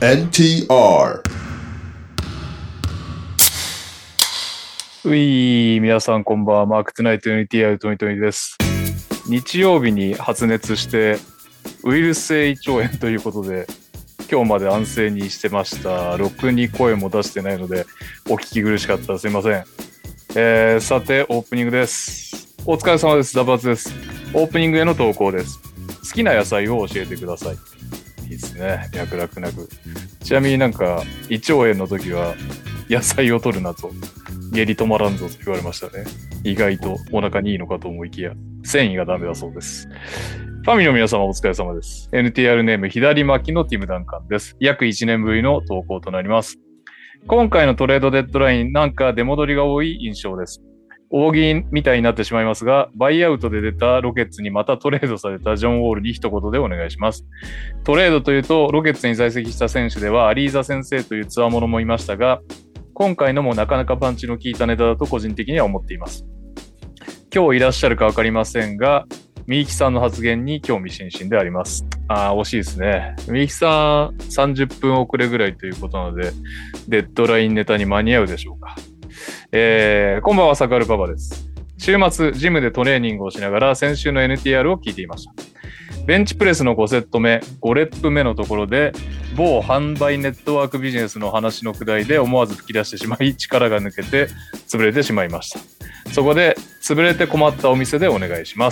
NTR。 皆さんこんばんは。マークトゥナイト NTR トニトニです。日曜日に発熱してウイルス性胃腸炎ということで今日まで安静にしてました。ろくに声も出してないのでお聞き苦しかったらすいません。さてオープニングです。お疲れ様です。ダバツです。オープニングへの投稿です。好きな野菜を教えてください。いいですね。脈絡なく。ちなみになんか胃腸炎の時は野菜を取るなと下痢止まらんぞと言われましたね。意外とお腹にいいのかと思いきや繊維がダメだそうです。ファミの皆様お疲れ様です。 NTR ネーム左巻きのティム・ダンカンです。約1年ぶりの投稿となります。今回のトレードデッドラインなんか出戻りが多い印象です。大喜利みたいになってしまいますが、バイアウトで出たロケッツにまたトレードされたジョン・ウォールに一言でお願いします。トレードというとロケッツに在籍した選手ではアリーザ先生という強者もいましたが、今回のもなかなかパンチの効いたネタだと個人的には思っています。今日いらっしゃるか分かりませんが、みゆきさんの発言に興味津々であります。惜しいですね。みゆきさん30分遅れぐらいということなので、デッドラインネタに間に合うでしょうか。こんばんは、サカルパパです。週末、ジムでトレーニングをしながら先週の NTR を聞いていました。ベンチプレスの5セット目、5レップ目のところで、某販売ネットワークビジネスの話のくだりで思わず吹き出してしまい、力が抜けて潰れてしまいました。そこで、潰れて困ったお店でお願いします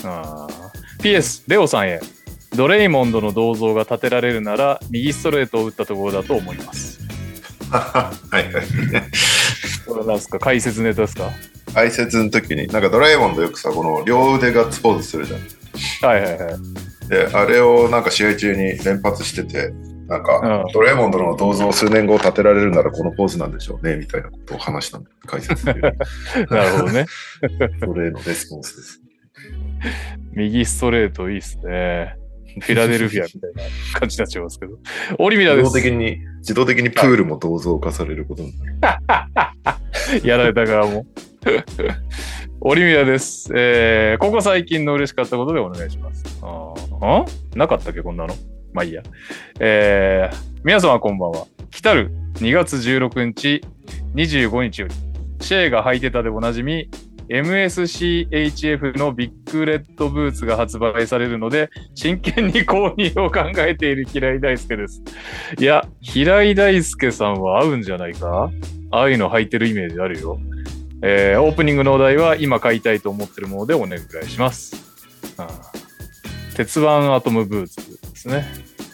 。PS、レオさんへ。ドレイモンドの銅像が建てられるなら、右ストレートを打ったところだと思います。 はいはい。 これなんですか、解説ネタですか？ 解説の時に、なんかドラえもんでよくさ、この両腕ガッツポーズするじゃん。 はいはいはい。 で、あれをなんか試合中に連発してて、なんか、ドラえもんの銅像を数年後建てられるならこのポーズなんでしょうね、みたいなことを話したの。解説で。 なるほどね。 それのレスポンスです。 右ストレートいいっすね。フィラデルフィアみたいな感じになっちゃいますけど。オリミラです。 自動的にプールも銅像化されることになる。やられた側も。オリミラです。ここ最近の嬉しかったことでお願いします。なかったっけこんなの。まあいいや。皆様こんばんは。来たる2月16日、25日より、シェーが履いてたでおなじみ、MSCHF のビッグレッドブーツが発売されるので、真剣に購入を考えている平井大輔です。いや、平井大輔さんは合うんじゃないか？ああいうの履いてるイメージあるよ。オープニングのお題は今買いたいと思ってるものでお願いします。鉄腕アトムブーツですね。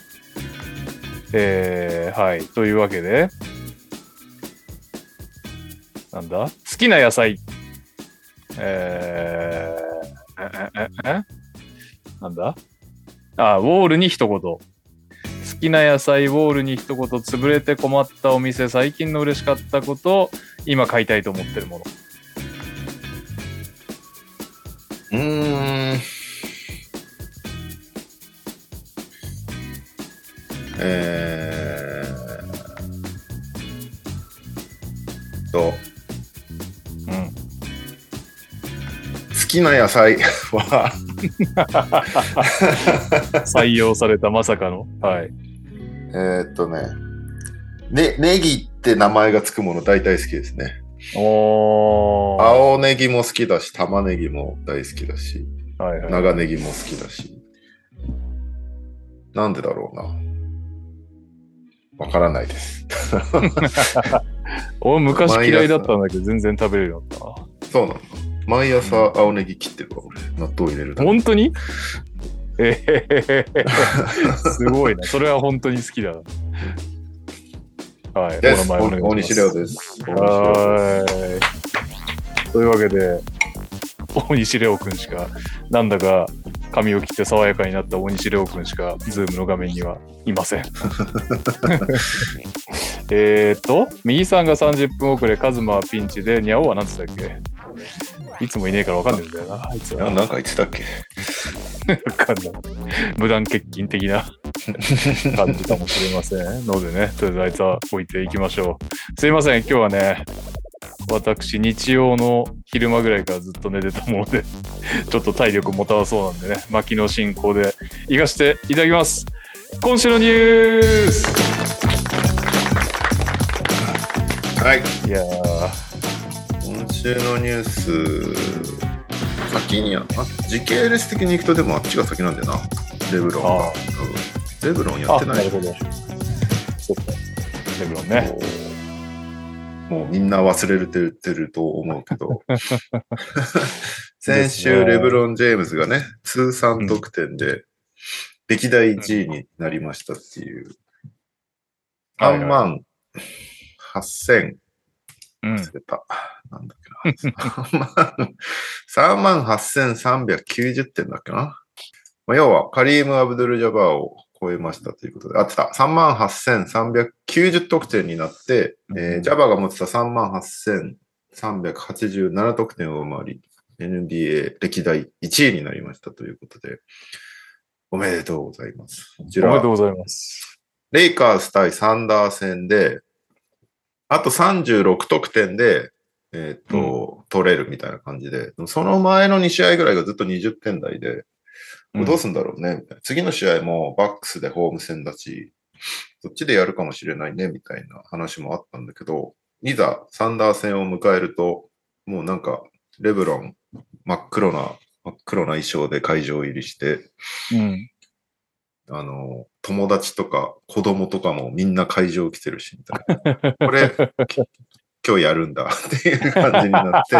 はい。というわけで、なんだ？好きな野菜。なんだ？ウォールに一言。好きな野菜、ウォールに一言。潰れて困ったお店、最近の嬉しかったこと、今買いたいと思ってるもの。 好きな野菜は採用されたまさかの。はい。 ネギって名前がつくもの大体好きですね。青ネギも好きだし、玉ねぎも大好きだし、はいはい、長ネギも好きだし。なんでだろうな。わからないです。 俺昔嫌いだったんだけど全然食べれるようになったな。 そうなんだ。毎朝青ネギ切ってるわ、俺。納豆入れるだけ。 本当に？すごいな。それは本当に好きだな。はい。 お名前お願いします。大西レオです。 はい。というわけで、大西レオくんしか、なんだか髪を切って爽やかになった大西レオくんしか、ズームの画面にはいません。右さんが30分遅れ、カズマはピンチで、ニャオは何つったっけ？いつもいねえから分かんないんだよな、あいつは。 なんか言ってたっけ？ 分かんない。無断欠勤的な感じかもしれませんのでね、とりあえずあいつは置いていきましょう。すいません、今日はね、私日曜の昼間ぐらいからずっと寝てたものでちょっと体力持たなそうなんでね、巻きの進行で行かせていただきます。今週のニュース。 はい。 いや今週のニュース、先に時系列的に行くとでもあっちが先なんだよな。レブロンが。レブロンやってない。 なるほど。そっか。レブロンね。 もうみんな忘れてると思うけど。先週、レブロン・ジェームズがね、通算得点で歴代1位になりましたっていう。3万8000、忘れた。なんだっけな。3万8390点だっけな。まあ、要は、カリーム・アブドゥル・ジャバーを超えましたということで、合ってた。3万8390得点になって、ジャバーが持ってた3万8387得点を上回り、NBA 歴代1位になりましたということで、おめでとうございます。こちら。 おめでとうございます。 レイカーズ対サンダー戦で、あと36得点で、取れるみたいな感じで、その前の2試合ぐらいがずっと20点台で、どうすんだろうね、みたいな。次の試合もバックスでホーム戦だし、そっちでやるかもしれないね、みたいな話もあったんだけど、いざサンダー戦を迎えると、もうなんか、レブロン、真っ黒な衣装で会場入りして、友達とか子供とかもみんな会場来てるし、みたいな。これ、今日やるんだっていう感じになって、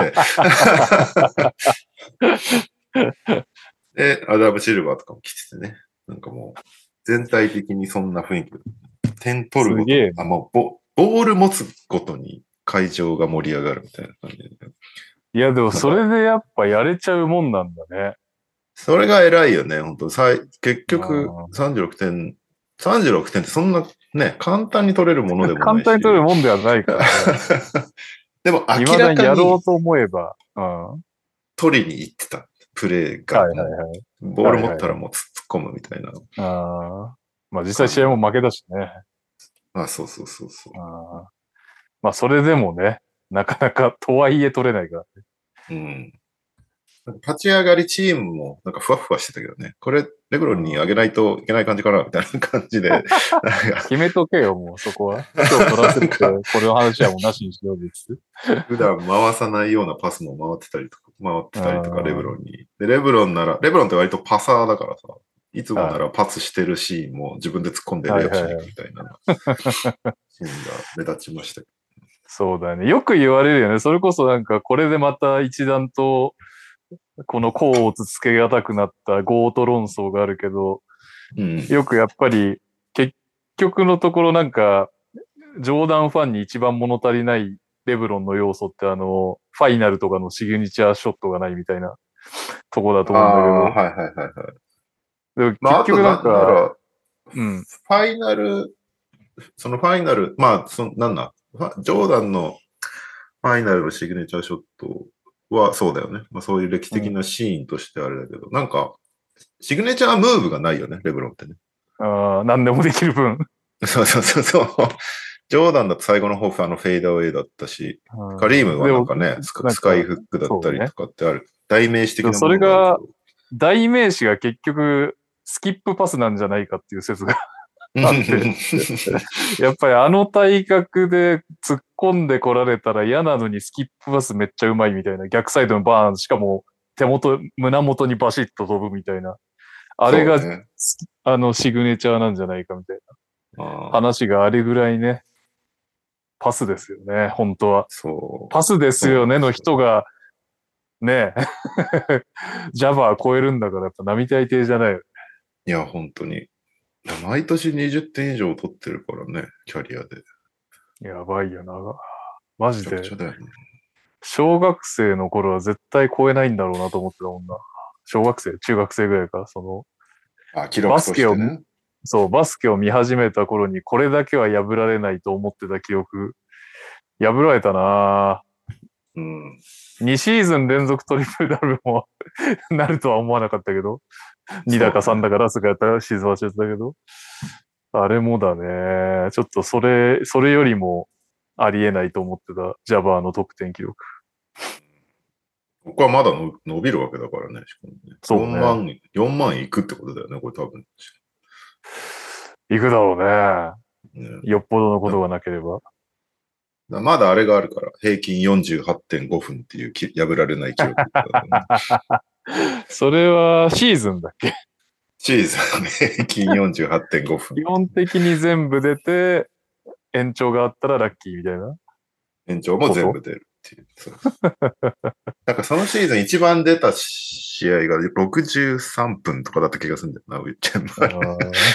で、アダム・シルバーとかも来ててね、なんかもう、全体的にそんな雰囲気。点取るごとに、もうボール持つごとに会場が盛り上がるみたいな感じで。 いや、でもそれでやっぱやれちゃうもんなんだね。 それが偉いよね、本当結局36点ってそんなね、簡単に取れるものでもないし。 簡単に取れるもんではないからね。 でも明らかにやろうと思えば、 取りに行ってたプレーが、ボール持ったらもう突っ込むみたいな。 まあ実際試合も負けだしね。 そう。 まあそれでもね、なかなかとはいえ取れないからね。立ち上がりチームもなんかふわふわしてたけどね。これ、レブロンにあげないといけない感じかなみたいな感じで。 決めとけよ、もうそこは。今日取らせて、これの話はもうなしにしようです。 普段回さないようなパスも回ってたりとか、レブロンに。で、レブロンって割とパサーだからさ、いつもならパスしてるシーンも自分で突っ込んでレイアップしに行くみたいなシーンが目立ちました。 そうだね。よく言われるよね。それこそなんかこれでまた一段とこの甲をつけがたくなったゴート論争があるけど、よくやっぱり結局のところなんかジョーダンファンに一番物足りないレブロンの要素ってファイナルとかのシグニチャーショットがないみたいなとこだと思うんだけど。でも結局なんか、 ファイナル、まあ、なんだ、ジョーダンのファイナルのシグネチャーショットはそうだよね。まあそういう歴史的なシーンとしてあれだけど、なんか、シグネチャームーブがないよね、レブロンってね。 何でもできる分。 そう。ジョーダンだと最後の方フェードアウェイだったし、カリームはなんかね、スカイフックだったりとかってある。代名詞的なものそれが、代名詞が結局、スキップパスなんじゃないかっていう説があって。やっぱりあの体格で突っ込んでこられたら嫌なのにスキップパスめっちゃうまいみたいな。逆サイドのバーン、しかも胸元にバシッと飛ぶみたいな。あれが、シグネチャーなんじゃないかみたいな話があれぐらいね、パスですよね、本当は。パスですよねの人が、ねジャバー超えるんだからやっぱ並大抵じゃないよね。 いや、本当に。毎年20点以上取ってるからね、キャリアで。 やばいよな。マジで。 めちゃくちゃだよね。 小学生の頃は絶対超えないんだろうなと思ってたもんな。小学生、中学生ぐらいか、 記録としてね。 バスケを見始めた頃にこれだけは破られないと思ってた記憶、破られたな2シーズン連続トリプルダブルもなるとは思わなかったけど、2だか3だかラスがやったらシーズン忘れてたけど、あれもだね、ちょっとそれよりもありえないと思ってたジャバーの得点記録。 ここはまだ伸びるわけだからね。 そうね。 4万いくってことだよね、これ多分。 いくだろうね。よっぽどのことがなければ。 まだあれがあるから、平均48.5分っていう破られない記録だとね。 それはシーズンだっけ？ シーズン平均48.5分。 基本的に全部出て、延長があったらラッキーみたいな延長もこと。 全部出るっていう。そうなんかそのシーズン一番出た試合が63分とかだった気がするんだよな、ウィッチェンバー。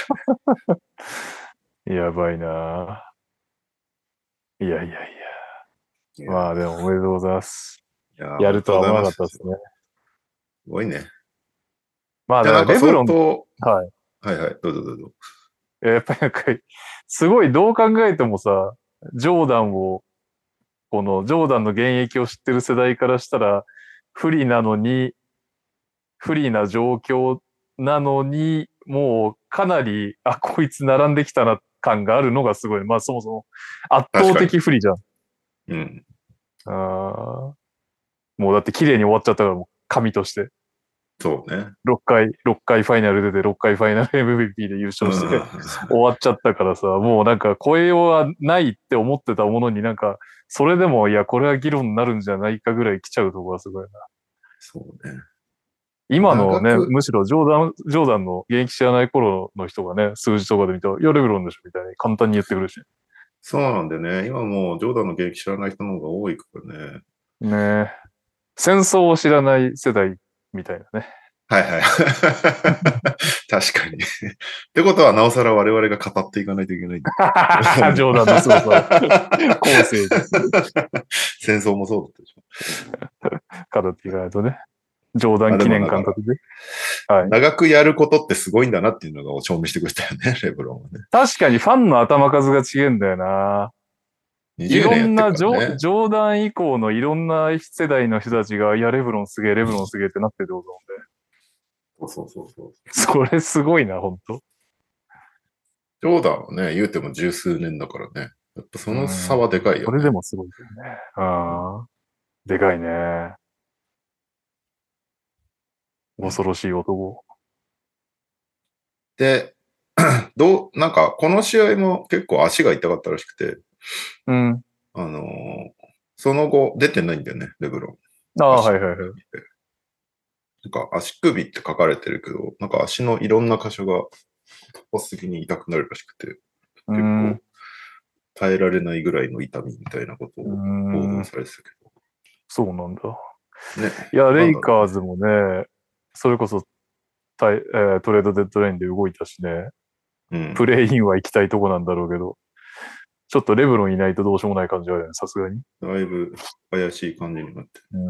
やばいな。いやいやいや。 いやまあでもおめでとうございます。 いや、 やおめでとうございるとは思わなかます。すったですね。 ごいね。 まあだからじゃあなんか相レブロン、 当、 はい。 はいはい、どうぞどうぞ。 やっぱりなんか、すごいどう考えてもさ、ジョーダンを、このジョーダンの現役を知ってる世代からしたら、不利なのに、不利な状況なのに、もうかなり、あ、こいつ並んできたな感があるのがすごい。まあそもそも圧倒確かに。 的不利じゃん。 うん。 あーもうだって綺麗に終わっちゃったから、もう神として。 そうね。 6回ファイナル出て、6回ファイナル MVP で優うん。 勝して終わっちゃったからさ、もうなんか超えようはないって思ってたものになんか、それでも、いや、これは議論になるんじゃないかぐらい来ちゃうところがすごいな。 そうね。 今のね、 長く、 むしろジョーダンの現役知らない頃の人がね、数字とかで見たら、いや、レブロンでしょみたいに簡単に言ってくるし。 そうなんでね、今もうジョーダンの現役知らない人の方が多いからね。 ねえ。戦争を知らない世代みたいなね。 はいはい。確かに。ってことは、なおさら我々が語っていかないといけない。 ジョーダンの凄さを後世に戦争もそうだったでしょ。 語っていかないとね。ジョーダまあン記でもだから、 念館立てて。はい。 長くやることってすごいんだなっていうのが証明してくれたよね、レブロンはね。 確かにファンの頭数が違うんだよな。い 20 ろ年やってるんなからね。 ジョーダン以降のいろんな世代の人たちが、いや、レブロンすげえ、レブロンすげえってなってるってことなんで。 そうそうそうそう。 それすごいな、本当。 ジョーダンはね、言うても十数年だからね。やっぱそうの差ん。 はでかいよね。 それでもすごいよね。ああ。でかいね。恐ろしい男。 で、なんか、この試合も結構足が痛かったらしくて、 うん。 あのーその後出てないんだよね、レブロン。 ああ、は足。 いはいはい。 なんか足首って書かれてるけど、なんか足のいろんな箇所が突発的に痛くなるらしくて、 うん。 結構耐えられないぐらいの痛みみたいなことうを報道ん。 されてたけそうなんだ。 ど。ね、 いや、レイなんだろうね。 カーズもね、それこそトレードデッドラインで動いたしね、 うん。 プレイインは行きたいとこなんだろうけど、ちょっとレブロンいないとどうしようもない感じはあるよね、さすがに。 だいぶ怪しい感じになってうん。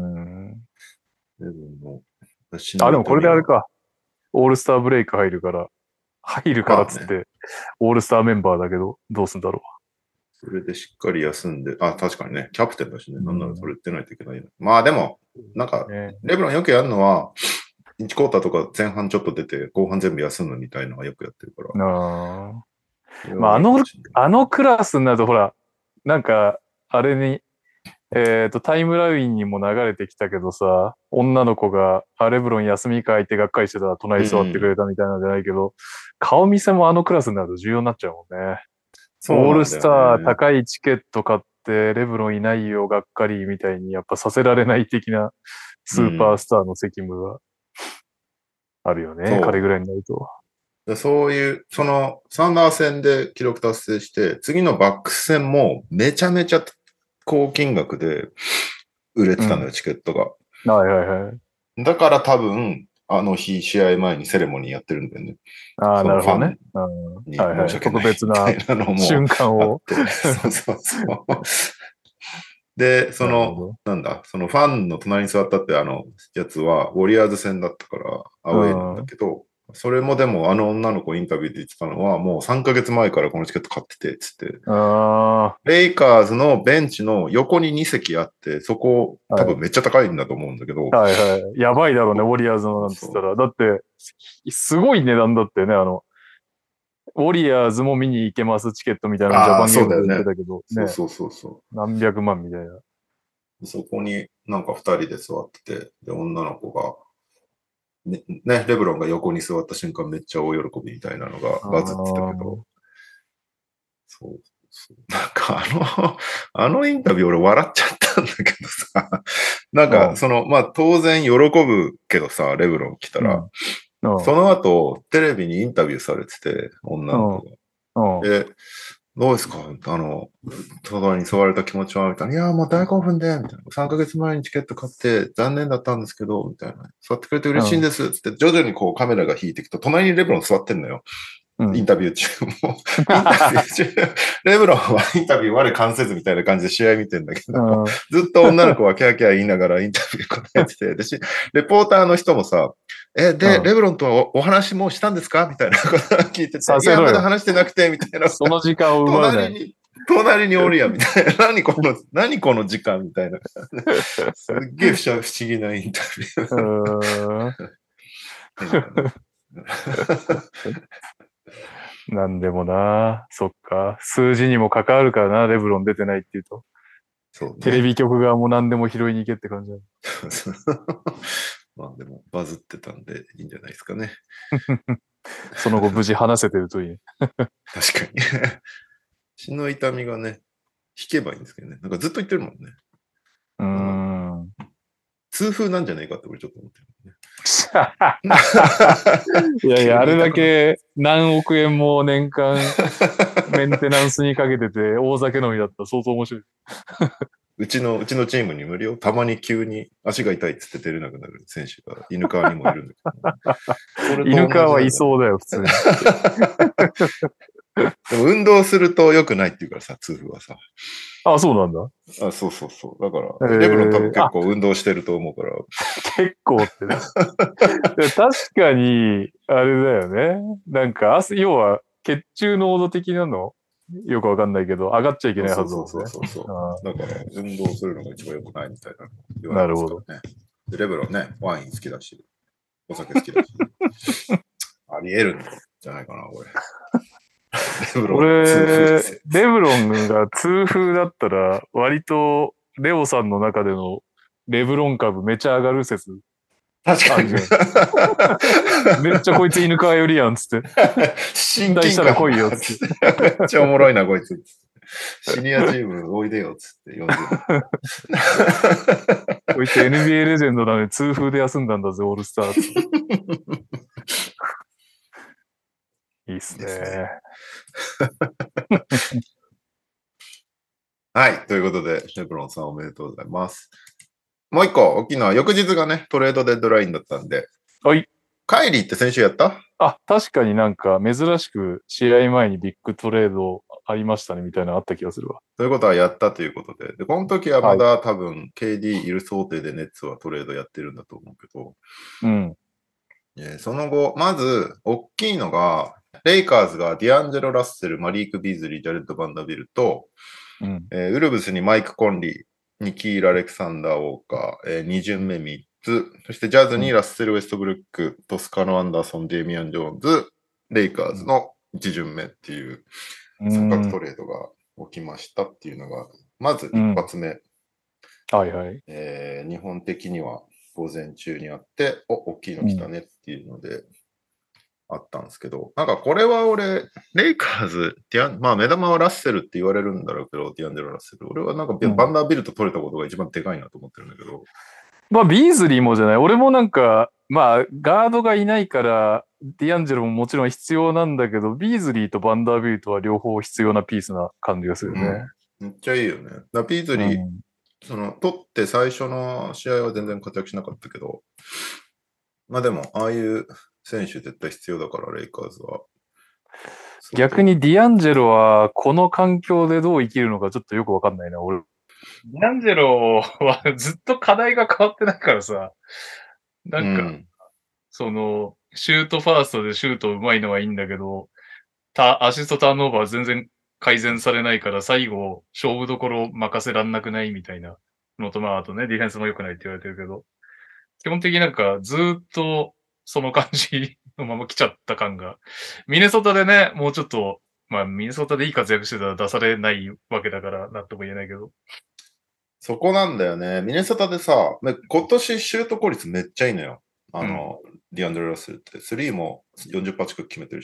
る。でも、足あ、 のでもこれ痛みは、 であれか。オールスターブレイク入るからっまあね、 つって、オールスターメンバーだけど、どうすんだろそれでしっかり休んで、あ、確かにね、キャプテンだしね、 う。 なんならそうん。 れ言ってないといけないな。まあでも、なんか、 ね。 レブロンよくやるのは、1クォーターとか前半ちょっと出て、後半全部休むみたいなのはよくやってるから、 ああ。 それまあ、 はいいかもしれない。 あのクラスになると、ほら、なんか、あれに、タイムラインにも流れてきたけどさ、女の子が、レブロン休みかいってがっかりしてたら隣に座ってくれたみたいなんじゃないけど、顔見せもあのクラスになると重要になっちゃうもんね。オールスタそうなんだよね。 ー高いチケット買って、レブロンいないよ、がっかりみたいにやっぱさせられない的なスーパーうん。 スターの責務があるよね、彼ぐそらいになると。 う。そういう、その、サンダー戦で記録達成して、次のバックス戦もめちゃめちゃ高金額で売れうん。 てたのよ、チケットが。 はいはいはい。 だから多分、あの日、試合前にセレモニーやってるんだよね。 ああ、 そなるほどね。 のファンうん。 にはいはい。特申し訳ない別なみたいなのも瞬間を。 あって。そうそうそう。で、 なるほど。 なんだ、そのファンの隣に座ったってやつは、ウォリアーズ戦だったから、アウェイなんだうん。 けど、それもでもあの女の子インタビューで言ってたのは、もう3ヶ月前からこのチケット買ってて、つって。 あレイカーズのベンチの横に2席あって、そこあ、はい。 多分めっちゃ高いんだと思うんだけど、 はいはい。やばいだろうね、ウォリアーズのそうそなんつったら。だって、すごい値段だってね、ウォリアーズも見に行けますチケットみたいう。 なのジャああ、 パンゲームで言ってそうだよね。 たけど、ね、 そうそうそうそ何百万みたいな。 う。そこになんか2人で座ってて、で、女の子が、レブロンが横に座った瞬間めっちゃ大喜びみたいなのがあバズってたけど、 ーそう。 なんかあのインタビュー俺笑っちゃったんだけどさ、なんかまあ当然喜ぶけどさ、レブロン来たら、その後テレビにインタビューされてて、女の子が。で、どうですか隣に座られた気持ちはみたいな。いや、もう大興奮で、みたいな。3ヶ月前にチケット買って残念だったんですけど、みたいな。座ってくれて嬉しいんです、つって、徐々にこうカメラが引いていくと、隣にレブロン座ってんのよ。インタビュー中も。インタビュー中、レブロンはインタビュー我関せずみたいな感じで試合見てんだけど、ずっと女の子はキャーキャー言いながらインタビュー答えてて、レポーターの人もさ、で、レブロンとはお話もうしたんですかみたいなことを聞いてて、いや、まだ話してなくて、みたいな。 その時間を奪うね。 隣におるやん、みたいな。何この時間みたいな。すっげえ不思議なインタビュー。 なんでもな、そっか。数字にも関わるからな、レブロン出てないって言うと。 そうね、 テレビ局側も何でも拾いに行けって感じだ。 まあでもバズってたんでいいんじゃないですかね。 その後無事話せてるといいね。 確かに。血の痛みがね、引けばいいんですけどね。なんかずっと言ってるもんね。痛風なんじゃないかって俺ちょっと思ってる、ね。 いやいや、あれだけ何億円も年間メンテナンスにかけてて大酒飲みだったら相当面白い。 うちのチームに無理よ。たまに急に足が痛いっつって出れなくなる選手が犬川にもいるんだけど。 犬川はいそうだよ、普通に。 でも運動すると良くないっていうからさ、痛風はさ。 あ、そうなんだ。 あ、そう。だから、レブロン多分結構運動してると思うから。 結構ってね。確かに、あれだよね。なんか、要は、血中濃度的なのよくわかんないけど、上がっちゃいけないはずだもんね。 そう。だから、運動するのが一番良くないみたいな言われますからね。でレブロンね、ワイン好きだし、お酒好きだし。あり得るんじゃないかな、俺。 俺、レブロンが痛風だったら、割と、レオさんの中でのレブロン株めちゃ上がる説。 確かに。 めっちゃこいつ犬川よりやん、つって。 新期したら来いよ、つって。 めっちゃおもろいな、こいつ。シニアチームおいでよ、つって呼んで。 こいつ NBA レジェンドだね、痛風で休んだんだぜ、オールスター。いいっすね。 はい。ということで、レブロンさんおめでとうございます。もう一個、大きな翌日がね、トレードデッドラインだったんで。 はい。 カイリーって先週やった？ あ、確かになんか珍しく試合前にビッグトレードありましたねみたいなのあった気がするわ。 ということはやったということで。で、この時はまだ多分 KD いる想定でネッツはトレードやってるんだと思うけど。 うん。 その後、まず、大きいのが、レイカーズがディアンジェロ・ラッセル、マリーク・ビーズリー、ジャレット・バンダビルと、ウルブスにマイク・コンリー、ニキール・アレクサンダー・ウォーカー、2巡目3つ、そしてジャズにラッセル・ウェストブルック、トスカノ・アンダーソン、デイミアン・ジョーンズ、レイカーズの1巡目っていう三角トレードが起きましたっていうのが、まず一発目。 はいはい。 日本的には午前中にあって、大きいの来たねっていうので、あったんですけど、なんかこれは俺、レイカーズ、まあ目玉はラッセルって言われるんだろうけど、ディアンジェロ・ラッセル。俺はなんかバンダービルト取れたことが一番でかいなと思ってるんだけど。 まあビーズリーもじゃない。俺もなんか、まあガードがいないから、ディアンジェロももちろん必要なんだけど、ビーズリーとバンダービルトは両方必要なピースな感じがするね。 めっちゃいいよね。ビーズリー、取って最初の試合は全然活躍しなかったけど、まあでも、ああいう選手絶対必要だから、レイカーズは。 逆にディアンジェロはこの環境でどう生きるのかちょっとよくわかんないな、俺。ディアンジェロはずっと課題が変わってないからさ、なんか、その、シュートファーストでシュート上手いのはいいんだけど、アシストターンオーバー全然改善されないから最後、勝負どころ任せらんなくないみたいなのと、まああとね、ディフェンスも良くないって言われてるけど、基本的になんかずっとその感じのまま来ちゃった感が。ミネソタでね、もうちょっと、まあミネソタでいい活躍してたら出されないわけだからなんとも言えないけど。 そこなんだよね。ミネソタでさ、今年シュート効率めっちゃいいのよ。ディアンドレ・ラッセルって。3も40%近く決めてるし。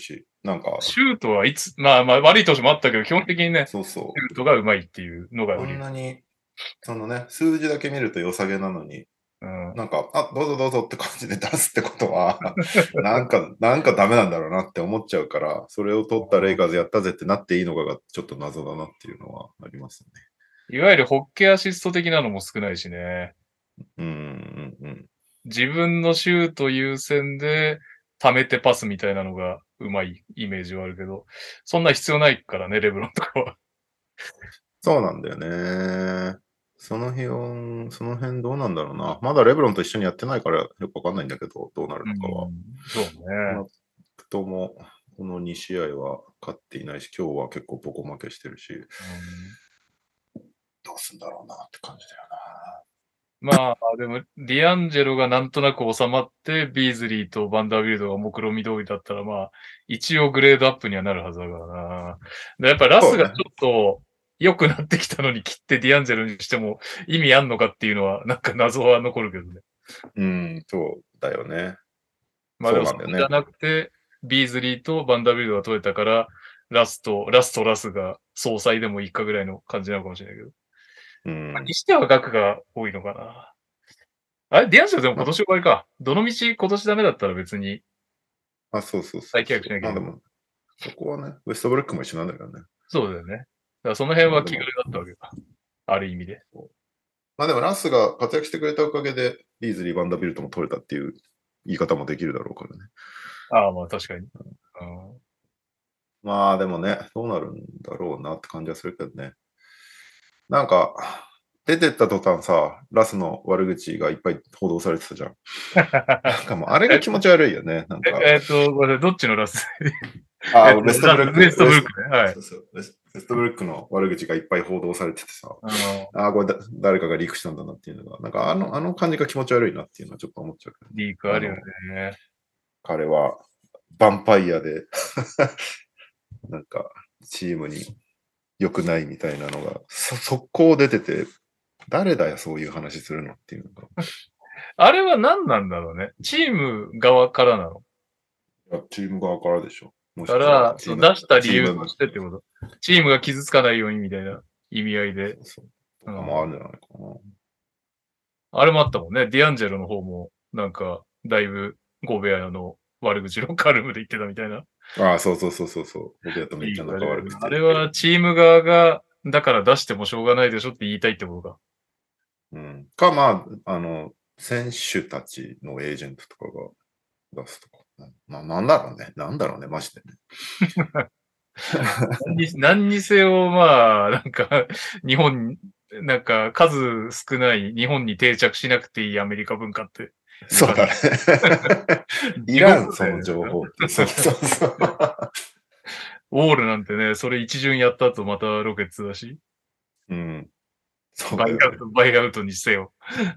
なんか、 シュートはいつ、まあまあ悪い投手もあったけど、基本的にね、 そうそシュートが上手いっていうのがう。こ売り。 んなに、数字だけ見ると良さげなのに、 うん。 なんか、どうぞどうぞって感じで出すってことは、なんかダメなんだろうなって思っちゃうから、それを取ったレイカーズやったぜってなっていいのかがちょっと謎だなっていうのはありますね。 いわゆるホッケーアシスト的なのも少ないしね。 うん、うん、うん。 自分のシュート優先で貯めてパスみたいなのがうまいイメージはあるけど、そんな必要ないからね、レブロンとかは。 そうなんだよね。その辺どうなんだろうな。まだレブロンと一緒にやってないからよくわかんないんだけど、どうなるうのかは。 ん、そうね。 少なくとも、この2試合は勝っていないし、今日は結構ボコ負けしてるし、 うん、 どうすんだろうなって感じだよまあ、でも、ディアンジェロがなんとなく収まって、ビーズリーとバンダービルドが目論見通りだったら、まあ、一応グレードアップにはなるはずだからな。でやっぱラな。そうね。 スがちょっと良くなってきたのに切ってディアンジェロにしても意味あんのかっていうのは、なんか謎は残るけどね。 うん、そうだよね。 まあでも、 そうなんだよね。 そうじゃなくて、ビーズリーとバンダービルドが取れたから、ラスが総裁でもいいかぐらいの感じなのかもしれないけど。 うん。 にしては額が多いのかな。あれ、ディアンジェロでも今ま年終わりか。どの道今年ダメだったら別にそうそうそ再契うそう。 約しなきゃいけない。 まあでも、そこはね、ウエストブルックも一緒なんだよね。 そうだよね。だからその辺まあでも、 は気軽だったわけか。ある意味で。 まあでもラスが活躍してくれたおかげで、ビーズリー・バンダービルトも取れたっていう言い方もできるだろうからね。 ああ、まあ確かに。うん、 まあでもね、どうなるんだろうなって感じはするけどね。なんか、出てった途端さ、ラスの悪口がいっぱい報道されてたじゃん。なんかもうあれが気持ち悪いよね。なんか、 ごめんなさい、どっちのラスウエストブルック、 ウエストブルックね。はい。 そうそうウエストブルックの悪口がいっぱい報道されててさ、 あの、 これ誰かがリークしたんだなっていうのが、なんかあの感じが気持ち悪いなっていうのはちょっと思っちゃうけどね。 リークあるよね。 彼はヴァンパイアでなんかチームに良くないみたいなのが、速攻出てて、誰だよ、そういう話するのっていうのが。 あれは何なんだろうね。チーム側からなのチーム側からでしょ。もしくはから、 チーム、 出したチーム、 理由としてってこと。チームが傷つかないようにみたいな意味合いで。 そうとうん、 かもあるんじゃないかな。 あれもあったもんね。ディアンジェロの方も、なんか、だいぶゴベアの悪口のカルムで言ってたみたいな。 そうそうそうそうそう。僕やとめっちゃ仲悪くて。 あれはチーム側が、だから出してもしょうがないでしょって言いたいってことか。 うん。か、まあ、選手たちのエージェントとかが出すとか。なんだろうね。なんだろうね、マジでね。 何にせよ、まあ、なんか、日本、なんか、数少ない日本に定着しなくていいアメリカ文化っていう感じ。 そうだね。い地らん、 獄だよね。 その情報って。そうそうそう。 ウォールなんてね、それ一巡やった後またロケッツだし、 うん。そうだよね。 バイアウトにせよ。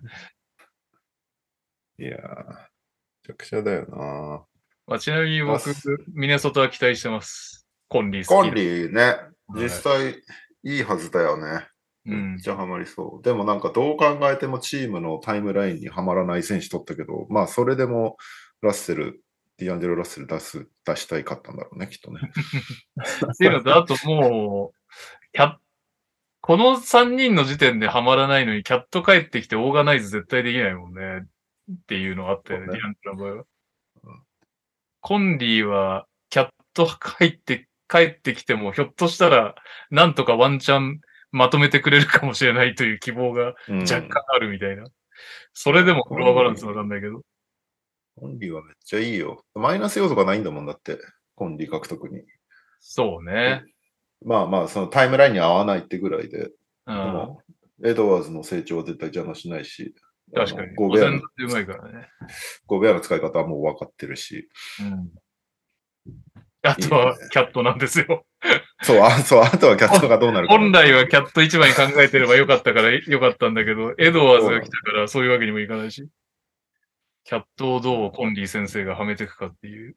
いやー、めちゃくちゃだよな。 まあ、ちなみに僕、ミネソタは期待してます。コンリー好コンきで。 リーね、実はい。 際いいはずだよね。めっうん。 ちゃハマりそう。でもなんかどう考えてもチームのタイムラインにはまらない選手取ったけど、まあそれでもディアンジェロ・ラッセル出したいかったんだろうね、きっとね。 っていうのと、あともう、この3人の時点でハマらないのに、キャット帰ってきてオーガナイズ絶対できないもんね。っていうのがあったよね、デそうね。 ィアンジェロの場合は。コンリーは、キャット帰ってきても、ひょっとしたら、なんとかワンチャンまとめてくれるかもしれないという希望が若干あるみたいな。それでもフロアバランスわかんないけど。 コンリーはめっちゃいいよ。マイナス要素がないんだもんだって、コンリー獲得に。 そうね。 まあまあ、そのタイムラインに合わないってぐらいで、 うでん。 も、エドワーズの成長は絶対邪魔しないし、 確かに。 ゴベアの、 保全だってうまいからね。 ゴベアの使い方はもう分かってるし、 うん。あといいよね。 はキャットなんですよ。 そう、あとはキャットがどうなるか。 本来はキャット一番に考えてればよかったからよかったんだけど、エドワーズが来たからそういうわけにもいかないし、キャットをどうコンリー先生がはめていくかっていう。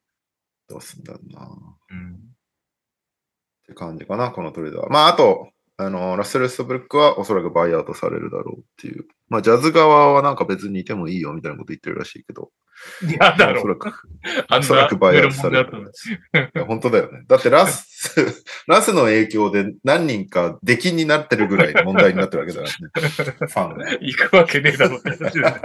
どうすんだろうな。っうん。 て感じかな、このトレードは。まあ、あと、 ラッセル・ウェストブルックはおそらくバイアウトされるだろうっていう。まあ、ジャズ側はなんか別にいてもいいよみたいなこと言ってるらしいけど。 嫌だろ。 おそらくバイアウトされる。いや本当だよね。だってラスの影響で何人か出禁になってるぐらいの問題になってるわけだからね。ファンが。 行くわけねえだろって話だね。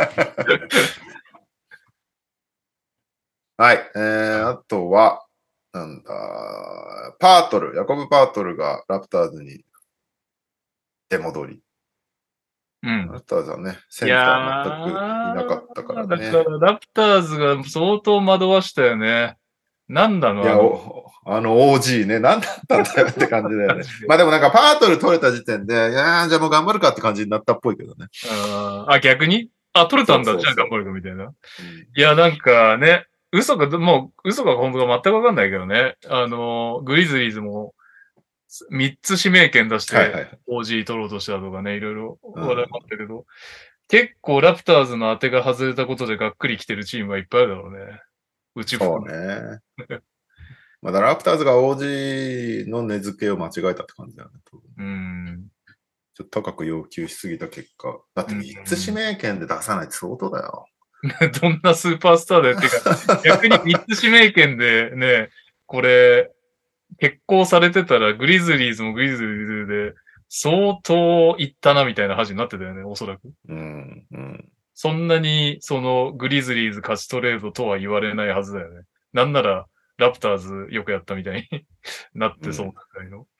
はい。あとは、なんだ、ヤコブ・パートルがラプターズに出戻り。 うん。 ラプターズはね、センター全くいなかったからね。 だからラプターズが相当惑わしたよね。なんだのいや、OG ね、なんだったんだよって感じだよね。まあでもなんかパートル取れた時点で、いやー、じゃあもう頑張るかって感じになったっぽいけどね。 逆に取れたんだ、じゃあ頑張るかみたいな。いや、なんかね、嘘か本当か全くわかんないけどね。グリズリーズも3つ指名権出して OG 取ろうとしたとかね、いろいろ話題もあったけど、結構ラプターズの当てが外れたことでがっくり来てるチームがいっぱいあるだろうね。 そうね。まだラプターズが OG の値付けを間違えたって感じだよね。ちょっと高く要求しすぎた結果。だって3つ指名権で出さないって相当だよ。 どんなスーパースターだよっていうか、逆に3つ指名権でね、これ、決行されてたらグリズリーズもグリズリーズで相当いったなみたいな話になってたよね、おそらく。そんなにそのグリズリーズ勝ちトレードとは言われないはずだよね。なんならラプターズよくやったみたいになってそうなぐらいの。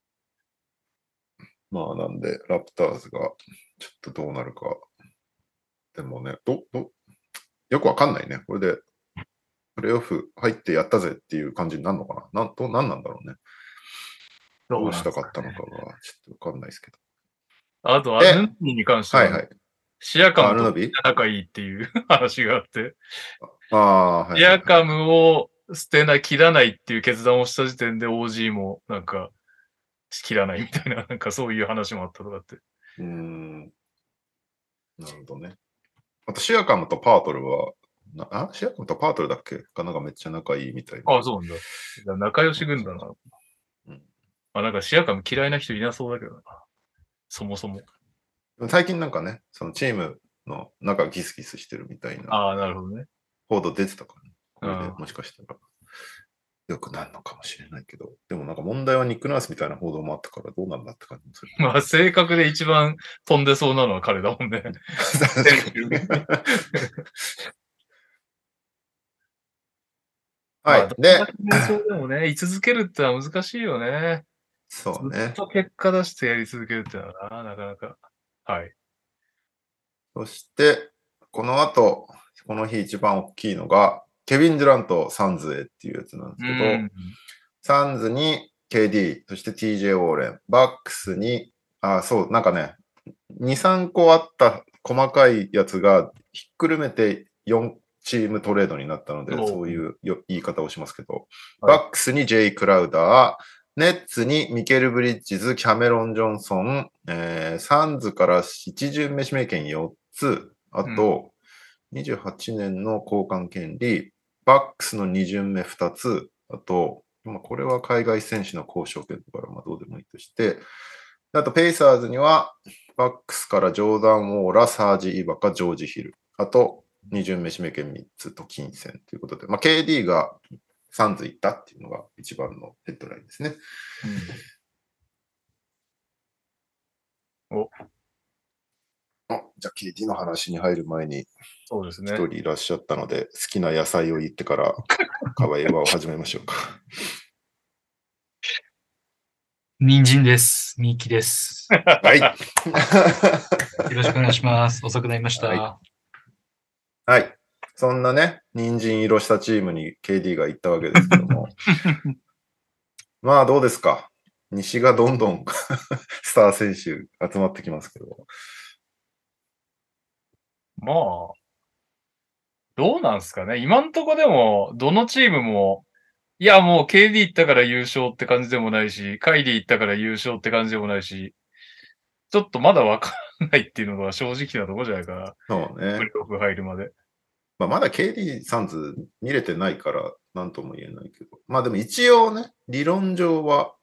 まあなんで、ラプターズがちょっとどうなるか。でもね、よくわかんないね。これで、プレイオフ入ってやったぜっていう感じになるのかな。なんなんだろうね。どうしたかったのかが、ちょっとわかんないですけど。 あと、ヌンビーに関しては、シアカムと仲いいっていう話があって、シアカムを切らないっていう決断をした時点で OG もなんか、切らないみたいな、なんかそういう話もあったとかって。 なるほどね。あと、シアカムとパートルは、シアカムとパートルだっけかなんかめっちゃ仲いいみたいな。 そうなんだ。仲良し軍だな。なんかシアカム嫌いな人いなそうだけどな。そもそも。 最近なんかね、そのチームの中ギスギスしてるみたいな。 なるほどね。 報道出てたからね。これでもしかしたらよくなるのかもしれないけど、でもなんか問題はニックナースみたいな報道もあったからどうなんだって感じもする。 正確で一番飛んでそうなのは彼だもんね。 はい。で、 そうでもね、居続けるってのは難しいよね。 そうね。 ずっと結果出してやり続けるってのはなかなか。はい。 そして、この後、この日一番大きいのが、ケビン・デュラント・サンズへっていうやつなんですけど、サンズに KD、そして TJ ウォーレン、バックスに、なんかね、2、3個あった細かいやつがひっくるめて4チームトレードになったので、そういう言い方をしますけど、バックスにジェイ・クラウダー、ネッツにミケル・ブリッジズ、キャメロン・ジョンソン、サンズから1巡目指名権4つ、あと、28年の交換権利、バックスの2巡目2つ、あと、これは海外選手の交渉権だからどうでもいいとして、あと、ペイサーズには、バックスからジョーダン・ウォーラ、サージ・イバカ、ジョージ・ヒル。あと、2巡目指名権3つと金銭ということで、KD がサンズ行ったっていうのが一番のヘッドラインですね。じゃあ KD の話に入る前に、 そうですね。 一人いらっしゃったので、好きな野菜を言ってから、会話を始めましょうか。 人参です。ミキです。 はい。よろしくお願いします。遅くなりました。 はい。そんなね、人参色したチームに KD が行ったわけですけども。まあどうですか。西がどんどんスター選手集まってきますけど。 まあ、どうなんすかね。今んとこでも、どのチームも、いやもう KD 行ったから優勝って感じでもないし、カイリー行ったから優勝って感じでもないし、ちょっとまだわかんないっていうのが正直なところじゃないかな。 そうね。 プレーオフ入るまで。 まだ KD サンズ見れてないから何とも言えないけど。でも一応ね、理論上は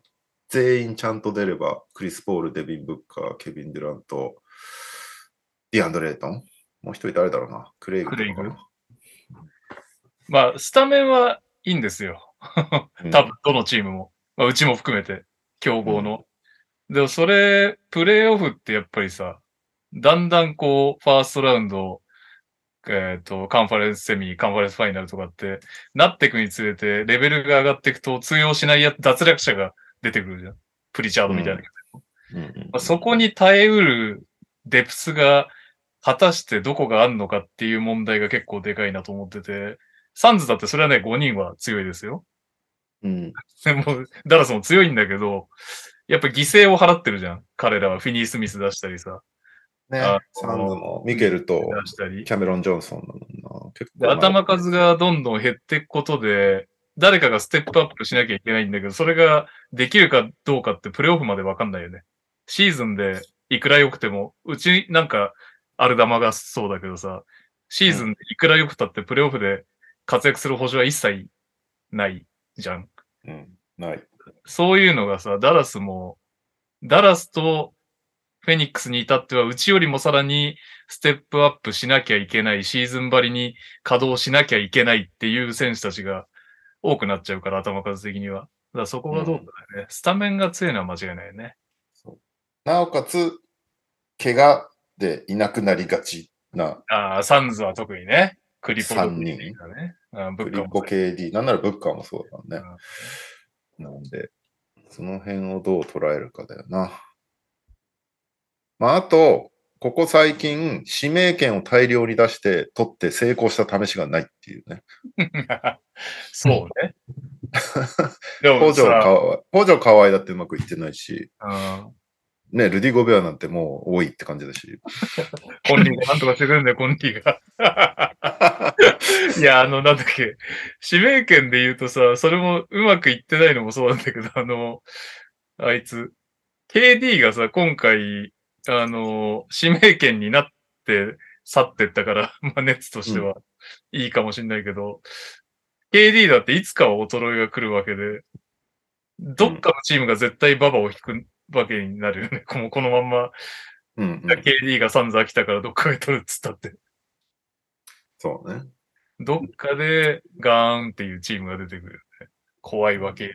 全員ちゃんと出れば、クリス・ポール、デビン・ブッカー、ケビン・デュラント、ディアンドレイトン、もう一人誰だろうな、クレイグとかかな。 まあ、スタメンはいいんですよ。 うん多分、どのチームも。まあ、うちも含めて、競合の。でも、それ、プレイオフってやっぱりさ、だんだんこう、ファーストラウンド、カンファレンスセミ、カンファレンスファイナルとかって、なっていくにつれて、レベルが上がっていくと、通用しない脱落者が出てくるじゃん。プリチャードみたいな。まあ、そこに耐えうるデプスが、果たしてどこがあるのかっていう問題が結構でかいなと思ってて、サンズだってそれはね、5人は強いですよ。 うん。 でも、ダラスも強いんだけど、やっぱ犠牲を払ってるじゃん。彼らはフィニー・スミス出したりさ。 ね、サンズもミケルと出したり。 キャメロン・ジョンソンだもんな。結で、 構頭数がどんどん減っていくことで、誰かがステップアップしなきゃいけないんだけど、それができるかどうかってプレイオフまでわかんないよね。シーズンでいくら良くても、うちなんか、アルダマがそうだけどさ、シーズンでいくら良くたってプレイオフで活躍する保証は一切ないじゃん。 うん、ない。 そういうのがさ、ダラスとフェニックスに至っては、うちよりもさらにステップアップしなきゃいけない、シーズン張りに稼働しなきゃいけないっていう選手たちが多くなっちゃうから、頭数的には。だからそこがどうかだよね。スタメンが強いのは間違いないよね。 なおかつ、怪我でいなくなりがちなサンズは特にね。クリポ 3人。 ね。 クリポ KD。なんならブッカーもそうだね。なので、その辺をどう捉えるかだよな。まあ、あと、ここ最近、指名権を大量に出して取って成功した試しがないっていうね。 そうね。 北条河合だってうまくいってないし、ね、ルディ・ゴベアなんてもう多いって感じだし。 コンリーがなんとかしてくるんだよ、コンリーが。いや、なんだっけ、指名権で言うとさ、それもうまくいってないのもそうなんだけど、あいつ、KD がさ、今回、指名権になって去ってったから、まあ、ネッツとしてはいいかもしんないけど、KD だっていつかは衰えが来るわけで、どっかのチームが絶対ババを引くわけになるよね。このまんま、KD がサンズ飽きたからどっかで取るっつったって。 そうね。 どっかでガーンっていうチームが出てくるよね。怖いわ、KD。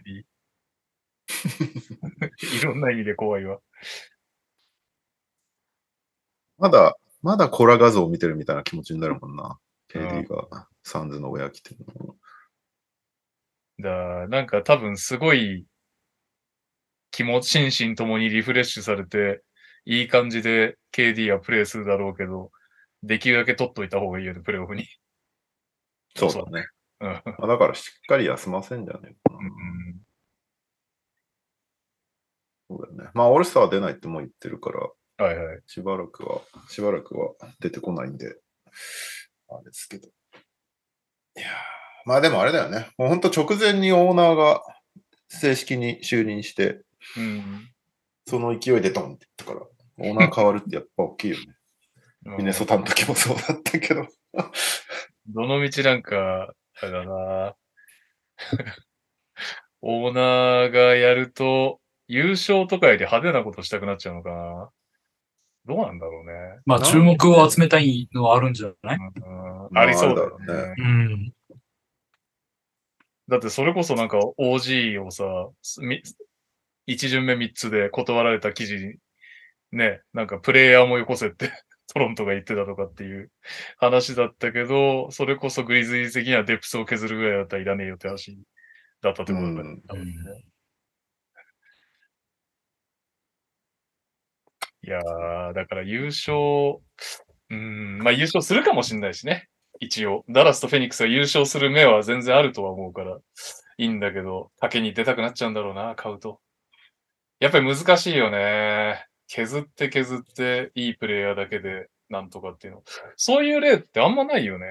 いろんな意味で怖いわ。 まだコラ画像を見てるみたいな気持ちになるもんな。KD がサンズの親来てるの。なんか多分すごい心身ともにリフレッシュされて、いい感じで KD はプレイするだろうけど、できるだけ取っといた方がいいよね、プレイオフに。 そうだね。だからしっかり休ませんじゃねえかな。そうだよね。まあ、オールスターは出ないってもう言ってるから、しばらくは出てこないんで、あれですけど。いやまあでもあれだよね。もう本当直前にオーナーが正式に就任して、その勢いでドンって言ったから、オーナー変わるってやっぱ大きいよね。ミネソタの時もそうだったけど。 どの道なんか、だなオーナーがやると、優勝とかより派手なことしたくなっちゃうのかな。どうなんだろうね。 まあ、注目を集めたいのはあるんじゃない？ ありそうだろうね。 うん。 だってそれこそなんか OG をさ、一巡目3つで断られた記事ね、なんかプレイヤーもよこせってトロントが言ってたとかっていう話だったけど、それこそグリズリー的にはデプスを削るぐらいだったらいらねえよって話だったってことだね。いやー、だから優勝、まあ優勝するかもしんないしね。一応。ダラスとフェニックスが優勝する目は全然あるとは思うから、いいんだけど、賭けに出たくなっちゃうんだろうな、買うと。やっぱり難しいよね。削っていいプレイヤーだけでなんとかっていうの。そういう例ってあんまないよね。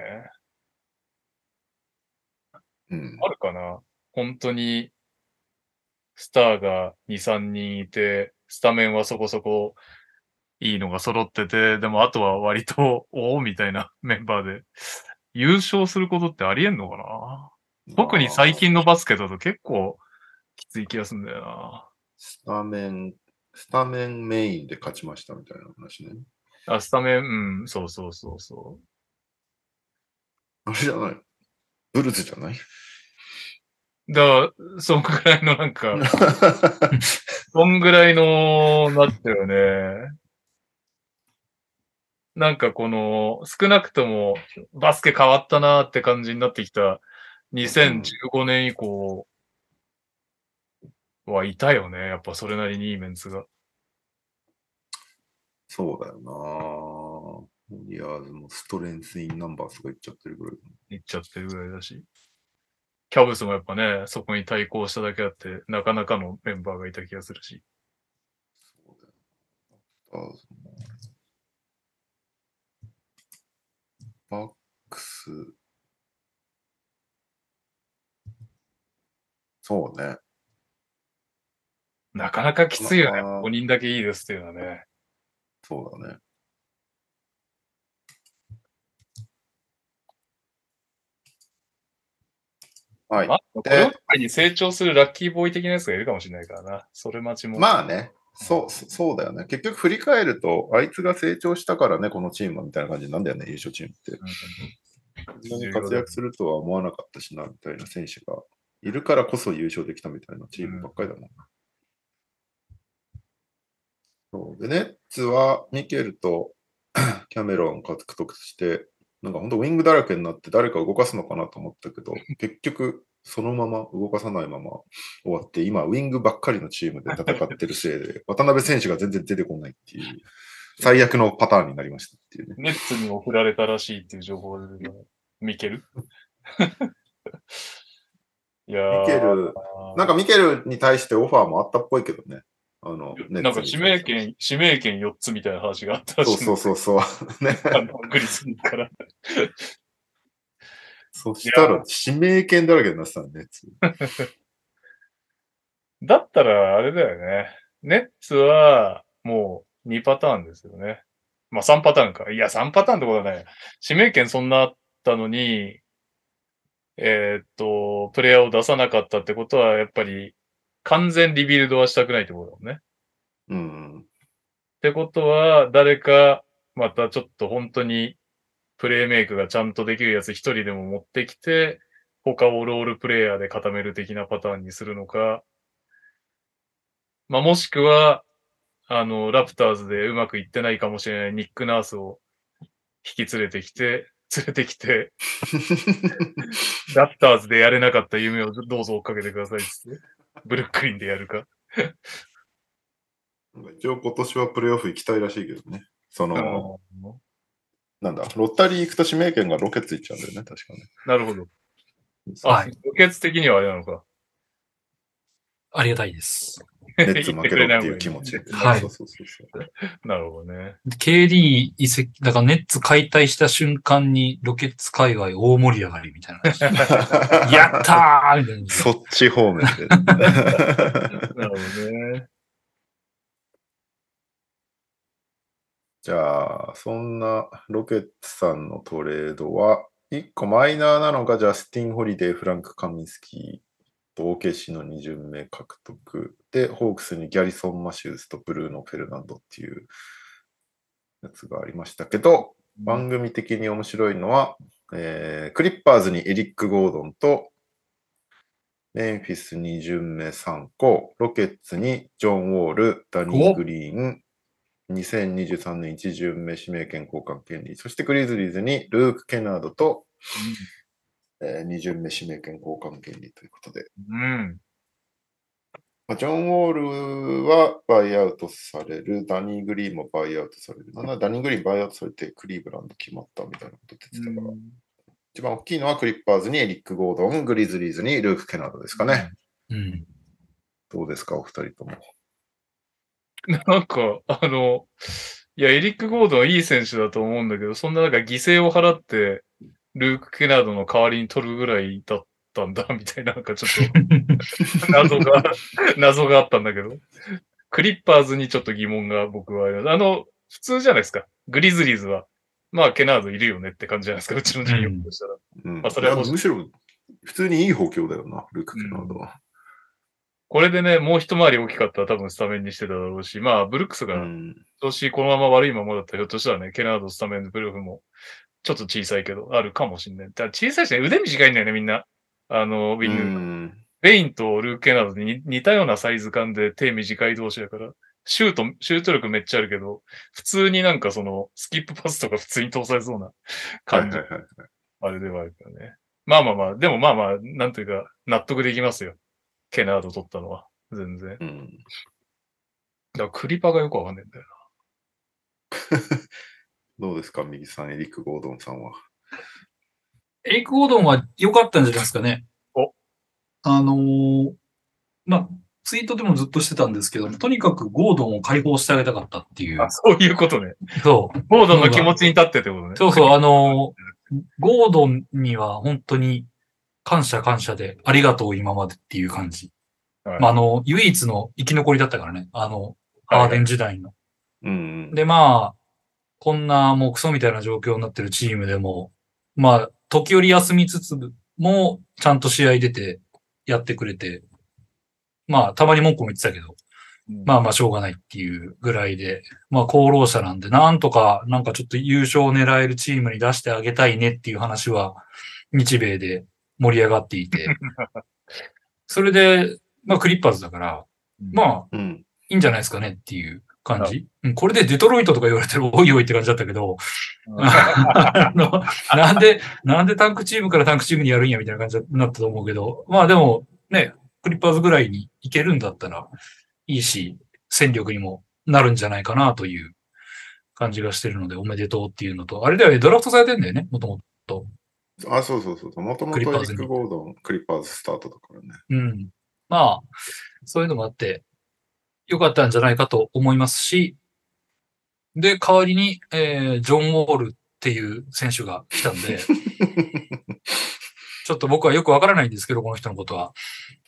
あるかな？本当に、スターが2、3人いて、スタメンはそこそこいいのが揃ってて、でもあとは割と、おおみたいなメンバーで、優勝することってありえんのかな？特に最近のバスケだと結構きつい気がするんだよな。 スタメンメインで勝ちましたみたいな話ね。 スタメン、そうそうそうそあれじゃない。ブルズじゃない。 だから、そんぐらいのなんか、そんぐらいの、なったよね。なんかこの、少なくともバスケ変わったなーって感じになってきた2015年以降はいたよね。やっぱそれなりにいいメンツが。 そうだよな。ウォリアーズもストレンスインナンバースがいっちゃってるぐらい。 いっちゃってるぐらいだし。キャブスもやっぱね、そこに対抗しただけあって、なかなかのメンバーがいた気がするし。 そうだよ。バックス。そうね。 なかなかきついよね。5人だけいいですっていうのはね。 そうだね。はい。 これを機会に成長するラッキーボーイ的なやつがいるかもしれないからな。それ待ちも。 まあね。そうだよね。結局振り返ると、あいつが成長したからね、このチームはみたいな感じなんだよね、優勝チームって。そんなに活躍するとは思わなかったしな、みたいな選手がいるからこそ優勝できたみたいなチームばっかりだもんな。そうで、ネッツはミケルとキャメロン獲得して、なんか本当ウィングだらけになって誰か動かすのかなと思ったけど、結局そのまま動かさないまま終わって、今ウィングばっかりのチームで戦ってるせいで、渡辺選手が全然出てこないっていう、最悪のパターンになりましたっていうね。 ネッツにも振られたらしいっていう情報が出てるミケルいやー。 なんかミケルに対してオファーもあったっぽいけどね。 なんか指名権4つみたいな話があったらしい。 そう。ね。 グリズリーから。 そしたら指名権だらけになってたんね。 だったらあれだよね。ネッツはもう2パターンですよね。まあ3パターンか。いや3パターンってことはね、指名権そんなあったのに、プレイヤーを出さなかったってことは、やっぱり完全リビルドはしたくないってことだもんね。 うん。 ってことは、誰か、またちょっと本当に、プレイメイクがちゃんとできるやつ一人でも持ってきて、他をロールプレイヤーで固める的なパターンにするのか、まあ、もしくは、ラプターズでうまくいってないかもしれないニック・ナースを引き連れてきて、ラプターズでやれなかった夢をどうぞ追っかけてくださいっつって、ブルックリンでやるか。 一応今年はプレイオフ行きたいらしいけどね。なんだ、ロッタリー行くと指名権がロケッツ行っちゃうんだよね、確かね。 なるほど。ロケッツ的にはあれなのか。 ありがたいです。 ネッツ負けろっていう気持ち。 はい。 なるほどね。 KD 移籍、だからネッツ解体した瞬間にロケッツ界隈大盛り上がりみたいな。やったーみたいな。 そっち方面で。 なるほどね。 じゃあ、そんなロケッツさんのトレードは、一個マイナーなのがジャスティン・ホリデー、フランク・カミンスキーと OKC の2巡目獲得で、ホークスにギャリソン・マシューズとブルーノ・フェルナンドっていうやつがありましたけど、番組的に面白いのは、クリッパーズにエリック・ゴードンと、メンフィス2巡目3個、ロケッツにジョン・ウォール、ダニー・グリーン、2023年1巡目指名権交換権利、そしてグリズリーズにルーク・ケナードと、2巡目指名権交換権利ということで。ジョン・ウォールはバイアウトされる、ダニー・グリーンもバイアウトされる。ダニー・グリーンバイアウトされてクリーブランド決まったみたいなこと言ってたから。一番大きいのはクリッパーズにエリック・ゴードン、グリズリーズにルーク・ケナードですかね。どうですか、お二人とも。 なんか、いや、エリック・ゴードンはいい選手だと思うんだけど、そんななんか犠牲を払って、ルーク・ケナードの代わりに取るぐらいだったんだ、みたいな、なんかちょっと謎があったんだけど、クリッパーズにちょっと疑問が僕はあります。普通じゃないですか。グリズリーズは、まあ、ケナードいるよねって感じじゃないですか、うちの陣容としたら。 まあ、それはむしろ、普通にいい補強だよな、ルーク・ケナードは。 これでね、もう一回り大きかったら多分スタメンにしてただろうし、まあ、ブルックスが調子このまま悪いままだったらひょっとしたらね、ケナードスタメンのプレーオフもちょっと小さいけど、あるかもしんない。だから小さいしね、腕短いんだよね、みんな。ウィング。ベインとルーク・ケナードに似たようなサイズ感で手短い同士だから、シュート力めっちゃあるけど、普通になんかその、スキップパスとか普通に搭載そうな感じ。あれではあるからね。まあまあまあ、でもまあまあ、なんというか、納得できますよ。ケナード取ったのは。全然。だからクリパがよくわかんないんだよな。どうですか、右さん、エリック・ゴードンさんは。 エリック・ゴードンは良かったんじゃないですかね。まあ、ツイートでもずっとしてたんですけども、とにかくゴードンを解放してあげたかったっていう。 そういうことね。 そう。 ゴードンの気持ちに立ってってことね。 そうそう、ゴードンには本当に感謝で、ありがとう今までっていう感じ。はい、まあ、唯一の生き残りだったからね。ハーデン時代の。で、まあ、こんなもうクソみたいな状況になってるチームでも、まあ、時折休みつつも、ちゃんと試合出てやってくれて、まあ、たまに文句も言ってたけど、まあまあ、しょうがないっていうぐらいで、まあ、功労者なんで、なんとか、なんかちょっと優勝を狙えるチームに出してあげたいねっていう話は、日米で盛り上がっていて、それで、まあ、クリッパーズだから、まあ、いいんじゃないですかねっていう感じ。これでデトロイトとか言われてるおいおいって感じだったけど、なんでタンクチームからタンクチームにやるんやみたいな感じになったと思うけど、まあでもね、クリッパーズぐらいにいけるんだったらいいし、戦力にもなるんじゃないかなという感じがしてるので、おめでとうっていうのと、あれだよね、ドラフトされてんだよね、もともと。 そうそうそう。もともとエリック・ゴードン、クリッパーズスタートだからね。 まあ、そういうのもあって、良かったんじゃないかと思いますし、で、代わりに、ジョン・ウォールっていう選手が来たんで、ちょっと僕はよくわからないんですけど、この人のことは。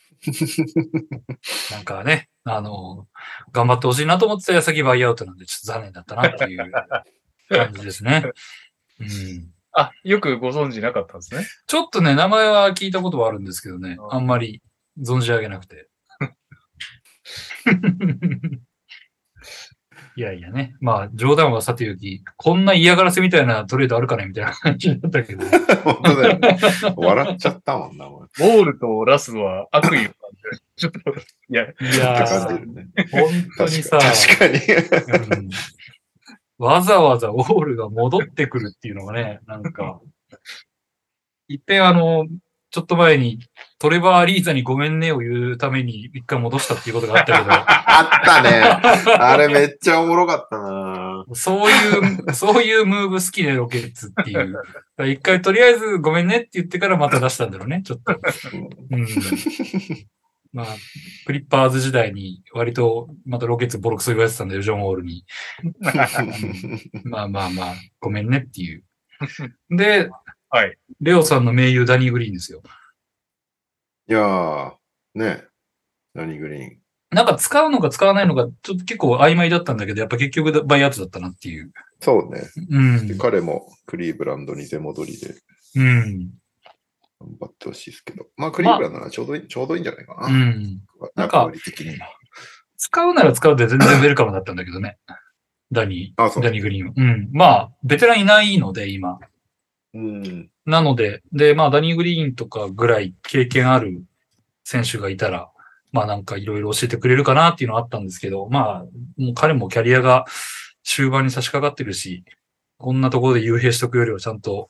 なんかね、頑張ってほしいなと思ってた矢先バイアウトなんで、ちょっと残念だったなっていう感じですね。 よくご存知なかったんですね。 ちょっとね、名前は聞いたことはあるんですけどね、あんまり存じ上げなくて。いやいやね。まあ、冗談はさておき、こんな嫌がらせみたいなトレードあるかねみたいな感じだったけど。 本当だよね。笑っちゃったもんな、 ウォールとラスは悪意を感じる。ちょっと、いや感じるね。 本当にさ、 確かに、 わざわざウォールが戻ってくるっていうのがね、なんか、一遍ちょっと前にトレバー・リーザにごめんねを言うために一回戻したっていうことがあったけど。 あったね。あれめっちゃおもろかったな。 そういうムーブ好きでロケッツっていう。一回とりあえずごめんねって言ってからまた出したんだろうね、ちょっと。まあ、クリッパーズ時代に割とまたロケッツボロクソ言われてたんだよ、ジョン・ウォールに。まあ、ごめんねっていう。で、 はい。 レオさんの盟友ダニー・グリーンですよ。 いやー、ね。ダニー・グリーン。 なんか使うのか使わないのか、ちょっと結構曖昧だったんだけど、やっぱ結局バイアウトだったなっていう。 そうね。で彼もクリーブランドに出戻りで。頑張ってほしいですけど。まあ、クリーブランドはちょうどいいんじゃないかな。 なんか、使うなら使うで全然ウェルカムだったんだけどね。ダニー・グリーン。まあ、ベテランいないので、今。なので、まあ、ダニー・グリーンとかぐらい経験ある選手がいたら、まあなんかいろいろ教えてくれるかなっていうのはあったんですけど、まあ、もう彼もキャリアが終盤に差し掛かってるし、こんなところで幽閉しとくよりはちゃんと、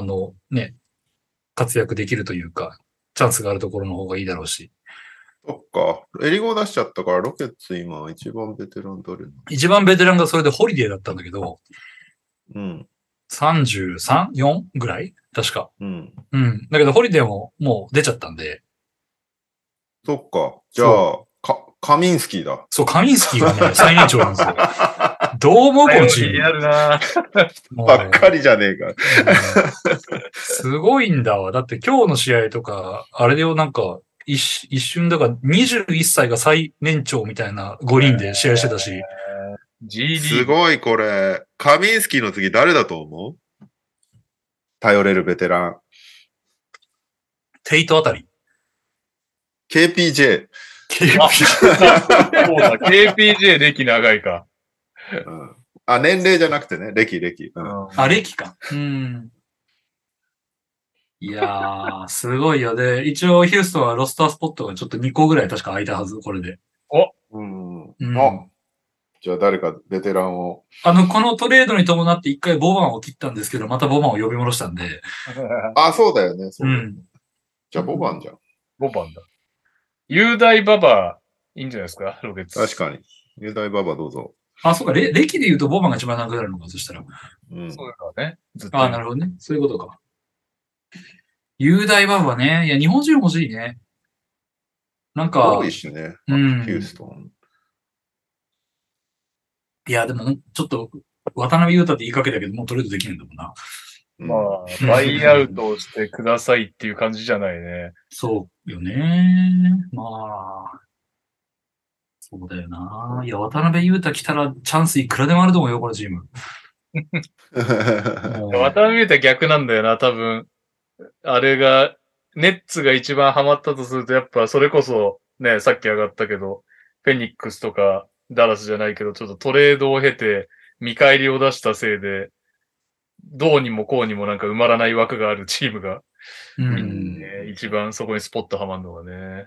活躍できるというか、チャンスがあるところの方がいいだろうし。 そっか。エリゴ出しちゃったから、ロケッツ今一番ベテラン誰なの？ 一番ベテランがそれでホリデーだったんだけど、33、4ぐらい確か。だけどホリデーももう出ちゃったんで。 そっか。じゃあ、カミンスキーだ。 そう、カミンスキーがね、最年長なんですよ。どう思うこのチーム。 やるなばっかりじゃねえか。 すごいんだわ。だって今日の試合とか、あれでよ、なんか、一瞬だから21歳が最年長みたいな5人で試合してたし。 すごいこれ。カミンスキーの次誰だと思う？頼れるベテラン。 テイトあたり。 KPJ。 そうだ、KPJ 歴長いか。 あ、年齢じゃなくてね、歴。 あ、歴か。いやー、すごいよ。で、一応ヒューストンはロスタースポットがちょっと2個ぐらい確か空いたはず、これで。 じゃあ誰かベテランを。 このトレードに伴って一回ボバンを切ったんですけど、またボバンを呼び戻したんで。 あ、そうだよね。じゃあボバンじゃん。 ボバンだ。雄大ババいいんじゃないですか、ロケッツ。 確かに。雄大ババどうぞ。 あ、そうか。歴で言うとボバンが一番長くなるのか、そしたら。 そうだね。 あ、なるほどね。そういうことか。雄大ババね。いや、日本人欲しいね。なんか。 多いしね。ヒューストン。 いや、でも、ちょっと、渡辺裕太って言いかけたけど、もうトレードできるんだもんな。 まあ、バイアウトをしてくださいっていう感じじゃないね。 そうよね。まあ、そうだよな。いや、渡辺裕太来たらチャンスいくらでもあると思うよ、このチーム。 渡辺裕太逆なんだよな、多分。あれが、ネッツが一番ハマったとすると、やっぱそれこそ、ね、さっき上がったけど、フェニックスとか、ダラスじゃないけど、ちょっとトレードを経て、見返りを出したせいで、どうにもこうにもなんか埋まらない枠があるチームが、一番そこにスポットはまるのがね。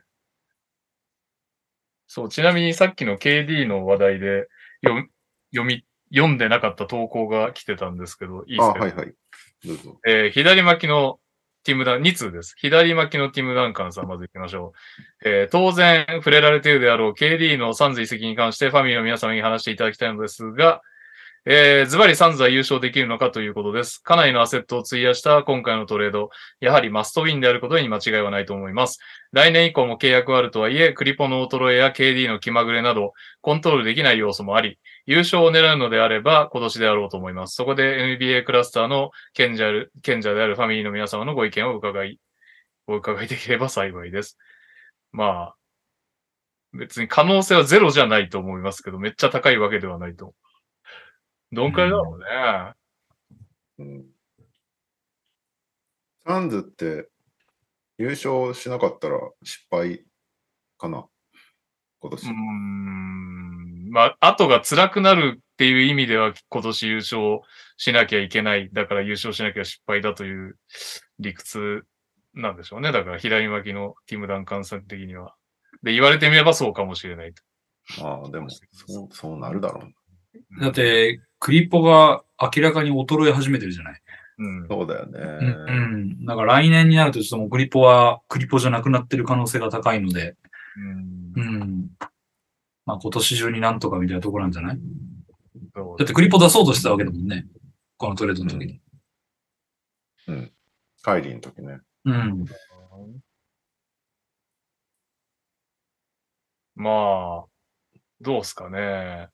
そう、ちなみにさっきの KD の話題で、読んでなかった投稿が来てたんですけど、いいですか？ はいはい。どうぞ。 左巻きのティムダン、2通です。左巻きのティム・ダンカンさん、まず行きましょう。当然、触れられているであろう KD のサンズ移籍に関してファミリーの皆様に話していただきたいのですが、ズバリサンズは優勝できるのかということです。かなりのアセットを費やした今回のトレード、やはりマストウィンであることに間違いはないと思います。来年以降も契約はあるとはいえ、クリポの衰えや KD の気まぐれなど、コントロールできない要素もあり、優勝を狙うのであれば今年であろうと思います。そこで NBA クラスターの賢者であるファミリーの皆様のご意見をお伺いできれば幸いです。まあ、別に可能性はゼロじゃないと思いますけど、めっちゃ高いわけではないと。どんくらいだろうね。 サンズって優勝しなかったら失敗かな、今年。 まあ、後が辛くなるっていう意味では今年優勝しなきゃいけない。だから優勝しなきゃ失敗だという理屈なんでしょうね。だから左巻きのティム・ダンカンさん的には。で、言われてみればそうかもしれないと。 ああ、でもそうなるだろう。 だって、クリポが明らかに衰え始めてるじゃない。 そうだよね。 だから来年になるとちょっともうクリポじゃなくなってる可能性が高いので、まあ今年中になんとかみたいなところなんじゃない？だってクリポ出そうとしてたわけだもんね。このトレードの時に。 カイリーの時ね。 まあ、どうすかね。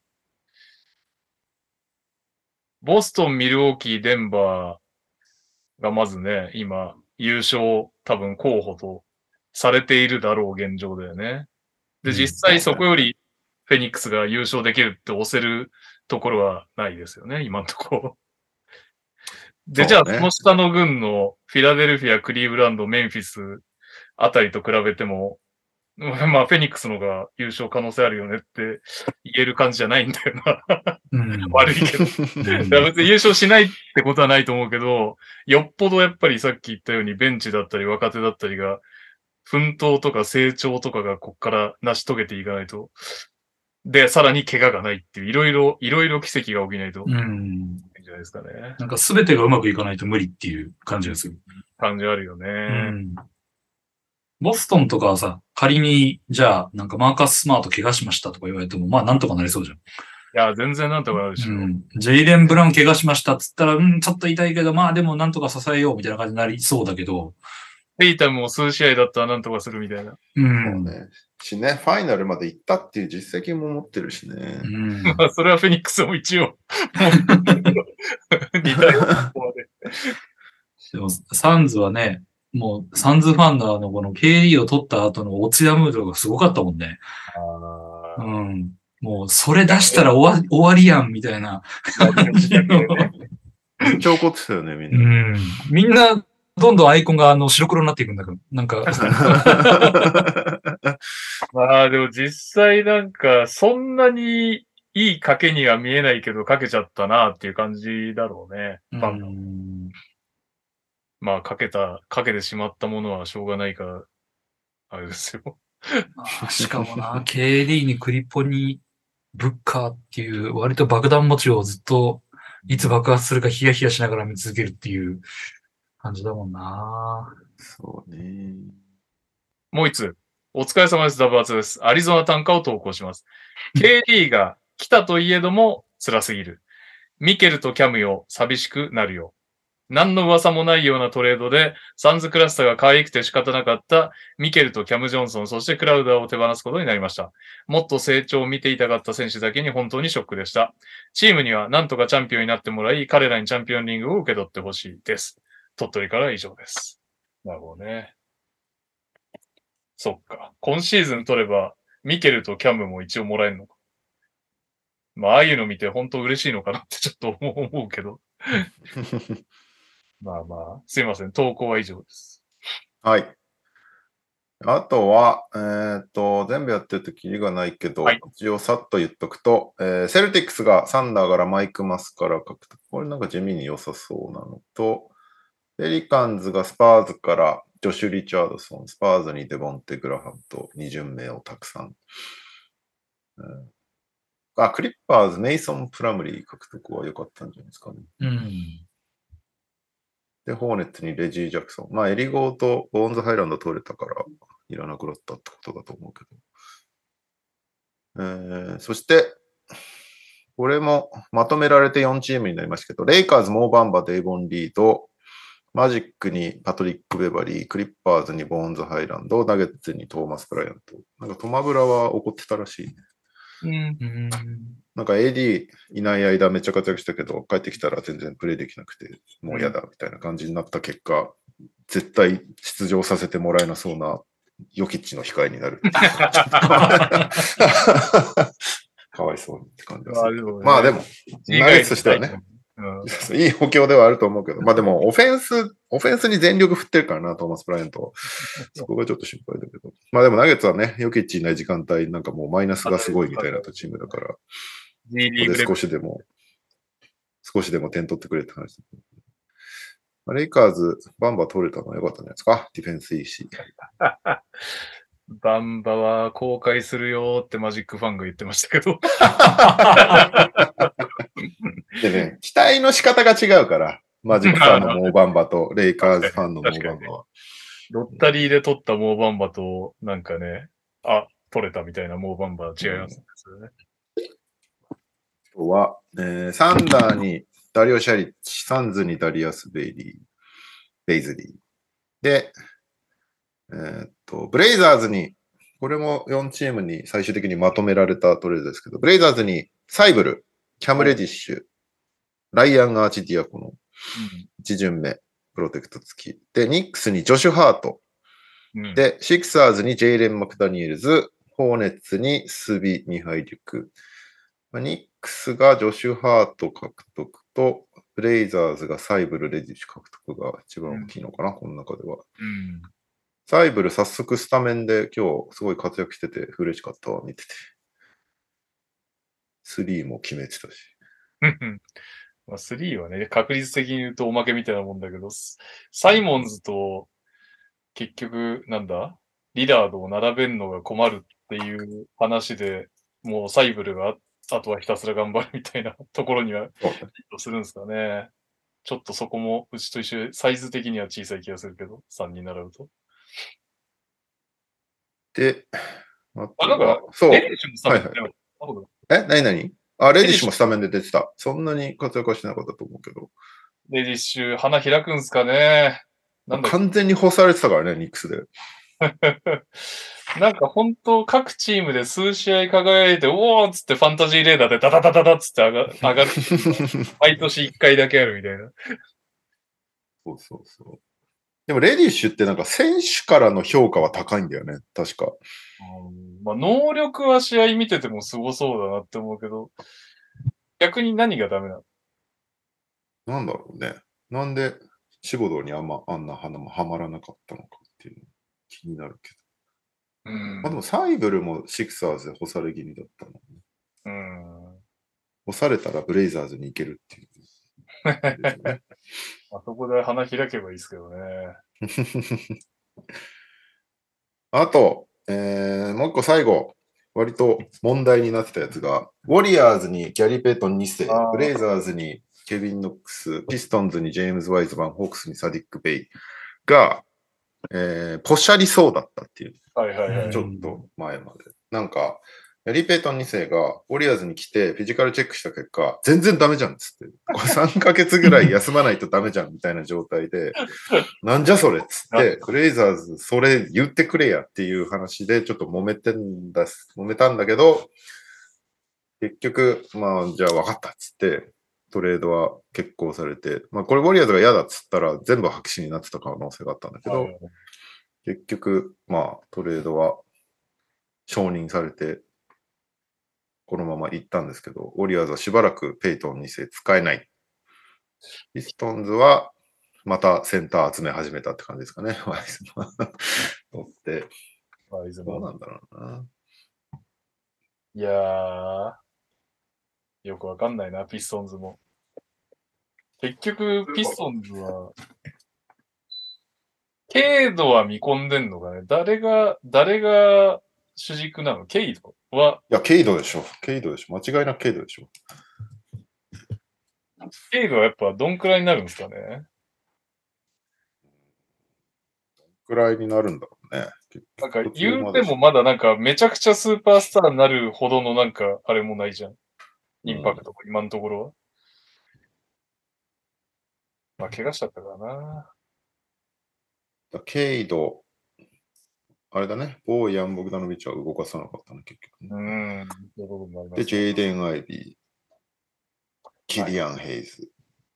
ボストン、ミルウォーキー、デンバーがまずね、今、優勝多分候補とされているだろう現状だよね。で、実際そこよりフェニックスが優勝できるって押せるところはないですよね、今のところ。で、じゃあその下の群のフィラデルフィア、クリーブランド、メンフィスあたりと比べても、まあ、フェニックスのが優勝可能性あるよねって言える感じじゃないんだよな。悪いけど。別に優勝しないってことはないと思うけど、よっぽどやっぱりさっき言ったようにベンチだったり若手だったりが、奮闘とか成長とかがこっから成し遂げていかないと。で、さらに怪我がないっていう、いろいろ奇跡が起きないと。いいんじゃないですかね。 なんか全てがうまくいかないと無理っていう感じがする。 感じあるよね。 ボストンとかはさ、仮に、じゃあ、なんかマーカス・スマート怪我しましたとか言われても、まあなんとかなりそうじゃん。 いや、全然なんとかなるでしょ。 ジェイレン・ブラウン怪我しましたっつったら、ちょっと痛いけど、まあでもなんとか支えようみたいな感じになりそうだけど。 ペイタムも数試合だったらなんとかするみたいな。 そうね。ファイナルまで行ったっていう実績も持ってるしね。 まあ、それはフェニックスも一応、似たようなところで。 でも、サンズはね、もう、サンズファンのこの KD を取った後のオツヤムードがすごかったもんね。もう、それ出したら終わりやん、みたいな。 めっちゃ怒ってたよね、みんな。 みんな、どんどんアイコンが白黒になっていくんだけど、なんか。 まあでも実際なんか、そんなにいい賭けには見えないけど、賭けちゃったなっていう感じだろうね。まあ、賭けてしまったものはしょうがないから、あれですよ。 しかもな、KD にクリポにブッカーっていう割と爆弾持ちをずっといつ爆発するかヒヤヒヤしながら見続けるっていう感じだもんな。 そうね。 もう一つ。お疲れ様です。ダブアツです。アリゾナ単価を投稿します。KD が来たといえども辛すぎる。ミケルとキャムよ、寂しくなるよ。何の噂もないようなトレードで、サンズクラスターが可愛くて仕方なかったミケルとキャム・ジョンソン、そしてクラウダーを手放すことになりました。もっと成長を見ていたかった選手だけに本当にショックでした。チームには何とかチャンピオンになってもらい、彼らにチャンピオンリングを受け取ってほしいです。鳥取からは以上です。なるほどね。そっか。今シーズン取れば、ミケルとキャムも一応もらえるのか。まあ、ああいうの見て本当嬉しいのかなってちょっと思うけど。まあまあ、すいません。投稿は以上です。 はい。あとは、全部やってるとキリがないけど、 はい、 一応さっと言っとくと、セルティックスがサンダーからマイク・マスから獲得。これなんか地味に良さそうなのと、ペリカンズがスパーズからジョシュ・リチャードソン、スパーズにデボンテ・グラハムと2巡目をたくさん。クリッパーズ、メイソン・プラムリー獲得は良かったんじゃないですかね。で、ホーネッツにレジー・ジャクソン。まあ、エリゴーとボーンズ・ハイランド取れたから、いらなくなったってことだと思うけど。そして、これもまとめられて4チームになりましたけど、レイカーズ、モーバンバ、デイボン・リード、マジックにパトリック・ベバリー、クリッパーズにボーンズ・ハイランド、ナゲッツにトーマス・ブライアント。なんかトマブラは怒ってたらしいね。なんか AD いない間めっちゃ活躍したけど、帰ってきたら全然プレイできなくて、もう嫌だみたいな感じになった結果、絶対出場させてもらえなそうなヨキッチの控えになる。かわいそうって感じです。まあでも、ナゲッツとしてはね、いい補強ではあると思うけど、まあでもオフェンスに全力振ってるからな、トーマス・ブライアント。そこがちょっと心配だけど。まあでもナゲッツはね、ヨキッチいない時間帯、なんかもうマイナスがすごいみたいなチームだから、ここで少しでも点取ってくれって話。レイカーズ、バンバ取れたのは良かったんじゃないですか。ディフェンスいいし。 バンバは公開するよってマジックファンが言ってましたけど。 でね、期待の仕方が違うから、マジックファンのモーバンバとレイカーズファンのモーバンバは。 ロッタリーで取ったモーバンバと、なんかね、取れたみたいなモーバンバ違いますね。 今日は、サンダーにダリオ・シャリッチ、サンズにダリアス・ベイズリー。で、ブレイザーズに、これも4チームに最終的にまとめられたトレードですけど、ブレイザーズにサイブル、キャム・レディッシュ、ライアン・アーチ・ディアコの1巡目、プロテクト付き。で、ニックスにジョシュ・ハート。で、シクサーズにジェイレン・マクダニエルズ、ホーネッツにスビ・ミハイリュク。ニックスがジョシュ・ハート獲得と、ブレイザーズがサイブル・レディッシュ獲得が一番大きいのかな、この中では。サイブル早速スタメンで今日すごい活躍してて嬉しかったわ、見てて。3も決めてたし。 まあ、3はね、確率的に言うとおまけみたいなもんだけど、サイモンズと結局、リラードを並べるのが困るっていう話で、もうサイブルがあとはひたすら頑張るみたいなところにはするんですかね。ちょっとそこもうちと一緒でサイズ的には小さい気がするけど、3に並ぶと。 で、 そう。レディッシュもスタメンで、 何レディッシュもスタメンで出てた。そんなに活躍はしてなかったと思うけど。 レディッシュ、花開くんすかね。 完全に干されてたからね、ニックスで。 なんか本当各チームで数試合輝いて、おーっつってファンタジーレーダーでダダダダダっつって上がる。毎年1回だけあるみたいな。 そう。でもレディッシュってなんか選手からの評価は高いんだよね、確か。 まあ能力は試合見ててもすごそうだなって思うけど、逆に何がダメなの？ なんだろうね。なんで仕事にあんな花もはまらなかったのかっていうの気になるけど。 うんまあでもサイブルもシクサーズで干され気味だったの。干されたらブレイザーズに行けるっていう。 あそこで花開けばいいですけどね。 あと、もう一個最後、割と問題になってたやつが、ウォリアーズにギャリー・ペイトン2世、ブレイザーズにケビン・ノックス、ピストンズにジェームズ・ワイズマン、ホークスにサディック・ベイが、ポシャりそうだったっていう。 はいはいはい。 ちょっと前まで。なんか、ギャリー・ペイトン2世がウォリアーズに来てフィジカルチェックした結果、全然ダメじゃんっつって。これ3ヶ月ぐらい休まないとダメじゃんみたいな状態で、なんじゃそれっつって、ブレイザーズそれ言ってくれやっていう話でちょっと揉めたんだけど、結局、まあ、じゃあ分かったっつって、トレードは決行されて、まあこれウォリアーズが嫌だっつったら全部白紙になってた可能性があったんだけど、結局、まあトレードは承認されて、このまま行ったんですけど、ウォリアーズはしばらくペイトン2世使えない。ピストンズはまたセンター集め始めたって感じですかね。ワイズマン取って。 ワイズマン。 どうなんだろうな。 いやー、よくわかんないな、ピストンズも。結局、ピストンズは、ケイドは見込んでんのかね。誰が主軸なの？ケイドは。 いや、ケイドでしょ。ケイドでしょ。間違いなくケイドでしょ。 ケイドはやっぱどんくらいになるんですかね。 どんくらいになるんだろうね。 なんか言うてもまだなんかめちゃくちゃスーパースターになるほどのなんかあれもないじゃん。インパクト、今のところは。まあ怪我しちゃったからな。 ケイド、あれだね。ボーイ・ヤン・ボグダノビッチは動かさなかったね、結局、ね。で、ジェイデン・アイビー、キリアン・ヘイズ。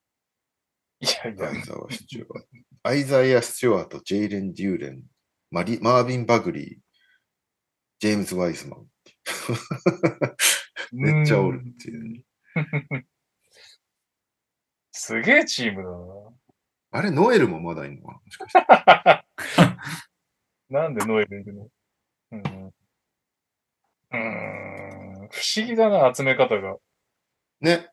アイザイア・スチュワート、ジェイレン・デューレン、マービン・バグリー、ジェームズ・ワイズマン。めっちゃおるっていう。 すげえチームだな。 あれ、ノエルもまだいるのかな、もしかして。 なんでノエルいるの？不思議だな、集め方が。 ね。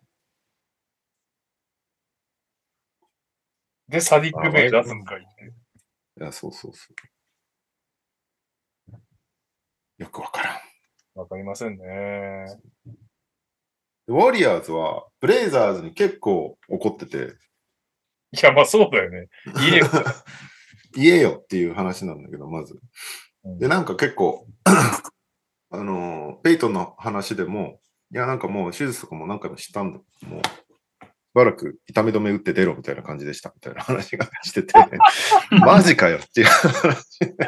で、サディック・ベイ出すんかい。 いや、そうそうそう。よくわからん。 わかりませんね。 ウォリアーズは、ブレイザーズに結構怒ってて。 いや、まあそうだよね。 言えよっていう話なんだけど、まず。で、なんか結構、ペイトンの話でも、いや、なんかもう手術とかも何回もしたんだ。もう、しばらく痛み止め打って出ろみたいな感じでしたみたいな話がしてて、マジかよっていう話で。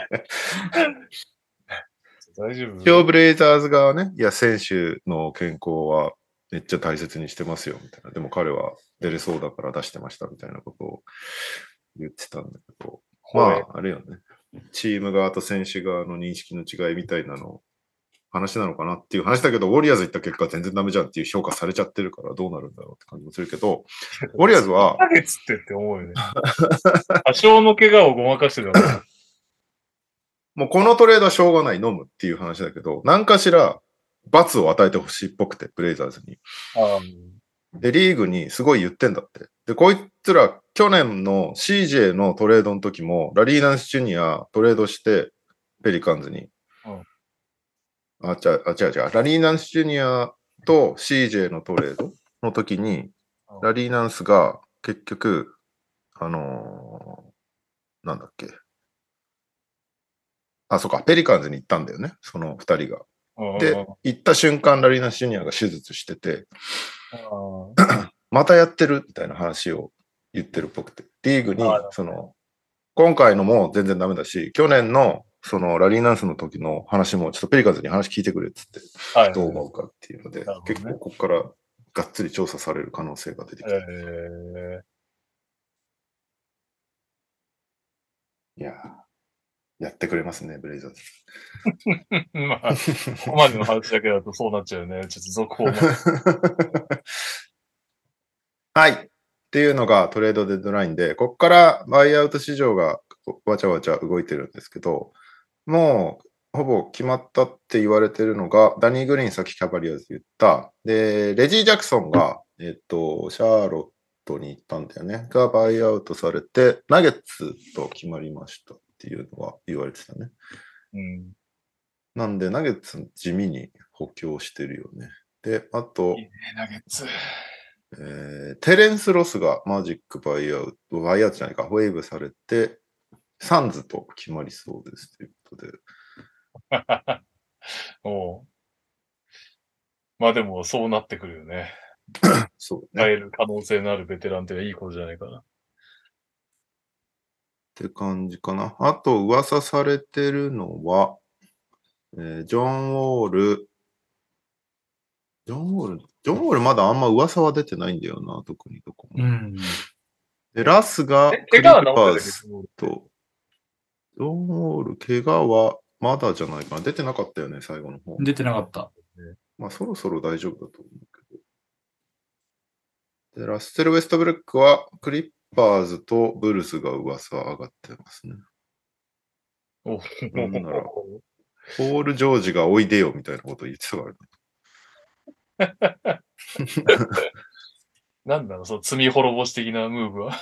大丈夫？ 一応ブレイザーズ側ね、いや、選手の健康はめっちゃ大切にしてますよみたいな。でも彼は出れそうだから出してましたみたいなことを言ってたんだけど、まあ、あれよね。チーム側と選手側の認識の違いみたいなの話なのかなっていう話だけど、ウォリアーズ行った結果全然ダメじゃんっていう評価されちゃってるからどうなるんだろうって感じもするけど、ウォリアーズは。 1ヶ月って思うよね。多少の怪我をごまかしてたら。 もうこのトレードはしょうがない、飲むっていう話だけど、何かしら罰を与えてほしいっぽくて、ブレイザーズに。で、リーグにすごい言ってんだって。で、こいつら、去年の CJ のトレードの時も、ラリーナンス・ジュニアトレードして、ペリカンズに。違う。ラリーナンス・ジュニアと CJ のトレードの時に、ラリーナンスが結局、なんだっけ。あ、そうか、ペリカンズに行ったんだよね、その二人が。で、行った瞬間、ラリーナス・ジュニアが手術してて、またやってるみたいな話を言ってるっぽくて、リーグに、今回のも全然ダメだし、去年のそのラリーナンスの時の話も、ちょっとペリカンズに話聞いてくれっつって、どう思うかっていうので、結構ここからがっつり調査される可能性が出てきて。いややってくれますね、ブレイザーズ。 まあ、ここまでの話だけだとそうなっちゃうよね。ちょっと続報も。 はい。っていうのがトレードデッドラインで、ここからバイアウト市場がわちゃわちゃ動いてるんですけど、もうほぼ決まったって言われてるのが、ダニー・グリーンさっきキャバリアーズ言った。で、レジー・ジャクソンが、シャーロットに行ったんだよね。がバイアウトされて、ナゲッツと決まりましたっていうのは言われてたね。 うん。 なんで、ナゲッツ地味に補強してるよね。で、あと、 いいね、ナゲッツ。 テレンス・ロスがマジックバイアウトじゃないか、ウェーブされて、サンズと決まりそうですということで。 おう。まあでも、そうなってくるよね。 そうね。 変える可能性のあるベテランっていいことじゃないかな。 って感じかな。あと、噂されてるのは、ジョン・ウォール。ジョン・ウォールまだあんま噂は出てないんだよな、特にどこも。 うん。 で、ラスがクリッパーズと、ジョン・ウォール、怪我はまだじゃないかな。出てなかったよね、最後の方。 出てなかった。 まあ、そろそろ大丈夫だと思うけど。で、ラッセル・ウェストブルックはクリッパーズとブルースが噂上がってますね。 おなんなら、ポール・ジョージがおいでよみたいなこと言ってたからね。 なんだろう、その罪滅ぼし的なムーブは。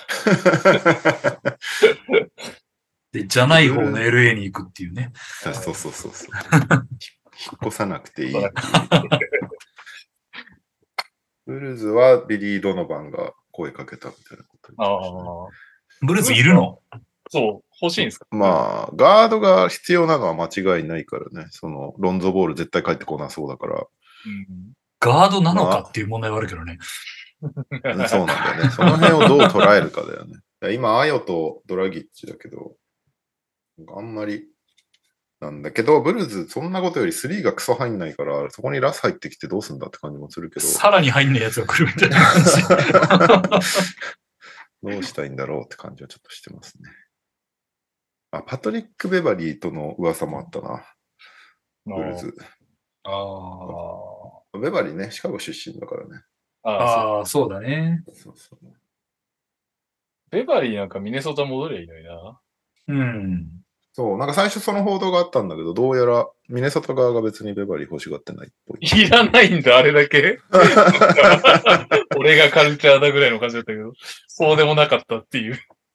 で、じゃない方の LA に行くっていうね。 そう。引っ越さなくていいっていう。ブルーズはビリー・ドノバンが声かけたみたいなこと言ってましたね。 ブルースいるの？ そう、欲しいんですか？ まあ、ガードが必要なのは間違いないからね。その、ロンゾボール絶対帰ってこなそうだから。 うん、 ガードなのかっていう問題はあるけどね。 そうなんだよね。その辺をどう捉えるかだよね。今、アヨとドラギッチだけど、あんまりなんだけど、ブルーズ、そんなことより3がクソ入んないから、そこにラス入ってきてどうすんだって感じもするけど。 さらに入んないやつが来るみたいな感じ。 どうしたいんだろうって感じはちょっとしてますね。あ、パトリック・ベバリーとの噂もあったな。ブルーズ。ベバリーね、シカゴ出身だからね。 ああ、そうだね。 そう。 ベバリーなんかミネソタ戻りゃいいのにな。 うん。 そう、なんか最初その報道があったんだけど、どうやらミネソタ側が別にベバリー欲しがってないっぽい。 いらないんだ、あれだけ。俺がカルチャーだぐらいの感じだったけど、そうでもなかったっていう。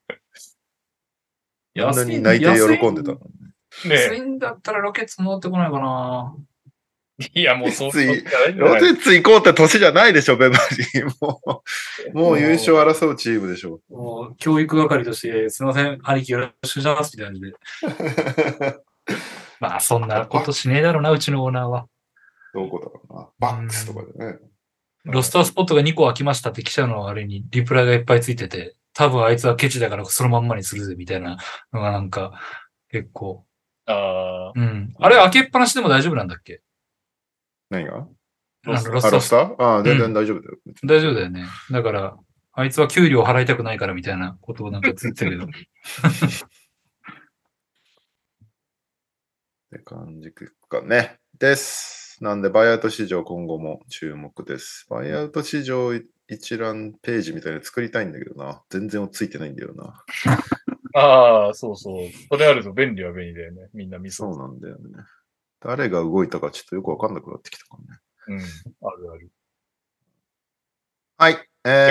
あんなに泣いて喜んでたのね。安いんだったらロケッツ戻ってこないかな。 いや、もうそう。 ロケッツ行こうって年じゃないでしょ、ベバリー。もう優勝争うチームでしょ。 もう教育係として、すみません、兄貴よろしくお願いしますみたいな感じで。まあ、そんなことしねえだろうな、うちのオーナーは。 どこだろうな。バックスとかでね。 ロスタースポットが2個空きましたって記者のあれにリプライがいっぱいついてて、多分あいつはケチだからそのまんまにするぜみたいなのがなんか、結構。うん。あれ開けっぱなしでも大丈夫なんだっけ？ 何が？ ロスター？ああ、全然大丈夫だよ。 大丈夫だよね。だから、あいつは給料払いたくないからみたいなことをなんか言ってたけど。 って感じかね。です。なんで、バイアウト市場今後も注目です。バイアウト市場一覧ページみたいなの作りたいんだけどな。全然ついてないんだよな。 ああ、そう。それあると便利は便利だよね。みんな見そう。 そうなんだよね。誰が動いたかちょっとよくわかんなくなってきたかね。 ある。 はい。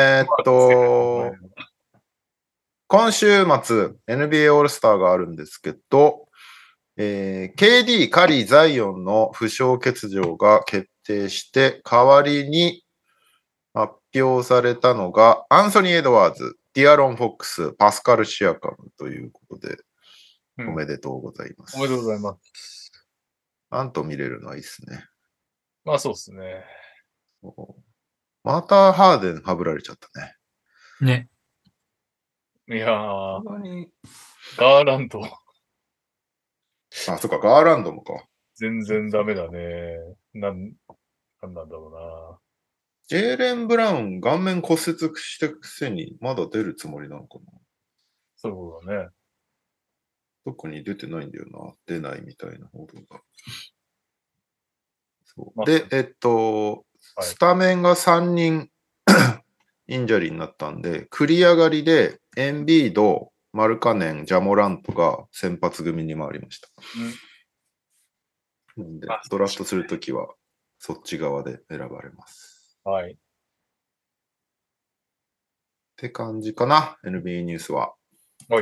今週末 NBA オールスターがあるんですけど、KD、カリー、ザイオンの負傷欠場が決定して、代わりに発表されたのが、アンソニー・エドワーズ、ディアロン・フォックス、パスカル・シアカムということで、おめでとうございます。 おめでとうございます。 なんと見れるのはいいですね。 まあそうですね。 またハーデンはぶられちゃったね。 ね。 いやー、ガーランド。 あ、そっか、ガーランドもか。 全然ダメだね。なんなんだろうな。 ジェーレン・ブラウン、顔面骨折したくせに、まだ出るつもりなのかな？ そうだね。 特に出てないんだよな。出ないみたいな報道が。そうで、スタメンが3人インジャリーになったんで、繰り上がりでエンビード、マルカネン、ジャモラントが先発組に回りました。 なんでドラフトするときは、そっち側で選ばれます。 はい。 って感じかな、NBA ニュースは。 はい。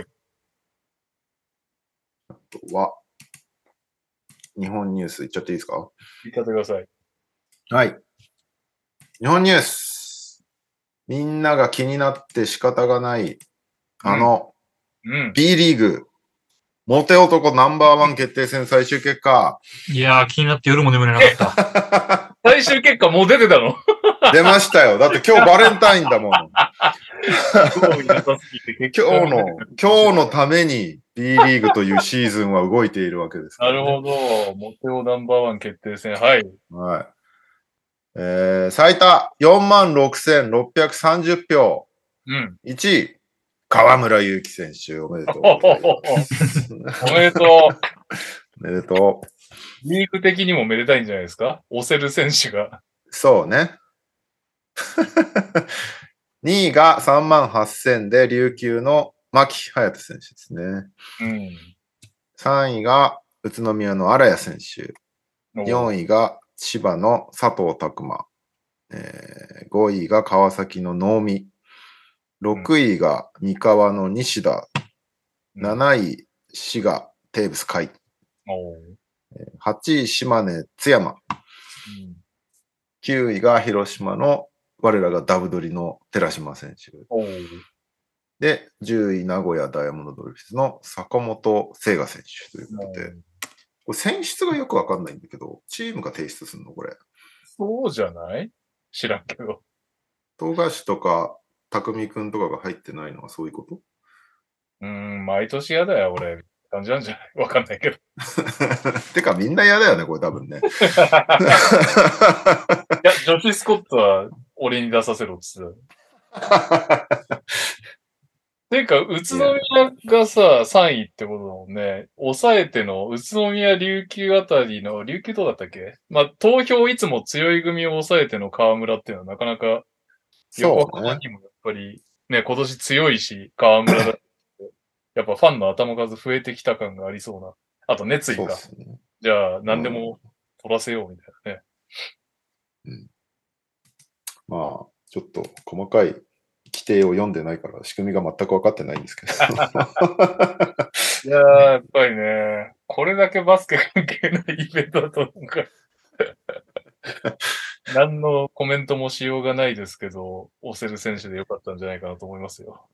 あとは、日本ニュースいっちゃっていいですか？ 言っちゃってください。 はい。日本ニュース。みんなが気になって仕方がない、B リーグ、モテ男ナンバーワン決定戦最終結果。 いやー、気になって夜も眠れなかった。 最終結果もう出てたの？ 出ましたよ。だって今日バレンタインだもん。今日のために B リーグというシーズンは動いているわけですからね。 なるほど。モテ男ナンバーワン決定戦。はい。 はい。最多46,630票。 うん。 1位、河村勇輝選手。おめでとう。 おめでとう。 おめでとう。リーグ的にもめでたいんじゃないですか？押せる選手が。 そうね。2位が38,000で琉球の牧隼人選手ですね。 うん。 3位が宇都宮の荒谷選手。4位が千葉の佐藤拓磨。5位が川崎の能見。6位が三河の西田。7位、滋賀、テーブス海。8位、島根、津山。9位が広島の我らがダブドリの寺島選手。で、10位、名古屋ダイヤモンドドルフィスの坂本聖賀選手ということで、これ選出がよくわかんないんだけど、チームが提出するのこれ。 そうじゃない？知らんけど。 富樫とか、匠くんとかが入ってないのはそういうこと？ 毎年嫌だよ、俺。感じなんじゃない？わかんないけど。 てかみんな嫌だよね、これ多分ね。いや、ジョシュ・スコットは俺に出させろって言ってた。ていうか、宇都宮がさ、3位ってことだもんね。抑えての宇都宮、琉球あたりの、琉球どうだったっけ？まあ、投票いつも強い組を抑えての河村っていうのはなかなか、横浜にもやっぱり、ね、今年強いし、河村だって、やっぱファンの頭数増えてきた感がありそうな。あと熱意か。ね、じゃあ、何でも取らせようみたいなね。 まあ、ちょっと細かい規定を読んでないから仕組みが全く分かってないんですけど。 いやー、やっぱりね、これだけバスケ関係ないイベントだとなんか何のコメントもしようがないですけど、押せる選手でよかったんじゃないかなと思いますよ。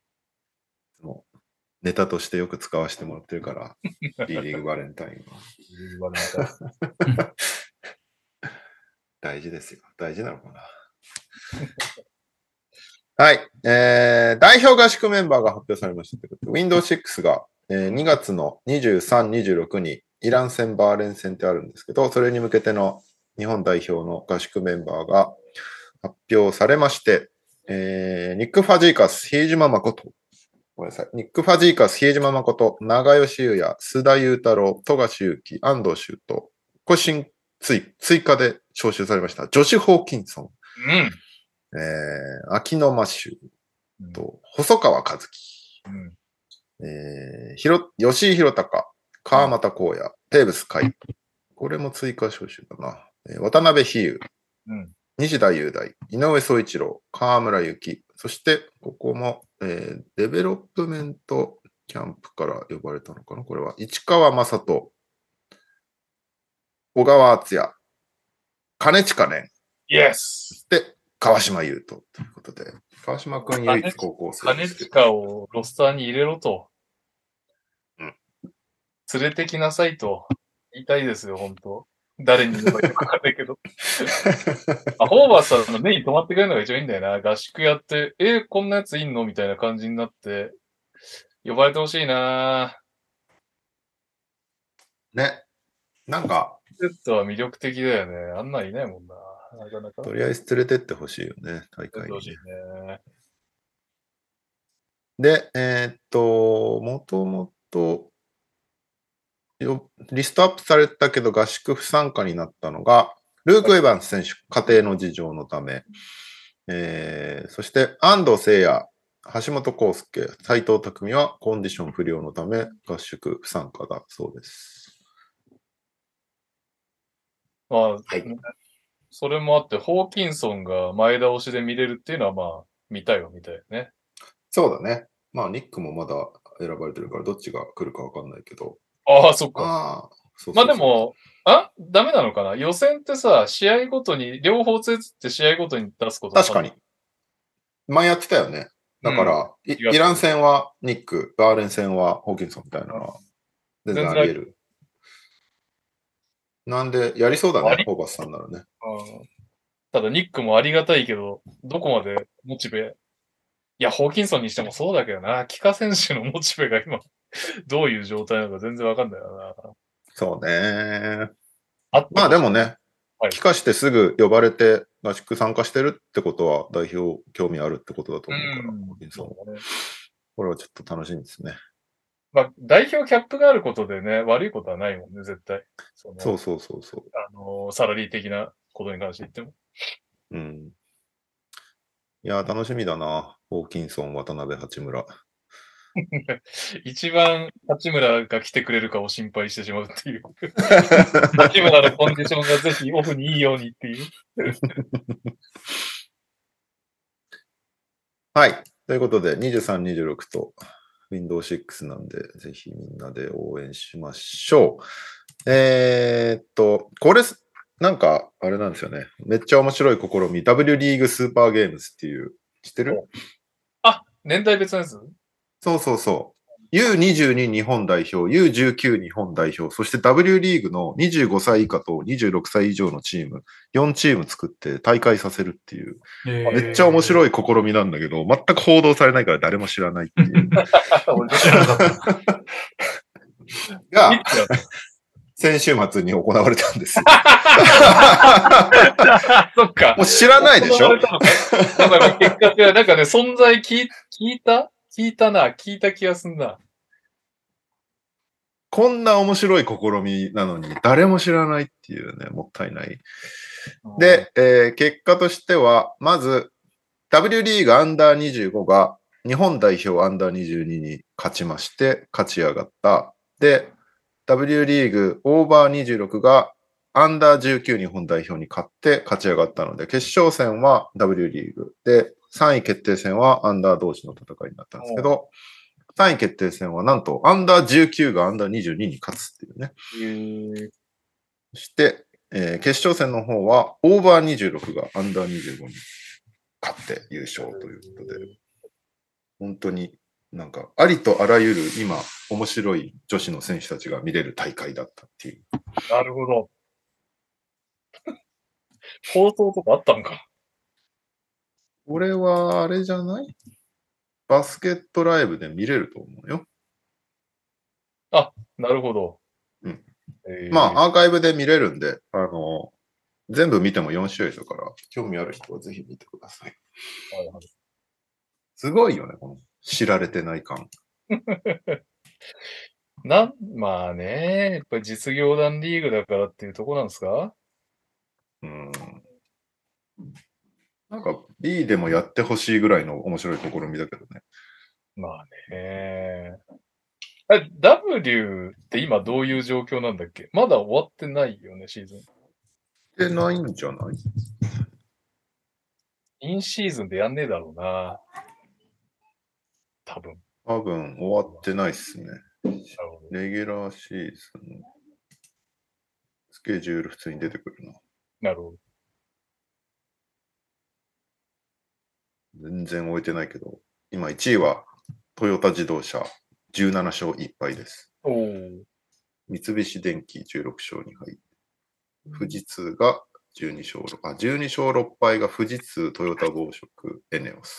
ネタとしてよく使わせてもらってるから、B リーグバレンタインは。大事ですよ。大事なのかな。はい。代表合宿メンバーが発表されましたけど、Windows 6が、2月の23、26にイラン戦、バーレン戦ってあるんですけど、それに向けての日本代表の合宿メンバーが発表されまして、ニック・ファジーカス、比江島誠。ごめんなさい。ニック・ファジーカス、比江島誠、長吉優也、須田裕太郎、富樫勇樹、安藤修斗。これ追加で招集されました。ジョシュ・ホーキンソン。秋野マシュと、細川和樹。吉井宏隆、川又光也、テーブス海。これも追加招集だな。渡辺比喩、西田雄大、井上宗一郎、河村ゆき、そしてここも、デベロップメントキャンプから呼ばれたのかな。これは市川正人、小川敦也、金近蓮。 イエス。 で、川島優斗ということで、川島くん唯一高校生ですけど。金近をロスターに入れろと。連れてきなさいと言いたいですよ、本当。誰に言えばいいのかわかんないけど。ホーバスさんの目に留まってくれるのが一番いいんだよな。合宿やって、こんなやついんのみたいな感じになって、呼ばれてほしいな。 ね。なんか。 セットは魅力的だよね。あんなんいないもんな。なかなか。 とりあえず連れてってほしいよね、大会に、ね。 ほしいね。 で、もともと、リストアップされたけど合宿不参加になったのが、ルーク・エヴァンス選手、家庭の事情のため、そして安藤聖也、橋本康介、斉藤匠はコンディション不良のため合宿不参加だそうです。 まあ、 はいそれもあって、ホーキンソンが前倒しで見れるっていうのは、まあ、見たいよね。 そうだね。まあ、ニックもまだ選ばれてるから、どっちが来るかわかんないけど。 ああ、そっか。 ああ、そうまそうそう。 あでも、ダメなのかな予選ってさ、試合ごとに、両方つって試合ごとに出すこと確かに。前やってたよね。だから、イラン戦はニック、バーレン戦はホーキンソンみたいなのは全然あり得る。なんで、やりそうだね、ホーバスさんならね。 ただ、ニックもありがたいけど、どこまでモチベ、いや、ホーキンソンにしてもそうだけどな、キカ選手のモチベが今、どういう状態なのか全然わかんないよな。 そうね。 まあでもね、 はい、 帰化してすぐ呼ばれて合宿参加してるってことは代表興味あるってことだと思うから、ホーキンソンは。これはちょっと楽しみですね。 まあ、代表キャップがあることでね、悪いことはないもんね、絶対。 そうそう。 サラリー的なことに関して言っても。 うん。いや、楽しみだな。ホーキンソン、渡辺、八村。 一番八村が来てくれるかを心配してしまうっていう。八村のコンディションがぜひオフにいいようにっていう。 はい。ということで、23、26と Windows 6なんで、ぜひみんなで応援しましょう。これ、なんか、あれなんですよね。めっちゃ面白い試み。W リーグスーパーゲームズっていう、知ってる？ 年代別のやつ？ そうそうそう。U22 日本代表、U19 日本代表、そして W リーグの25歳以下と26歳以上のチーム、4チーム作って大会させるっていう、めっちゃ面白い試みなんだけど、全く報道されないから誰も知らないっていう。 知らなかった。 が、先週末に行われたんですよ。 そっか。 もう知らないでしょ？ だから結果で、なんかね、存在聞いた気がすんな。 こんな面白い試みなのに誰も知らないっていうね、もったいない。で、結果としては、まず、W リーグアンダー25が日本代表アンダー22に勝ちまして、勝ち上がった。で、W リーグオーバー26がアンダー19日本代表に勝って勝ち上がったので、決勝戦は W リーグで、3位決定戦はアンダー同士の戦いになったんですけど、3位決定戦はなんとアンダー19がアンダー22に勝つっていうね。そして、決勝戦の方はオーバー26がアンダー25に勝って優勝ということで、本当になんかありとあらゆる今面白い女子の選手たちが見れる大会だったっていう。 なるほど。放送とかあったんか。 これはあれじゃない？バスケットライブで見れると思うよ。 なるほど。 まあアーカイブで見れるんで、全部見ても4試合だから、興味ある人はぜひ見てください。すごいよね、この知られてない感。 まあね、やっぱり実業団リーグだからっていうとこなんですか？ なんか B でもやってほしいぐらいの面白い試みだけどね。 まあね。W って今どういう状況なんだっけ？まだ終わってないよね、シーズン。 でないんじゃない？ インシーズンでやんねえだろうな。多分終わってないっすね。レギュラーシーズン。スケジュール普通に出てくるな。 なるほど。 全然終えてないけど、今1位はトヨタ自動車17勝1敗です。三菱電機16勝2敗。富士通が12勝6敗が富士通、トヨタ紡織、エネオス。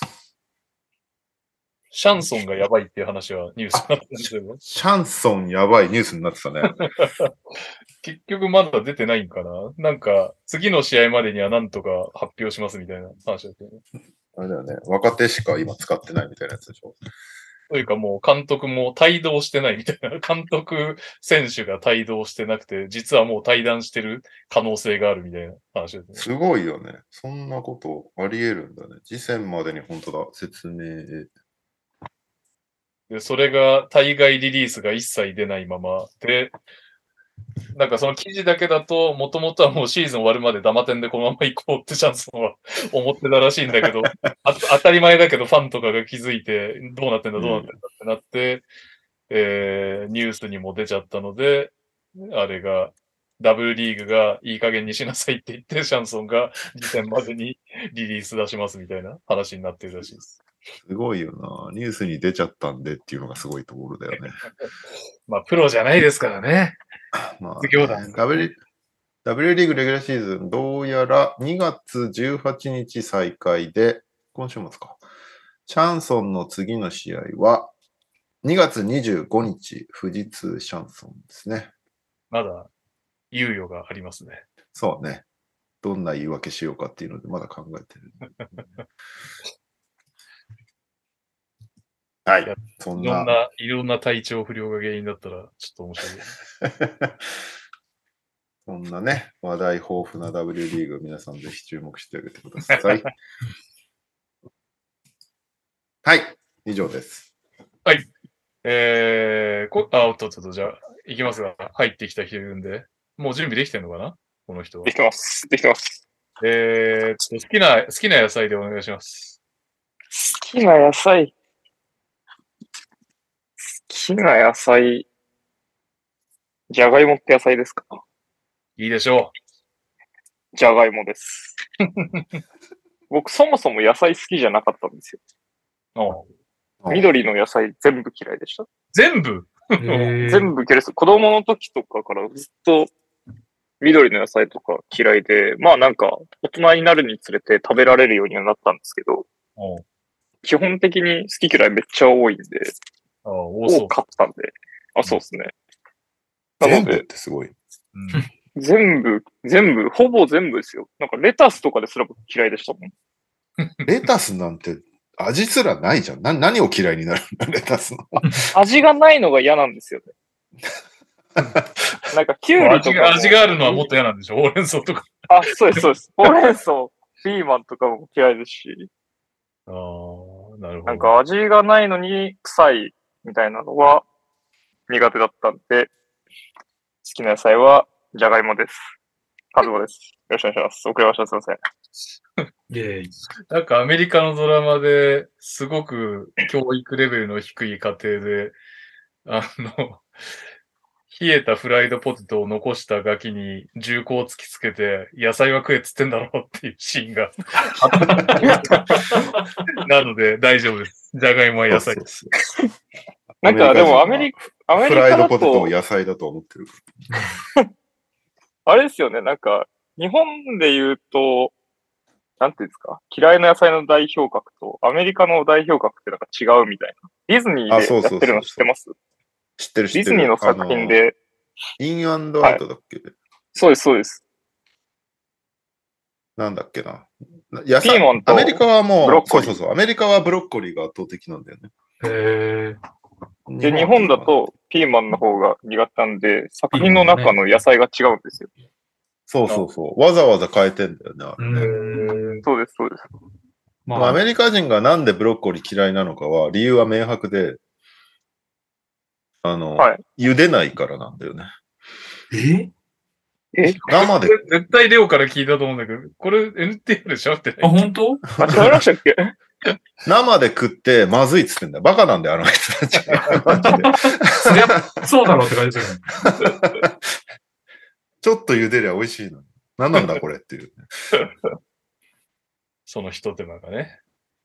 シャンソンがやばいっていう話はニュースになってたんですけど。 シャンソンやばいニュースになってたね。 結局まだ出てないんかな？なんか、次の試合までにはなんとか発表しますみたいな話だったよね。 あれだよね。若手しか今使ってないみたいなやつでしょ。 というかもう監督も帯同してないみたいな。監督選手が帯同してなくて、実はもう退団してる可能性があるみたいな話ですね。 すごいよね。そんなことあり得るんだね。次戦までに本当だ。説明。 で、それが対外リリースが一切出ないままで、 なんかその記事だけだと、もともとはもうシーズン終わるまでダマ点でこのまま行こうってシャンソンは思ってたらしいんだけど、当たり前だけどファンとかが気づいて、どうなってんだってなって、ニュースにも出ちゃったので、あれが、ダブルリーグがいい加減にしなさいって言って、シャンソンが次戦までにリリース出しますみたいな話になってるらしいです。 すごいよな。ニュースに出ちゃったんでっていうのがすごいところだよね。 まあ、プロじゃないですからね。 まあ、 卒業だ。 W リーグレギュラーシーズン、どうやら2月18日再開で、今週末か。シャンソンの次の試合は、2月25日、富士通シャンソンですね。 まだ猶予がありますね。 そうね。どんな言い訳しようかっていうので、まだ考えてる。はい。 いろんな体調不良が原因だったら、ちょっと面白い。 そんなね、話題豊富な W リーグ、皆さんぜひ注目してあげてください。はい。以上です。 はい。じゃあ、いきますが、入ってきた人いるんで、もう準備できてんのかなこの人は。 できてます。できてます。 好きな野菜でお願いします。 好きな野菜。好きな野菜。じゃがいもって野菜ですか？ いいでしょじゃがいもです。僕そもそも野菜好きじゃなかったんですよ。緑の野菜全部嫌いでした。 全部全部嫌いです。子供の時とかからずっと緑の野菜とか嫌いで、まあなんか大人になるにつれて食べられるようにはなったんですけど、基本的に好き嫌いめっちゃ多いんで、多かったんで、そうですね。 全部ってすごい。 全部、ほぼ全部ですよ。なんかレタスとかですら嫌いでしたもん。 レタスなんて味すらないじゃん。何を嫌いになるんだ、レタスの。 味がないのが嫌なんですよね。なんかキュウリとか味があるのはもっと嫌なんでしょ？ほうれん草とか。 そうです。ほうれん草、ピーマンとかも嫌いですし。 なるほど。 なんか味がないのに臭いみたいなのは苦手だったんで、好きな野菜はじゃがいもです。カズマです。よろしくお願いします。遅れました。すいません。 なんかアメリカのドラマですごく教育レベルの低い家庭で、冷えたフライドポテトを残したガキに銃口を突きつけて、野菜は食えっつってんだろうっていうシーンがなので大丈夫です。じゃがいもは野菜です。 なんかでもアメリカフライドポテトを野菜だと思ってる。 あれですよね、なんか日本で言うと、なんていうんですか、嫌いな野菜の代表格とアメリカの代表格ってなんか違うみたいな。ディズニーでやってるの知ってます？ 知ってる。 ディズニーの作品で。 インアンドアウトだっけ、 そうです。 なんだっけな。 ピーマンとアメリカはもう、 そう。 アメリカはブロッコリーが圧倒的なんだよね。 で、日本だとピーマンの方が苦手なんで、作品の中の野菜が違うんですよ。 そう。わざわざ変えてんだよね、あれね。 そうです。 アメリカ人がなんでブロッコリー嫌いなのかは、理由は明白で、茹でないからなんだよね。生で。 絶対レオから聞いたと思うんだけど、これ NTR でしょって。 本当？ 違いましたっけ？ 生で食ってまずいっつってんだよ。バカなんだよ、あの人たち。 そりゃ、そうだろうって感じですよね。 ちょっと茹でりゃ美味しいの。何なんだこれっていう。 その一手間がね。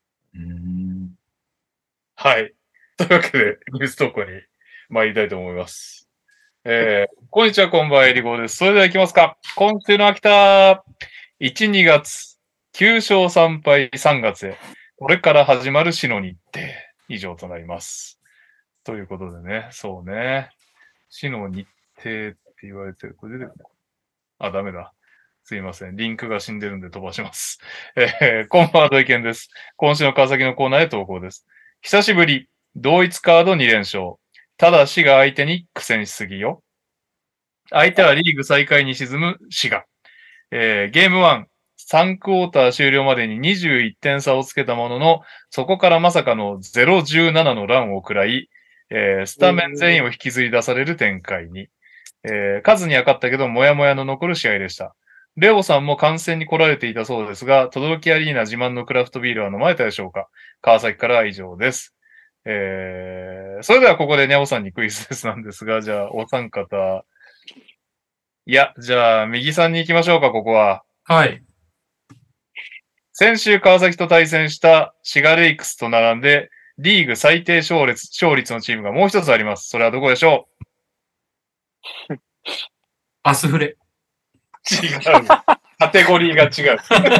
はい。というわけで、ニュース投稿に参りたいと思います。こんにちは、こんばんは、えりごです。それでは行きますか。今週の秋田、1、2月、9勝3敗3月へ、これから始まる死の日程、以上となります。ということでね、そうね、死の日程って言われてる。これ出てくるの？ダメだ。すいません。リンクが死んでるんで飛ばします。こんばんは、土井健です。今週の川崎のコーナーへ投稿です。久しぶり、同一カード2連勝。ただ死が相手に苦戦しすぎよ。相手はリーグ最下位に沈む死が。ゲーム1、3クォーター終了までに21点差をつけたものの、そこからまさかの 0-17 のランを食らい、スタメン全員を引きずり出される展開に。 数には勝ったけど、もやもやの残る試合でした。レオさんも観戦に来られていたそうですが、轟アリーナ自慢のクラフトビールは飲まれたでしょうか？川崎からは以上です。それではここでニャオさんにクイズですなんですが、じゃあお三方、じゃあ右さんに行きましょうか、ここは。 はい。 先週川崎と対戦したシガレイクスと並んで、リーグ最低勝率のチームがもう一つあります。それはどこでしょう？アスフレ。 違う。カテゴリーが違う。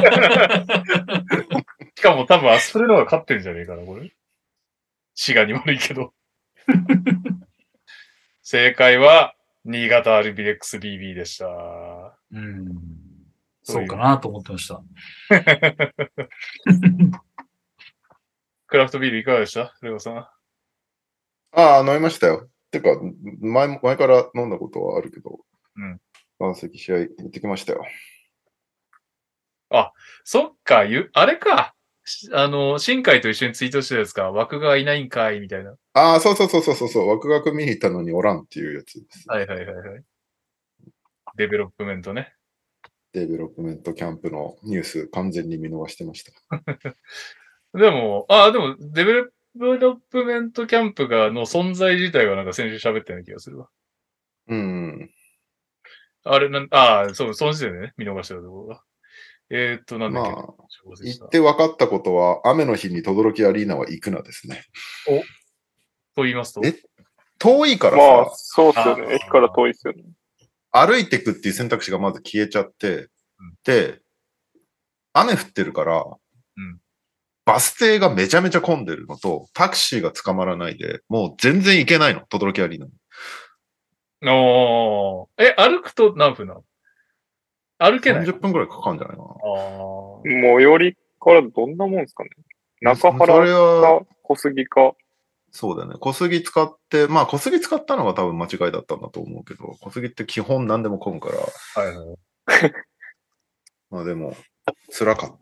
しかも多分アスフレの方が勝ってんじゃねえかな、これ。滋賀に悪いけど。正解は、新潟アルビレックス BB でした。 そうかなと思ってました。 クラフトビールいかがでしたレオさん。 飲みましたよ。てか、前から飲んだことはあるけど、川崎試合行ってきましたよ。 あ、そっか、あれか。新海と一緒にツイートしてたやつか。枠がいないんかい、みたいな。 そう。枠が見に行ったのにおらんっていうやつです。 はい。デベロップメントね。 デベロップメントキャンプのニュース完全に見逃してました。 でも、デベロップメントキャンプの存在自体はなんか先週喋ったような気がするわ。あれ、その時点でね、見逃してたところが。なんだっけ。 行って分かったことは、雨の日に轟アリーナは行くなですね。 と言いますと遠いからさ。 そうっすよね。駅から遠いっすよね。 歩いてくっていう選択肢がまず消えちゃって、で、雨降ってるから、バス停がめちゃめちゃ混んでるのと、タクシーが捕まらないで、もう全然行けないの、轟アリーナに。 歩くと何分なの？歩けない？ 30 分くらいかかるんじゃないかな。 最寄りからどんなもんですかね。中原か小杉か。 そうだよね。小杉使って、小杉使ったのが多分間違いだったんだと思うけど、小杉って基本何でも混むから。でも、辛かった。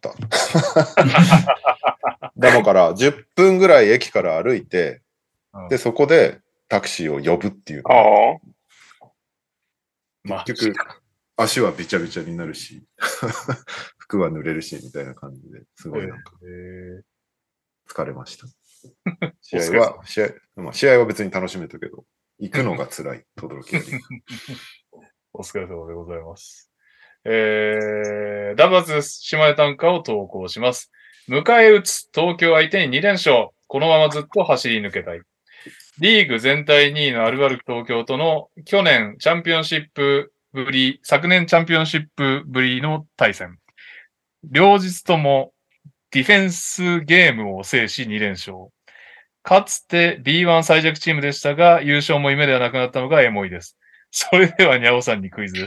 だから10分ぐらい駅から歩いて、で、そこでタクシーを呼ぶっていう。結局、足はびちゃびちゃになるし、服は濡れるし、みたいな感じで、すごいなんか、疲れました。試合は別に楽しめたけど、行くのが辛い、轟アリーナ。 お疲れ様でございます。ダバズ島根短歌を投稿します。迎え撃つ東京相手に2連勝。このままずっと走り抜けたい。リーグ全体2位のアルバルク東京との昨年チャンピオンシップぶりの対戦。両日ともディフェンスゲームを制し2連勝。かつて B1 最弱チームでしたが、優勝も夢ではなくなったのがエモいです。それではニャオさんにクイズです。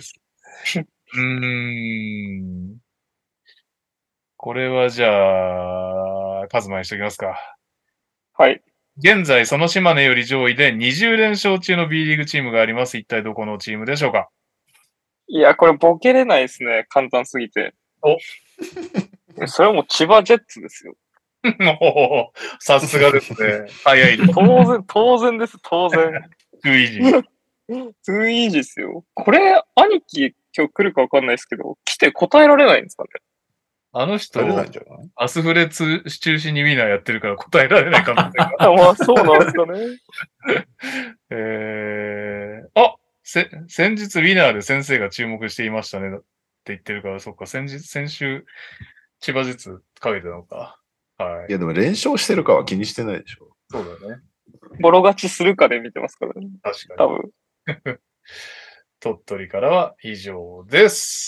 これはじゃあ、カズマにしておきますか。 はい。 現在、その島根より上位で20連勝中の B リーグチームがあります。一体どこのチームでしょうか？ いや、これボケれないですね。簡単すぎて。それはもう千葉ジェッツですよ。 さすがですね。早い。 当然です、当然。 トゥーイージー。 トゥーイージーですよ。これ、兄貴今日来るか分かんないですけど、来て答えられないんですかね？ あの人、アスフレ中心にウィナーやってるから答えられないかもしれない。 そうなんですかね。 先日ウィナーで先生が注目していましたねって言ってるから、そっか、先週、千葉実かけてたのか。はい。 いや、でも連勝してるかは気にしてないでしょ。 そうだね。 ボロ勝ちするかで見てますからね。 確かに。 多分。 鳥取からは以上です。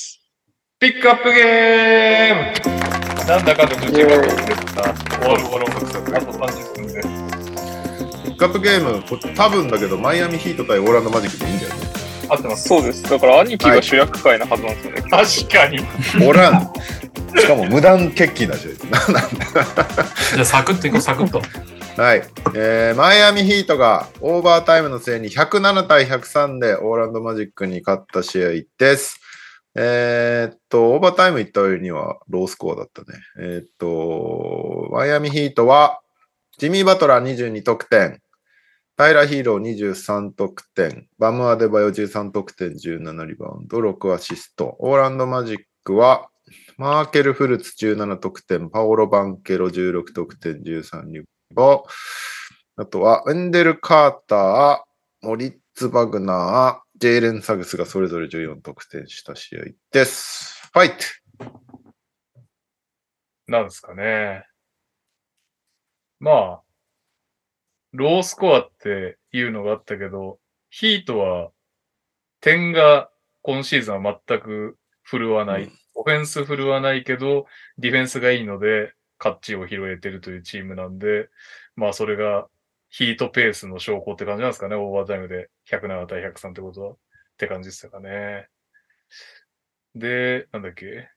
ピックアップゲームなんだかんだ10時間ですが、オールボロ獲得、あと30分で。 ピックアップゲーム、多分だけど、マイアミヒート対オーランドマジックでいいんだよね。 合ってます。 そうです。だから兄貴が主役会なはずなんですよね。 確かに。 オーランド。しかも無断欠勤だし。 じゃあサクッといこう、サクッと。 はい、マイアミヒートがオーバータイムの末に107対103でオーランドマジックに勝った試合です。オーバータイム行ったよりにはロースコアだったね。マイアミヒートはジミー・バトラー22得点、 タイラー・ヒーロー23得点、バム・アデバヨ13得点、17リバウンド、6アシスト。オーランド・マジックは、マーケル・フルツ17得点、パオロ・バンケロ16得点、13リバウンド。あとは、ウェンデル・カーター、モリッツ・バグナー、ジェイレン・サグスがそれぞれ14得点した試合です。ファイトなんですかね。まあ、ロースコアっていうのがあったけど、ヒートは点が今シーズンは全く振るわない。オフェンス振るわないけど、ディフェンスがいいので、カッチを拾えてるというチームなんで、まあそれがヒートペースの証拠って感じなんですかね。オーバータイムで107対103ってことは。って感じでしたかね。で、なんだっけ。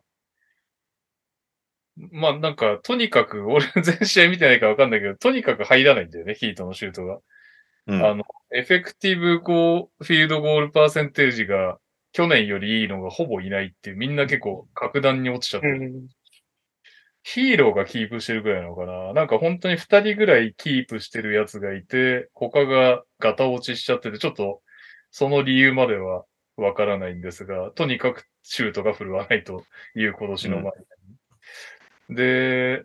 まあなんか、とにかく、俺全試合見てないからわかんないけど、とにかく入らないんだよね、ヒートのシュートが。エフェクティブフィールドゴールパーセンテージが去年よりいいのがほぼいないっていう、みんな結構格段に落ちちゃってる。ヒーローがキープしてるぐらいなのかな。なんか本当に2人ぐらいキープしてるやつがいて、他がガタ落ちしちゃってて、ちょっとその理由まではわからないんですが、とにかくシュートが振るわないという今年の前に。で、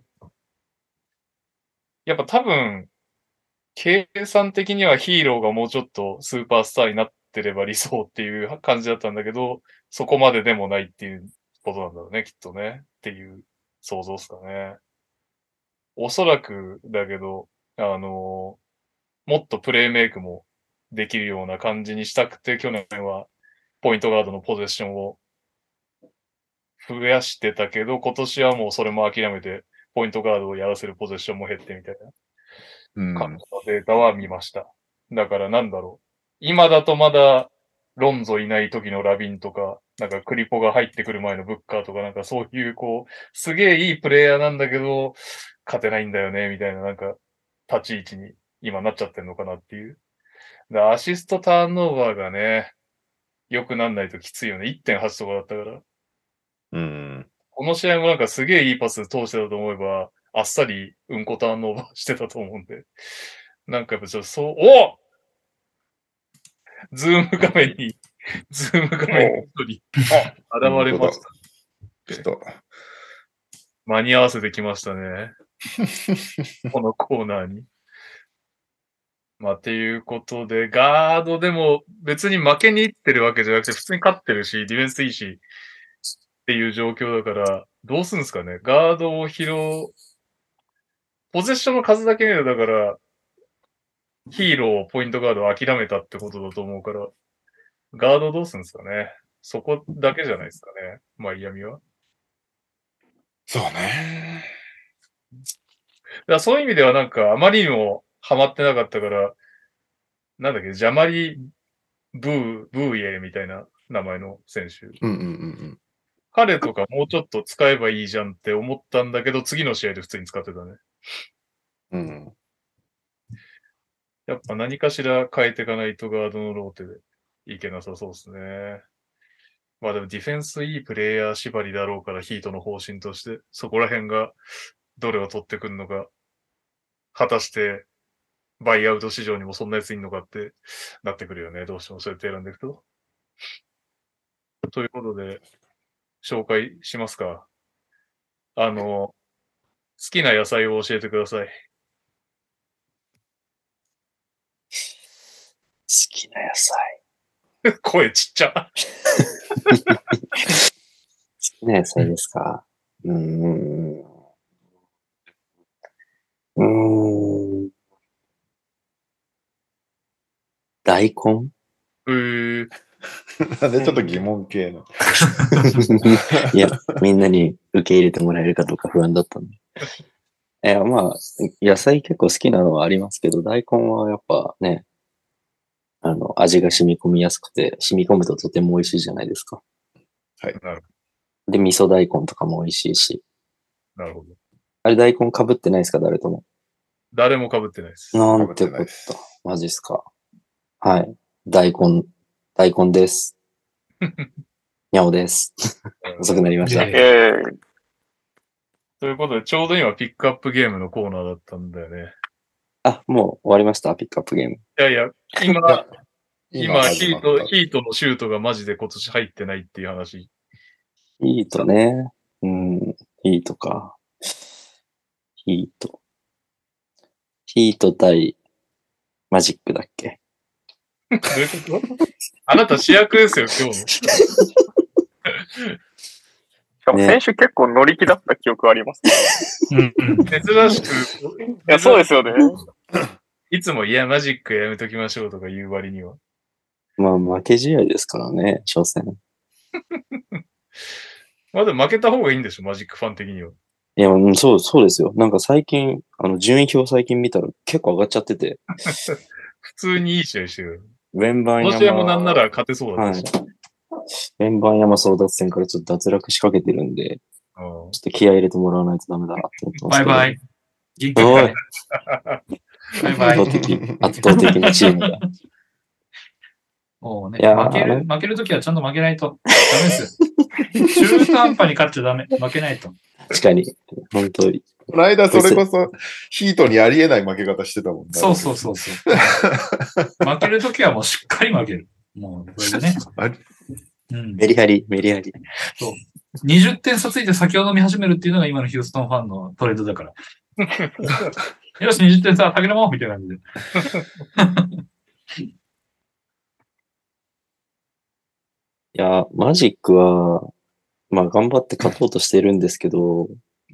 やっぱ多分、計算的にはヒーローがもうちょっとスーパースターになってれば理想っていう感じだったんだけど、そこまででもないっていうことなんだろうね、きっとね。っていう想像ですかね。おそらくだけど、もっとプレイメイクもできるような感じにしたくて、去年はポイントガードのポゼッションを増やしてたけど、今年はもうそれも諦めて、ポイントガードをやらせるポゼッションも減ってみたいな。感じのデータは見ました。だからなんだろう。今だとまだ、ロンゾいない時のラビンとか、なんかクリポが入ってくる前のブッカーとか、なんかそういうこう、すげえいいプレイヤーなんだけど、勝てないんだよね、みたいななんか、立ち位置に今なっちゃってんのかなっていう。アシストターンオーバーがね、良くなんないときついよね。1.8 とかだったから。この試合もなんかすげえいいパス通してたと思えば、あっさりうんこターンオーバーしてたと思うんで。なんかやっぱちょっとズーム画面に一人現れました。ちょっと間に合わせてきましたね。このコーナーに。まあ、っていうことで、ガードでも別に負けに行ってるわけじゃなくて、普通に勝ってるし、ディフェンスいいし、っていう状況だから、どうするんですかね。ガードをポゼッションの数だけ見るだから、ヒーロー、ポイントガードを諦めたってことだと思うから、ガードどうするんですかね。そこだけじゃないですかね。マイアミは。 そうね。 そういう意味ではなんか、あまりにもハマってなかったから、なんだっけ、ジャマリ・ブーイエみたいな名前の選手。彼とかもうちょっと使えばいいじゃんって思ったんだけど、次の試合で普通に使ってたね。やっぱ何かしら変えていかないとガードのローテでいけなさそうですね。まあでもディフェンスいいプレイヤー縛りだろうからヒートの方針として、そこら辺がどれを取ってくるのか、果たしてバイアウト市場にもそんなやついんのかってなってくるよね。どうしてもそうやって選んでいくと。ということで、紹介しますか。好きな野菜を教えてください。 好きな野菜。 声ちっちゃ。 好きな野菜ですか。大根なんでちょっと疑問系の。 いや、みんなに受け入れてもらえるかどうか不安だったんで。まあ、野菜結構好きなのはありますけど、大根はやっぱね、味が染み込みやすくて、染み込むととても美味しいじゃないですか。 はい。 なるほど。で、味噌大根とかも美味しいし。 なるほど。 あれ大根被ってないですか、誰とも。 誰も被ってないです。 なんてこと。マジっすか。はい。大根です。にゃおです。遅くなりました。 ということで、ちょうど今ピックアップゲームのコーナーだったんだよね。 あ、もう終わりました、ピックアップゲーム。 いやいや、今始まったヒートのシュートがマジで今年入ってないっていう話。 ヒートね。ヒートか。ヒート対マジックだっけ？ どういうことあなた主役ですよ、今日の。 しかも先週結構乗り気だった記憶あります。 珍しく。 いや、そうですよね。 いつも、いや、マジックやめときましょうとか言う割には。 まあ、負け試合ですからね、初戦。 まあでも負けた方がいいんでしょ、マジックファン的には。 いや、そうですよ。なんか最近、順位表最近見たら結構上がっちゃってて。 普通にいい試合してる。 ウェンバンこの試合もなんなら勝てそうだったし。 ウェンバン山争奪戦からちょっと脱落しかけてるんで、ちょっと気合い入れてもらわないとダメだなって思ってますけど。 バイバイ。銀おい、 バイバイ。 圧倒的なチームだ。 もうね、 いや負けるときはちゃんと負けないとダメですよ。中途半端に勝っちゃダメ。負けないと。 確かに。本当に。 この間それこそヒートにありえない負け方してたもんね。 そう。負けるときはもうしっかり負ける。もう、それでね。 メリハリ。 そう。20点差ついて酒を飲み始めるっていうのが今のヒューストンファンのトレンドだから。よし、20点差、酒飲もうみたいな感じで。 いや、マジックは、まあ頑張って勝とうとしてるんですけど、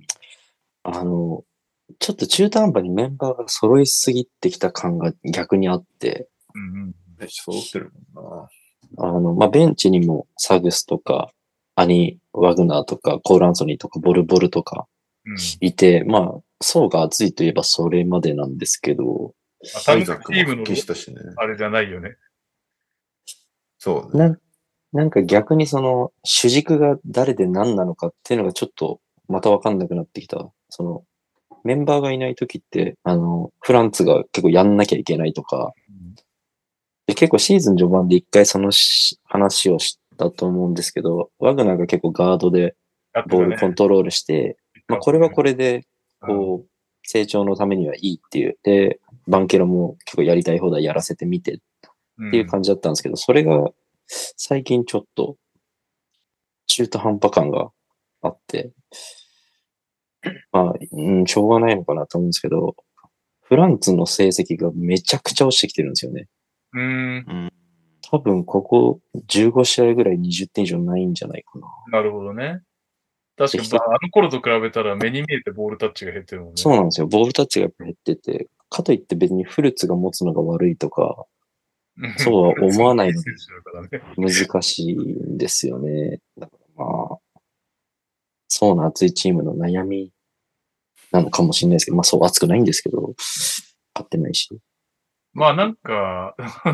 ちょっと中途半端にメンバーが揃いすぎてきた感が逆にあって、 揃ってるもんな。 まあベンチにもサグスとか、アニ・ワグナーとか、コール・アンソニーとか、ボルとかいて、まあ層が厚いといえばそれまでなんですけど、 アイザックも復帰したしね。 あれじゃないよね。 そうね。 なんか逆にその主軸が誰で何なのかっていうのがちょっとまたわかんなくなってきた。そのメンバーがいない時って、フランツが結構やんなきゃいけないとか、で結構シーズン序盤で一回その話をしたと思うんですけど、ワグナーが結構ガードでボールコントロールして、まあこれはこれで、こう、成長のためにはいいっていう。で、バンケロも結構やりたい放題やらせてみてっていう感じだったんですけど、それが最近ちょっと中途半端感があって、まあ、しょうがないのかなと思うんですけど、フランツの成績がめちゃくちゃ落ちてきてるんですよね。多分ここ15試合ぐらい20点以上ないんじゃないかな。 なるほどね。確かに、あの頃と比べたら目に見えてボールタッチが減ってるもんね。 そうなんですよ。ボールタッチが減ってて、かといって別にフルーツが持つのが悪いとか、そうは思わないので難しいんですよね。だからまあ、そうな熱いチームの悩みなのかもしれないですけど、まあそう熱くないんですけど、勝ってないし。 まあなんか、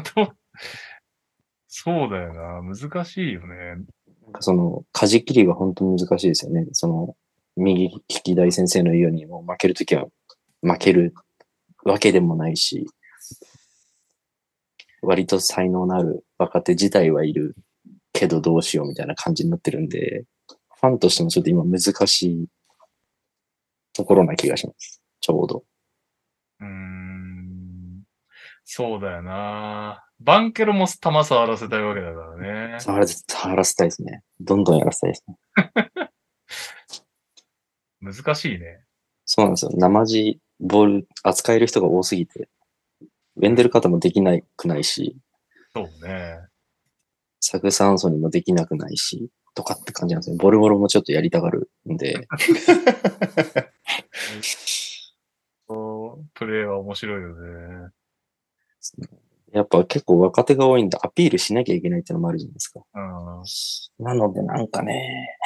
そうだよな。難しいよね。 その、舵切りが本当に難しいですよね。その、右利き大先生の言うように、もう負けるときは負けるわけでもないし、割と才能のある若手自体はいるけどどうしようみたいな感じになってるんで、ファンとしてもちょっと今難しいところな気がします。ちょうど。 そうだよな。バンケロも球触らせたいわけだからね。 触らせたいですね。どんどんやらせたいですね。 難しいね。 そうなんですよ。生地ボール扱える人が多すぎて、ウェンデル方もできなくないし、 そうね。 サグサンソにもできなくないし、とかって感じなんですよ。ボルもちょっとやりたがるんで。 プレーは面白いよね。 やっぱ結構若手が多いんでアピールしなきゃいけないっていうのもあるじゃないですか。なのでなんかね。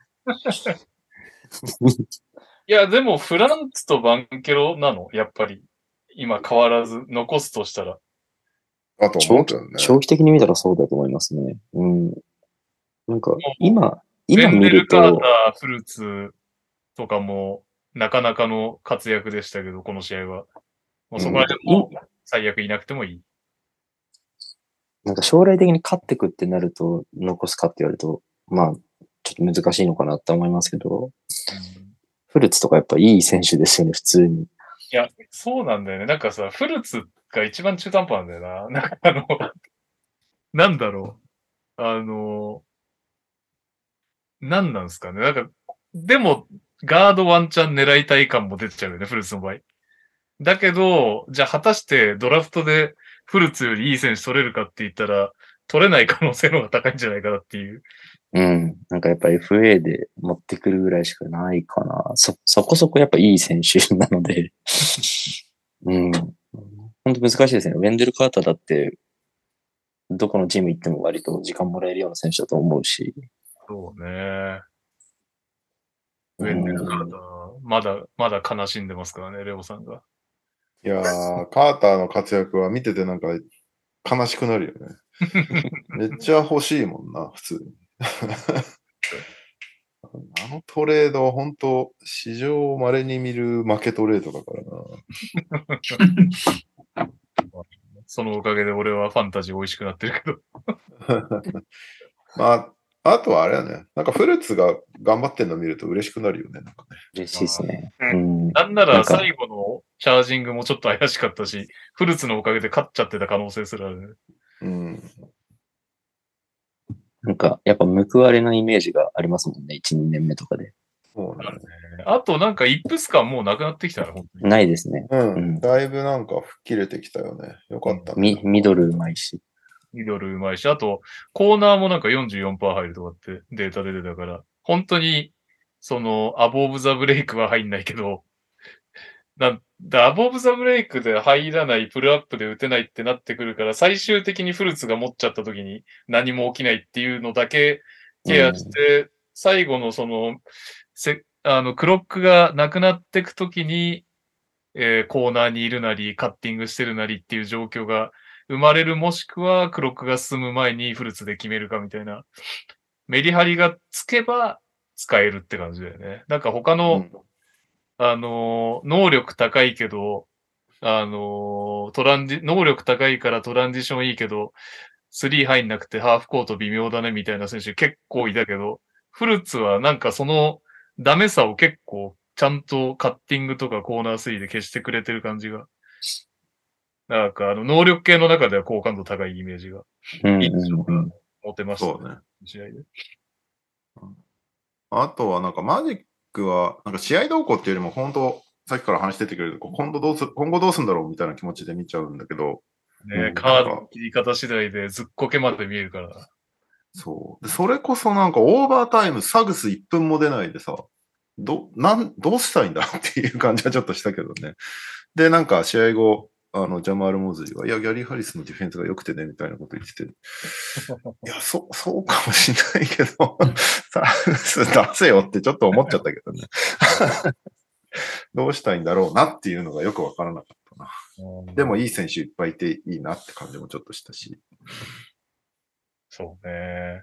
いや、でもフランツとバンケロなのやっぱり。今変わらず残すとしたら。 あと思うけどね。 長期的に見たらそうだと思いますね。なんか今見ると。 ベンデル・カーター、フルーツとかもなかなかの活躍でしたけど、この試合は。もうそこら辺も最悪いなくてもいい。 なんか将来的に勝ってくってなると残すかって言われると、まあちょっと難しいのかなって思いますけど、フルーツとかやっぱいい選手ですよね、普通に。 いや、そうなんだよね。なんかさ、フルーツが一番中途半端なんだよな。なんかなんだろう。なんなんですかね。なんか、でも、ガードワンチャン狙いたい感も出ちゃうよね、フルーツの場合。だけど、じゃあ果たしてドラフトでフルーツよりいい選手取れるかって言ったら、取れない可能性の方が高いんじゃないかなっていう。 うん。なんかやっぱ FA で持ってくるぐらいしかないかな。そこそこやっぱいい選手なので。うん。本当難しいですね。ウェンデル・カーターだって、どこのチーム行っても割と時間もらえるような選手だと思うし。 そうね。ウェンデル・カーうんター、まだ悲しんでますからね、レオさんが。 いやー、カーターの活躍は見ててなんか悲しくなるよね。めっちゃ欲しいもんな、普通に。あのトレードは本当、史上稀に見る負けトレードだからな。 そのおかげで俺はファンタジー美味しくなってるけど。 まあ、あとはあれだね。なんかフルーツが頑張ってんの見ると嬉しくなるよね。なんかね嬉しいですね。 ううん。 なんななんから最後のチャージングもちょっと怪しかったし、フルーツのおかげで勝っちゃってた可能性すらあるね。 うん。 なんか、やっぱ報われないイメージがありますもんね。1、2年目とかで。 そうね。 あとなんかイップス感もうなくなってきたね、本当に。 ないですね。 うん。だいぶなんか吹っ切れてきたよね。よかったね。 ミドルうまいし。 ミドルうまいし、あと、コーナーもなんか 44% 入るとかってデータ出てたから、本当に、アボブザブレイクは入んないけど、アボブザブレイクで入らない、プルアップで打てないってなってくるから、最終的にフルーツが持っちゃった時に何も起きないっていうのだけケアして、最後のクロックがなくなってく時に、コーナーにいるなり、カッティングしてるなりっていう状況が生まれる、もしくはクロックが進む前にフルーツで決めるかみたいな、メリハリがつけば使えるって感じだよね。なんか他の、能力高いけど、能力高いからトランジションいいけど、スリー入んなくてハーフコート微妙だねみたいな選手結構いたけど、フルーツはなんかそのダメさを結構ちゃんとカッティングとかコーナースリーで消してくれてる感じが。なんか能力系の中では好感度高いイメージが。印象が持てましたね。 そうね。 試合で。 あとはなんかマジックは、なんか試合動向っていうよりも本当、さっきから話しててくれると、今後どうすんだろうみたいな気持ちで見ちゃうんだけど。 ね、カードの切り方次第でずっこけまで見えるから。 そう。で、それこそなんかオーバータイム、サグス1分も出ないでさ、どうしたいんだろうっていう感じはちょっとしたけどね。で、なんか試合後、ジャマール・モズリが、いや、ギャリー・ハリスのディフェンスが良くてね、みたいなこと言ってて。いや、そうかもしんないけど、サグス出せよってちょっと思っちゃったけどね。どうしたいんだろうなっていうのがよくわからなかったな。でもいい選手いっぱいいていいなって感じもちょっとしたし。 そうね。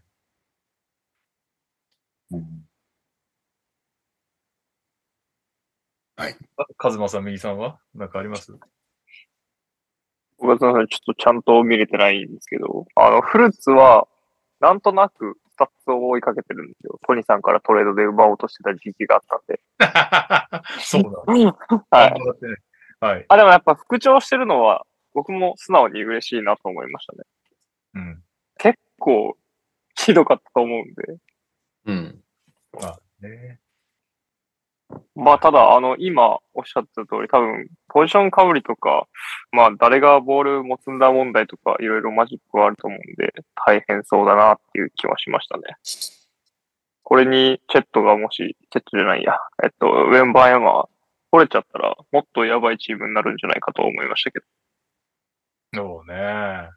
はい。 カズマさん、右さんはなんかあります？ ごめんなさい、ちょっとちゃんと見れてないんですけど、フルーツは、なんとなくスタッツを追いかけてるんですよ。トニさんからトレードで奪おうとしてた時期があったんで。 そうだ。 はい。 はい。 でもやっぱ復調してるのは、僕も素直に嬉しいなと思いましたね。 うん。 結構、ひどかったと思うんで。 うん。 ね。 ただ、今おっしゃってた通り、多分、ポジションかぶりとか、誰がボール持つんだ問題とか、いろいろマジックはあると思うんで、大変そうだなっていう気はしましたね。これに、チェットじゃないや、ウェンバーヤマー、取れちゃったら、もっとやばいチームになるんじゃないかと思いましたけど。 そうね。 はい。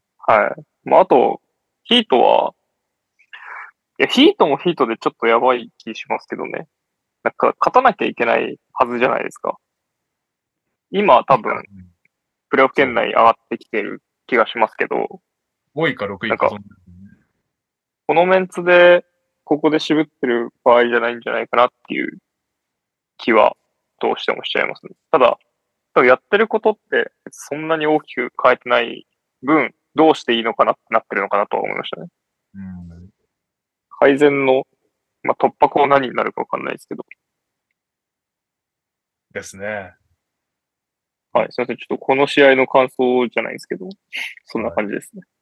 あと、ヒートは、ヒートもヒートでちょっとやばい気しますけどね。なんか、勝たなきゃいけないはずじゃないですか。今多分、プレーオフ圏内上がってきてる気がしますけど。 5位か6位か。このメンツで、ここで渋ってる場合じゃないんじゃないかなっていう気は、どうしてもしちゃいますね。ただ、やってることって、そんなに大きく変えてない分、どうしていいのかなってなってるのかなとは思いましたね。改善の、突破口何になるかわかんないですけど。 ですね。 はい、すいません。ちょっとこの試合の感想じゃないんですけど、そんな感じですね。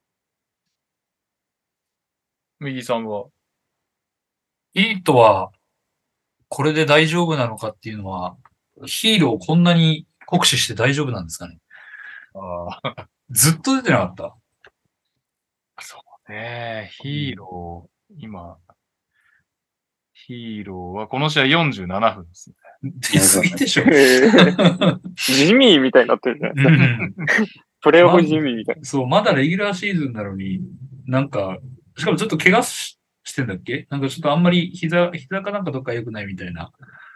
右さんはヒートは、これで大丈夫なのかっていうのは、ヒーローをこんなに酷使して大丈夫なんですかね。ずっと出てなかった。 そうね。ヒーロー、今、ヒーローはこの試合47分ですね。 出すぎでしょ。 ジミーみたいになってるじゃないですか。プレイオフジミーみたいな。 そう、まだレギュラーシーズンなのに、なんか、しかもちょっと怪我してんだっけなんかちょっとあんまり膝かなんかどっか良くないみたいな。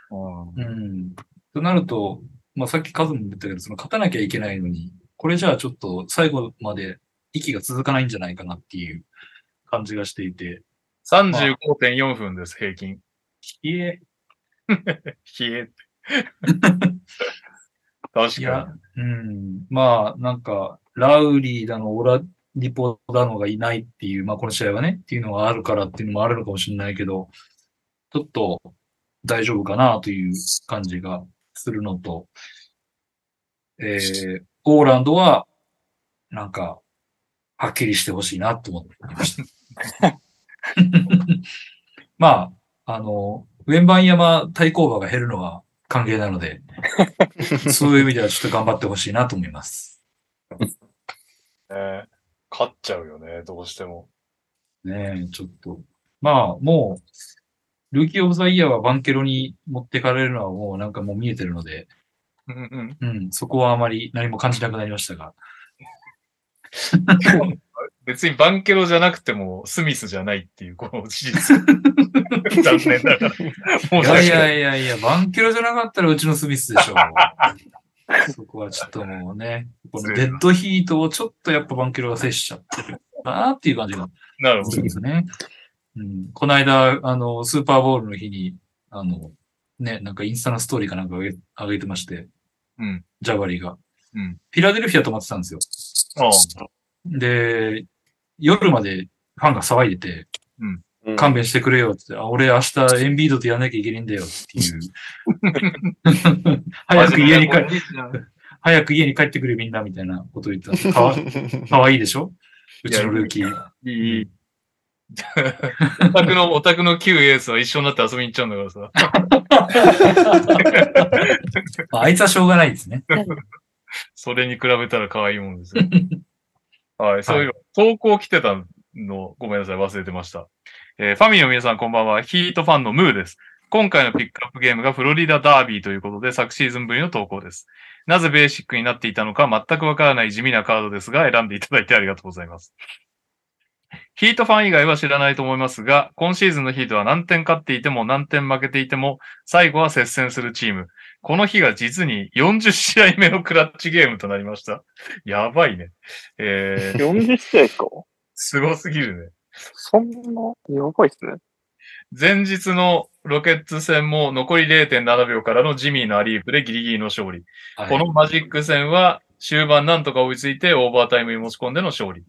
となると、まあさっきカズも言ったけど、その勝たなきゃいけないのに、これじゃあちょっと最後まで息が続かないんじゃないかなっていう感じがしていて。 35.4 分です、平均。 冷え。 冷えって。確かに。 いや、まあ、なんか、ラウリーだの、オラディポだのがいないっていう、まあこの試合はね、っていうのがあるからっていうのもあるのかもしれないけど、ちょっと大丈夫かなという感じがするのと、オーランドは、なんか、はっきりしてほしいなと思っていました。まあ、ウェンバンヤマ対抗馬が減るのは歓迎なので、そういう意味ではちょっと頑張ってほしいなと思います。 勝っちゃうよね、どうしても。 ねえ、ちょっと。まあ、もう、ルーキーオブザイヤーはバンケロに持ってかれるのはもうなんかもう見えてるので、そこはあまり何も感じなくなりましたが。 別にバンケロじゃなくてもスミスじゃないっていうこの事実。残念だから。 いや、バンケロじゃなかったらうちのスミスでしょう。そこはちょっともうね、このデッドヒートをちょっとやっぱバンケロが制しちゃってるかなっていう感じがするんですね。この間、スーパーボールの日に、ね、なんかインスタのストーリーかなんか上げてまして、ジャバリーが。フィラデルフィア泊まってたんですよ。で、夜までファンが騒いでて、勘弁してくれよって、俺明日エンビードとやんなきゃいけないんだよっていう。早く家に帰ってくれみんなみたいなこと言ってた。かわいいでしょうちのルーキー。 いい。オタクの旧エースは一緒になって遊びに行っちゃうんだからさ。あいつはしょうがないですね。 それに比べたら可愛いもんですよ。はい、そういう投稿来てたの、ごめんなさい、忘れてました。ファミリーの皆さんこんばんは。ヒートファンのムーです。今回のピックアップゲームがフロリダダービーということで昨シーズンぶりの投稿です。なぜベーシックになっていたのか全くわからない地味なカードですが選んでいただいてありがとうございます。ヒートファン以外は知らないと思いますが、今シーズンのヒートは何点勝っていても何点負けていても最後は接戦するチーム。この日が実に40試合目のクラッチゲームとなりました。やばいね。 40試合かすごすぎるね。 そんな、やばいっすね。 前日のロケッツ戦も残り 0.7 秒からのジミーのアリープでギリギリの勝利。このマジック戦は終盤なんとか追いついてオーバータイムに持ち込んでの勝利。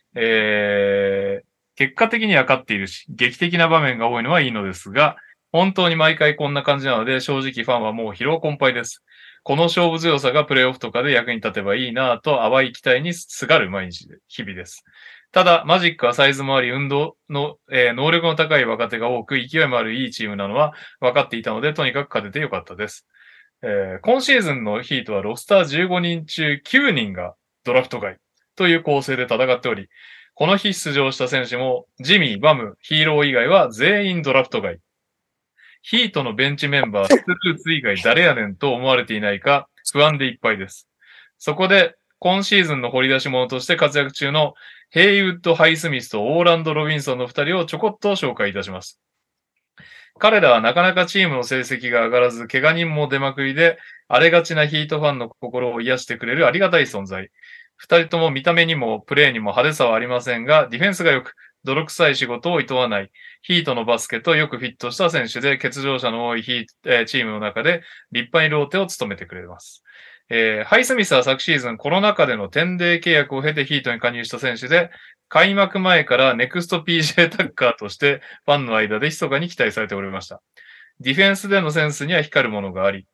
結果的には勝っているし、劇的な場面が多いのはいいのですが、本当に毎回こんな感じなので、正直ファンはもう疲労困憊です。この勝負強さがプレイオフとかで役に立てばいいなぁと淡い期待にすがる日々です。ただ、マジックはサイズもあり、運動の、能力の高い若手が多く、勢いもあるいいチームなのは分かっていたので、とにかく勝ててよかったです。今シーズンのヒートはロスター15人中9人がドラフト外という構成で戦っており、この日出場した選手も、ジミー、バム、ヒーロー以外は全員ドラフト外。ヒートのベンチメンバー、スルーツ以外誰やねんと思われていないか、不安でいっぱいです。そこで、今シーズンの掘り出し物として活躍中のヘイウッド・ハイスミスとオーランド・ロビンソンの2人をちょこっと紹介いたします。彼らはなかなかチームの成績が上がらず、怪我人も出まくりで、荒れがちなヒートファンの心を癒してくれるありがたい存在。2人とも見た目にもプレーにも派手さはありませんが、ディフェンスが良く、泥臭い仕事を厭わない、ヒートのバスケとよくフィットした選手で、欠場者の多いチームの中で立派にローテを務めてくれます。ハイスミスは昨シーズンコロナ禍での10デー契約を経てヒートに加入した選手で、開幕前からネクスト PJ タッカーとしてファンの間で密かに期待されておりました。ディフェンスでのセンスには光るものがあり、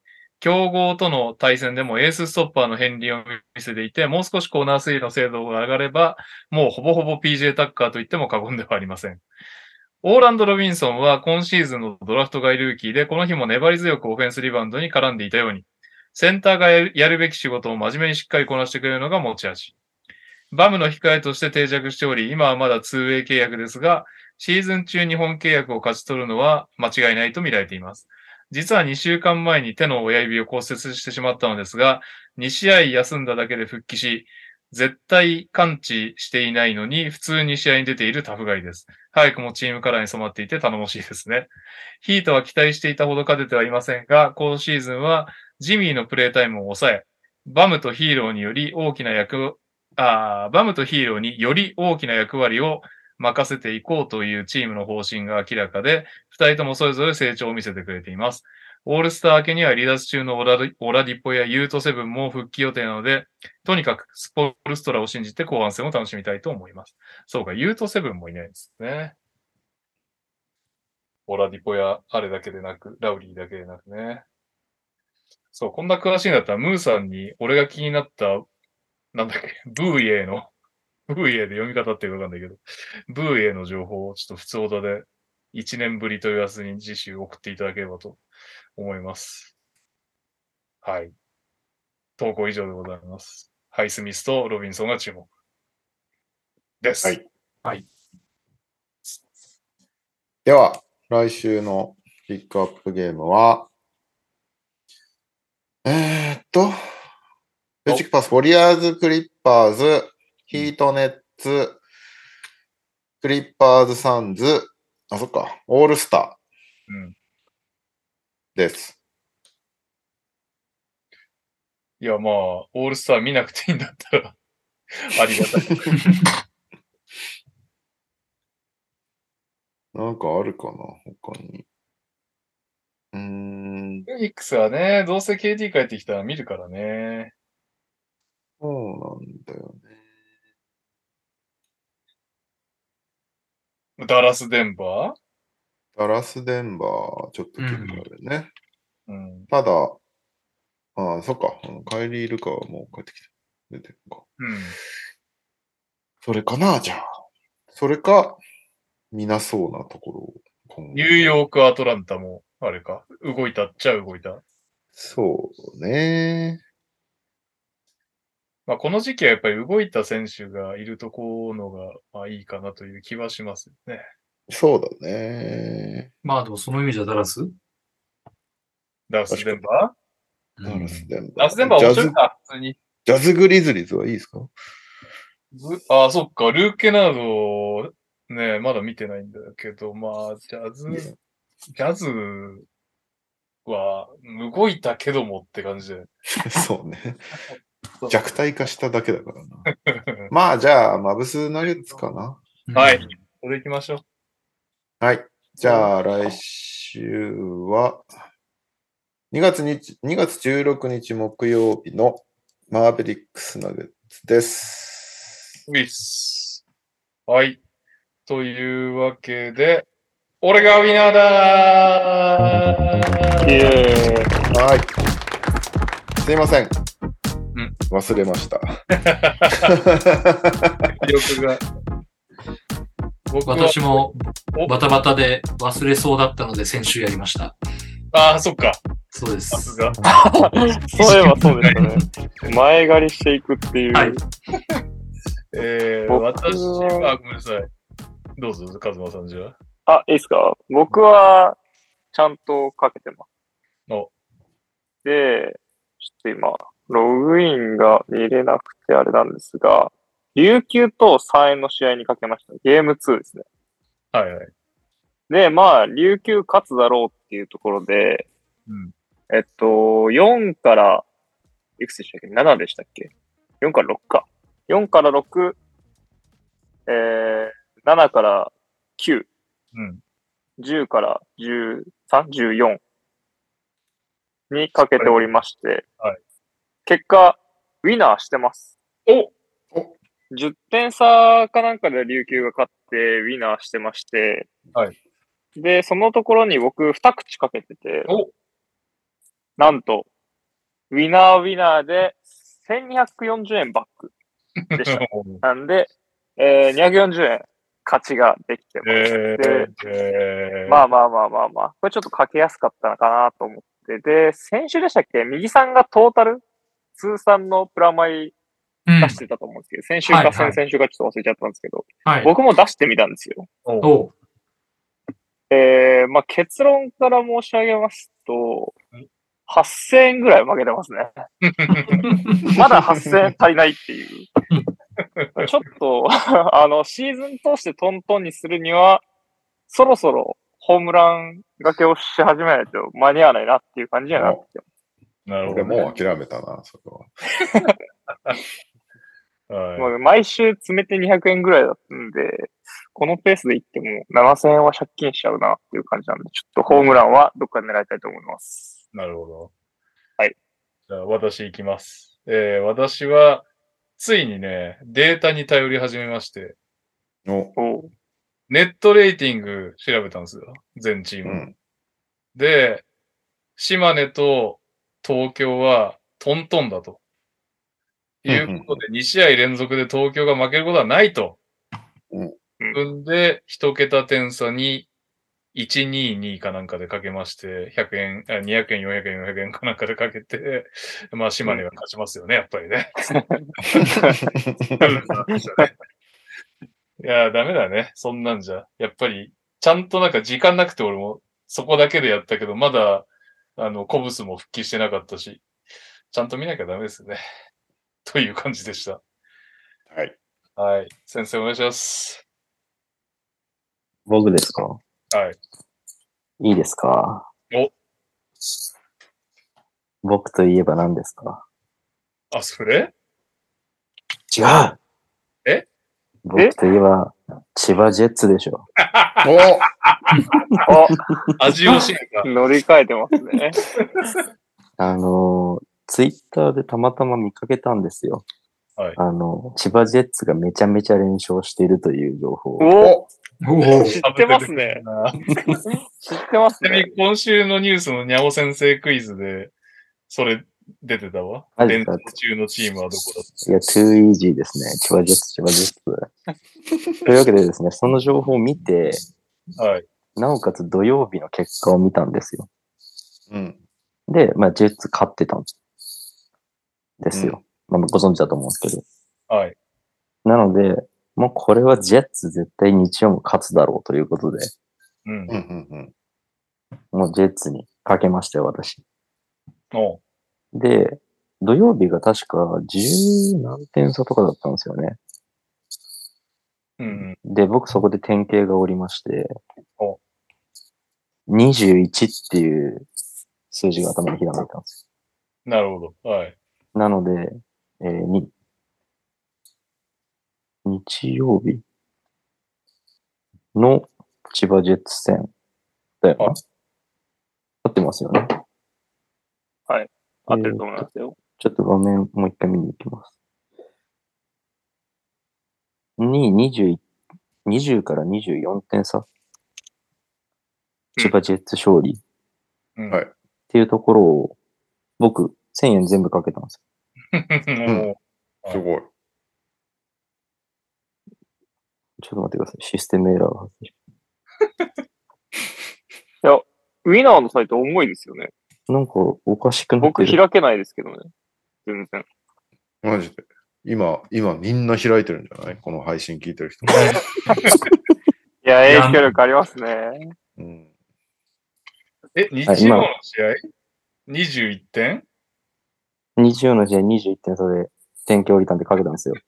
強豪との対戦でもエースストッパーの片鱗を見せていて、もう少しコーナー3の精度が上がれば、もうほぼほぼ PJ タッカーと言っても過言ではありません。オーランド・ロビンソンは今シーズンのドラフト外ルーキーで、この日も粘り強くオフェンスリバウンドに絡んでいたように、センターがやるべき仕事を真面目にしっかりこなしてくれるのが持ち味。バムの控えとして定着しており、今はまだ 2way 契約ですが、シーズン中に本契約を勝ち取るのは間違いないと見られています。実は2週間前に手の親指を骨折してしまったのですが、2試合休んだだけで復帰し、絶対完治していないのに普通に試合に出ているタフガイです。早くもチームカラーに染まっていて頼もしいですね。ヒートは期待していたほど勝ててはいませんが、今シーズンはジミーのプレータイムを抑え、バムとヒーローにより大きな役割を任せていこうというチームの方針が明らかで、二人ともそれぞれ成長を見せてくれています。オールスター明けには離脱中のオラディポやユートセブンも復帰予定なので、とにかくスポルストラを信じて後半戦を楽しみたいと思います。そうか、ユートセブンもいないんですね。オラディポやあれだけでなく、ラウリーだけでなくね。そう、こんな詳しいんだったら、ムーさんに俺が気になった、なんだっけ、ブーイエで読み方ってわかんないけど、ブーイエの情報をちょっと普通オタで1年ぶりと言わずに次週送っていただければと思います。はい。投稿以上でございます。ハイスミスとロビンソンが注目です。 はい。 はい。 では、来週のピックアップゲームは、ベジックパス、ウォリアーズ、クリッパーズ、ヒートネッツ、クリッパーズ、サンズ、あ、そっか、オールスターです。 いや、まあ、オールスター見なくていいんだったら、ありがたい。 なんかあるかな、他に。 フェニックスはね、どうせ KD 帰ってきたら見るからね。 そうなんだよね。ダラス・デンバー。ダラス・デンバー、ちょっと気になるね。ただ、そっか、カイリー・ルカはもう帰ってきて出てるか。それかな、じゃあ。それか、見なそうなところを。 ニューヨーク・アトランタも、あれか。動いたっちゃ動いた。 そうね。 まあ、この時期はやっぱり動いた選手がいるところが、まあいいかなという気はしますよね。 そうだね。 まあでもその意味じゃダラスデンバーダラス・デンバー。 ダラス・デンバー面白いか、普通に。 ジャズ・グリズリーズはいいですか？ そっか、ルー・ケナード、ね、まだ見てないんだけど、まあ、ジャズは動いたけどもって感じで。 そうね。弱体化しただけだからな。まあ、じゃあ、マブスナゲッツかな。 はい。それ行きましょう。はい。じゃあ、来週は、2月16日木曜日のマーベリックスナゲッツです。 ウィス。はい。というわけで、俺がウィナーだー！イエーイ！ はい。すいません。忘れました。 記憶が。 私もバタバタで忘れそうだったので先週やりました。 ああ、そっか。 そうです。 さすが。 そういえばそうですね。前借りしていくっていう。はい。 私は、ごめんなさい。どうぞ、カズマさんじゃあ。いいですか？僕は、ちゃんとかけてます。で、ちょっと今、ログインが見れなくてあれなんですが、琉球と3円の試合にかけました。ゲーム2ですね。 はいはい。 で、まあ、琉球勝つだろうっていうところで、4から、いくつでしたっけ ?7 でしたっけ ?4 から6か。4から6、7から9、10から13、14にかけておりまして、 はい、 結果、ウィナーしてます。10点差かなんかで琉球が勝ってウィナーしてまして、 はい、 で、そのところに僕2口かけてて、なんと、 ウィナーウィナーで1240円バックでした。なんで、240円勝ちができてます。で、まあ。これちょっとかけやすかったのかなと思って。で、先週でしたっけ右さんがトータル通算のプラマイ出してたと思うんですけど、先週か先々週かちょっと忘れちゃったんですけど、僕も出してみたんですよ。まあ結論から申し上げますと、8000円ぐらい負けてますね。まだ8000円足りないっていう。ちょっと、シーズン通してトントンにするには、そろそろホームラン掛けをし始めないと間に合わないなっていう感じにはなってます。 なるほど、 ね。俺もう諦めたな、それは。 もう毎週詰めて200円ぐらいだったんで、このペースでいっても7000円は借金しちゃうなっていう感じなんで、ちょっとホームランはどっかで狙いたいと思います。 なるほど。 はい。 じゃあ私行きます。私は、ついにね、データに頼り始めまして、ネットレーティング調べたんですよ。全チーム。で、島根と東京はトントンだと。いうことで、2試合連続で東京が負けることはないと。んで、一桁点差に122かなんかでかけまして、100円、200円、400円、400円かなんかでかけて、まあ、島根が勝ちますよね、やっぱりね。いや、ダメだね。そんなんじゃ。やっぱり、ちゃんとなんか時間なくて俺もそこだけでやったけど、まだ、コブスも復帰してなかったし、ちゃんと見なきゃダメですね。という感じでした。 はい。 はい。先生お願いします。 僕ですか？ はい。 いいですか？僕といえば何ですか？ あ、それ？ 違う！ え？ 僕といえば、千葉ジェッツでしょ。 味をしめた。 乗り換えてますね。 ツイッターでたまたま見かけたんですよ。 はい。 千葉ジェッツがめちゃめちゃ連勝しているという情報を。知ってますね。知ってますね。 ちなみに今週のニュースのニャオ先生クイズで、それ出てたわ。連勝中のチームはどこだった？ いや、too easy ですね。千葉ジェッツ、千葉ジェッツ。というわけでですね、その情報を見て、 はい。 なおかつ土曜日の結果を見たんですよ。 うん。 で、まあ、ジェッツ勝ってたんですよ。まあ、ご存知だと思うんですけど。 はい。 なので、もうこれはジェッツ絶対日曜も勝つだろうということで、もうジェッツにかけましたよ、私。で、土曜日が確か10何点差とかだったんですよね。で、僕そこで典型がおりまして、21っていう数字が頭にひらめいたんですよ。なるほど。はい。 なので、日曜日の千葉ジェッツ戦だよな。合ってますよね。 はい。合ってると思いますよ。 ちょっと画面もう一回見に行きます。20から24点差。千葉ジェッツ勝利。 はい。 っていうところを、僕、1000円全部かけたんですよ。すごい。 ちょっと待ってください。システムエラーが発生しいや、ウィナーのサイト重いですよね。 なんかおかしくなってる。僕開けないですけどね。全然。 マジで。今みんな開いてるんじゃない？この配信聞いてる人。いや、影響力ありますね。 日曜の試合 ?21 点？ 日曜の試合21点差で点距離感でかけたんですよ。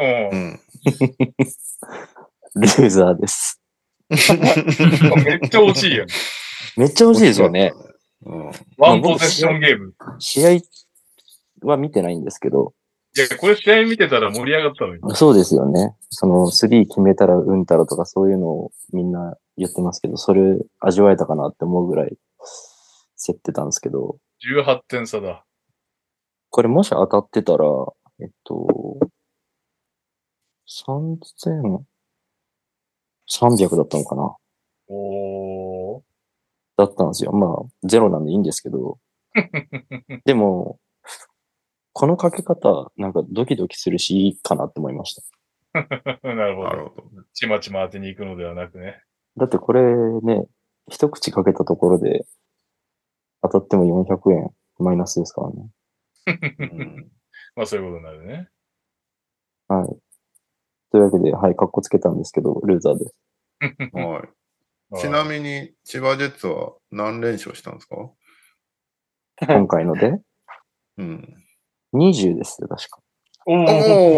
ルーザーです。 めっちゃ惜しいやん。 めっちゃ惜しいですよね。 ワンポゼッションゲーム。 試合は見てないんですけど。 いや、これ試合見てたら盛り上がったのに。 そうですよね。スリー決めたらうんたらとかそういうのをみんな言ってますけど、それ味わえたかなって思うぐらい競ってたんですけど。 18点差だ。 これもし当たってたら、3300だったのかな。だったんですよ。まあ、ゼロなんでいいんですけど。でも、 このかけ方、なんかドキドキするし、いいかなって思いました。 なるほど。 なるほど。 ちまちま当てに行くのではなくね。 だってこれね、一口かけたところで当たっても400円マイナスですからね。 まあそういうことになるね。 はい。というわけで、はい、カッコつけたんですけど、ルーザーです。 はい。ちなみに、千葉ジェッツは何連勝したんですか？ 今回のでうん。 20ですよ、確か。 おお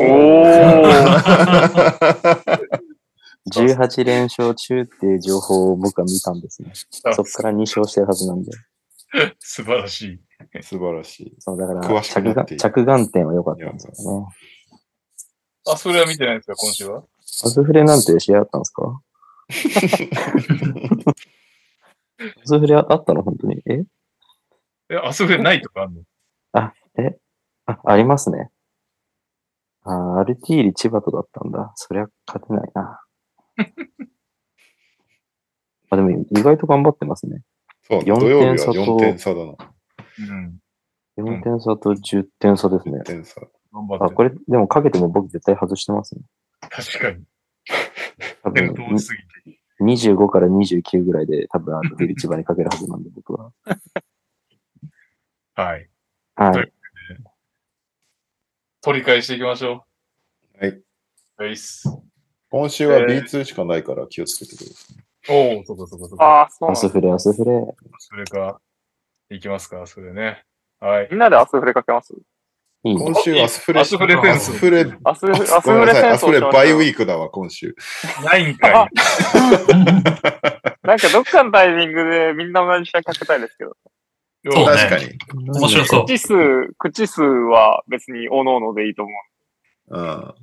18連勝中っていう情報を僕は見たんですね。そっから2勝してるはずなんで。 素晴らしい。 素晴らしい。 そう、だから詳しくなっている着眼点は良かったんですよね。 あ、それは見てないんですか、今週は？ アスフレなんて試合あったんですか？アスフレあったの本当に。 あそこでないとかあるの？ ありますね。アルティーリ千葉とだったんだ。そりゃ勝てないな。でも意外と頑張ってますね。 そう、 4 土曜日は点差と 4点差だな。 うん。 4点差と10点差ですね 10。点差。 頑張って。 これ、でもかけても僕絶対外してますね。 確かに。 多伝分、 統すぎて。 25から29ぐらいで多分アルティーリ千葉にかけるはずなんで、僕は。 はい。 はい。 取り返していきましょはい。 う。はいっす。 今週は B2 しかないから気をつけてください。 おお、そうかそうかそうか。 ああ、そうなんだ。 アスフレ、アスフレ。 それか、いきますか、それね。はい。 みんなでアスフレかけますいいね。 今週アスフレ、 アスフレフェンスアスフレ、 アスフレごめんなさい、 戦アスフレ争しましょうバイウィークだわ、今週。 ないんかい。 なんかどっかのタイミングでみんな同じ試合かけたいですけど。 そうね確かに。 面白そう。 口数は別に各々でいいと思う。 うん。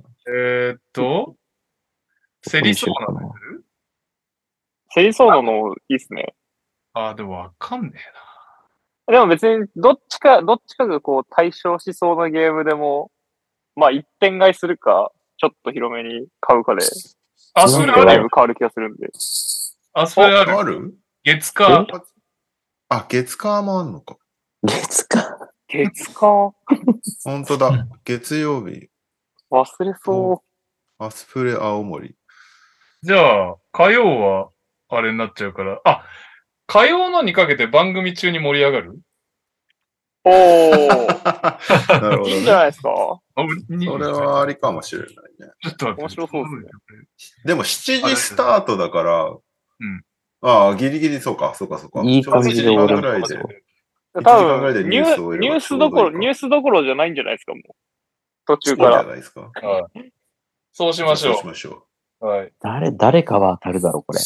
セリソーナのセリソーノのいいっすね。 あ、でもわかんねでも別にどっちかがこう対象しそうなゲームでも、まあ一点買いするか、ちょっと広めに買うかで、 えな。アスフレあるよ。 だいぶ変わる気がするんで。 アスフレある。 ある？ 月火。 あ、月火もあんのか。 月か。 月か。 本当だ。月曜日。 忘れそアスフレ青森。 じゃあ、火曜は、あれになっちゃうから。あ、火曜のにかけて番組中に盛り上がる？ う。おー。 なるほどいいんじゃなね。 いですか。 そそれはありかもしれないね。 ちょっと待って。 面白そうですね。 でも7時スタートだから、 うん。 ああ、ギリギリそうか。 いい感じで終わるぐらいで。1 多時間ぐらいで分ニュースを入れればちょうどいいかニュースどころじゃないんじゃないですか、もう。途中かそうじゃら。 ないですか。 はい。そうしましょそうしましょう。はい。 誰かは当たるだろう、これ。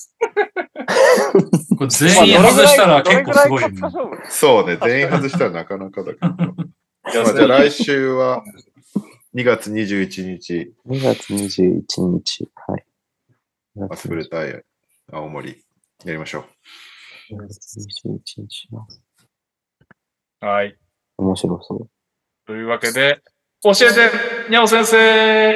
これ全員外したら結構すごいよね。 う。そうね。全員外したらなかなかだけど。まあ、じゃあ来週は2月21日、 2月21日。はい。 アスフレ対青森やりましょう。 2月21日な。 はい。 面白そう。 というわけで、教えて、にゃお先生。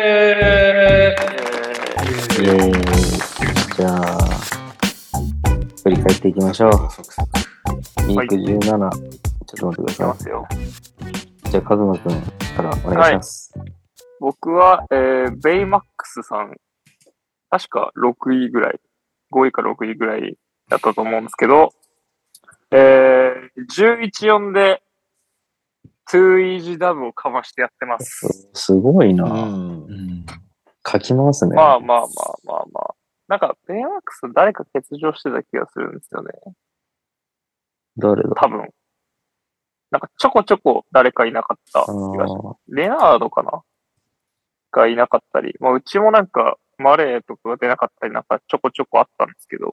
じゃあ、振り返っていきましょう。ウィーク17。ちょっと待ってください。 ますよ。 じゃあ、カズマくんからお願いします。 僕は、ベイマックスさん、確か6位ぐらい、5位か6位ぐらいだったと思うんですけど、11-4で、2イージーダブをかましてやってます。 すごいな。 うん。 書きますね。 まあ。なんか、ベイマックス誰か欠場してた気がするんですよね。 誰だ多分。なんかちょこちょこ誰かいなかった気がします。レナードかながいなかったり、まあうちもなんかマレーとかが出なかったりなんかちょこちょこあったんですけど、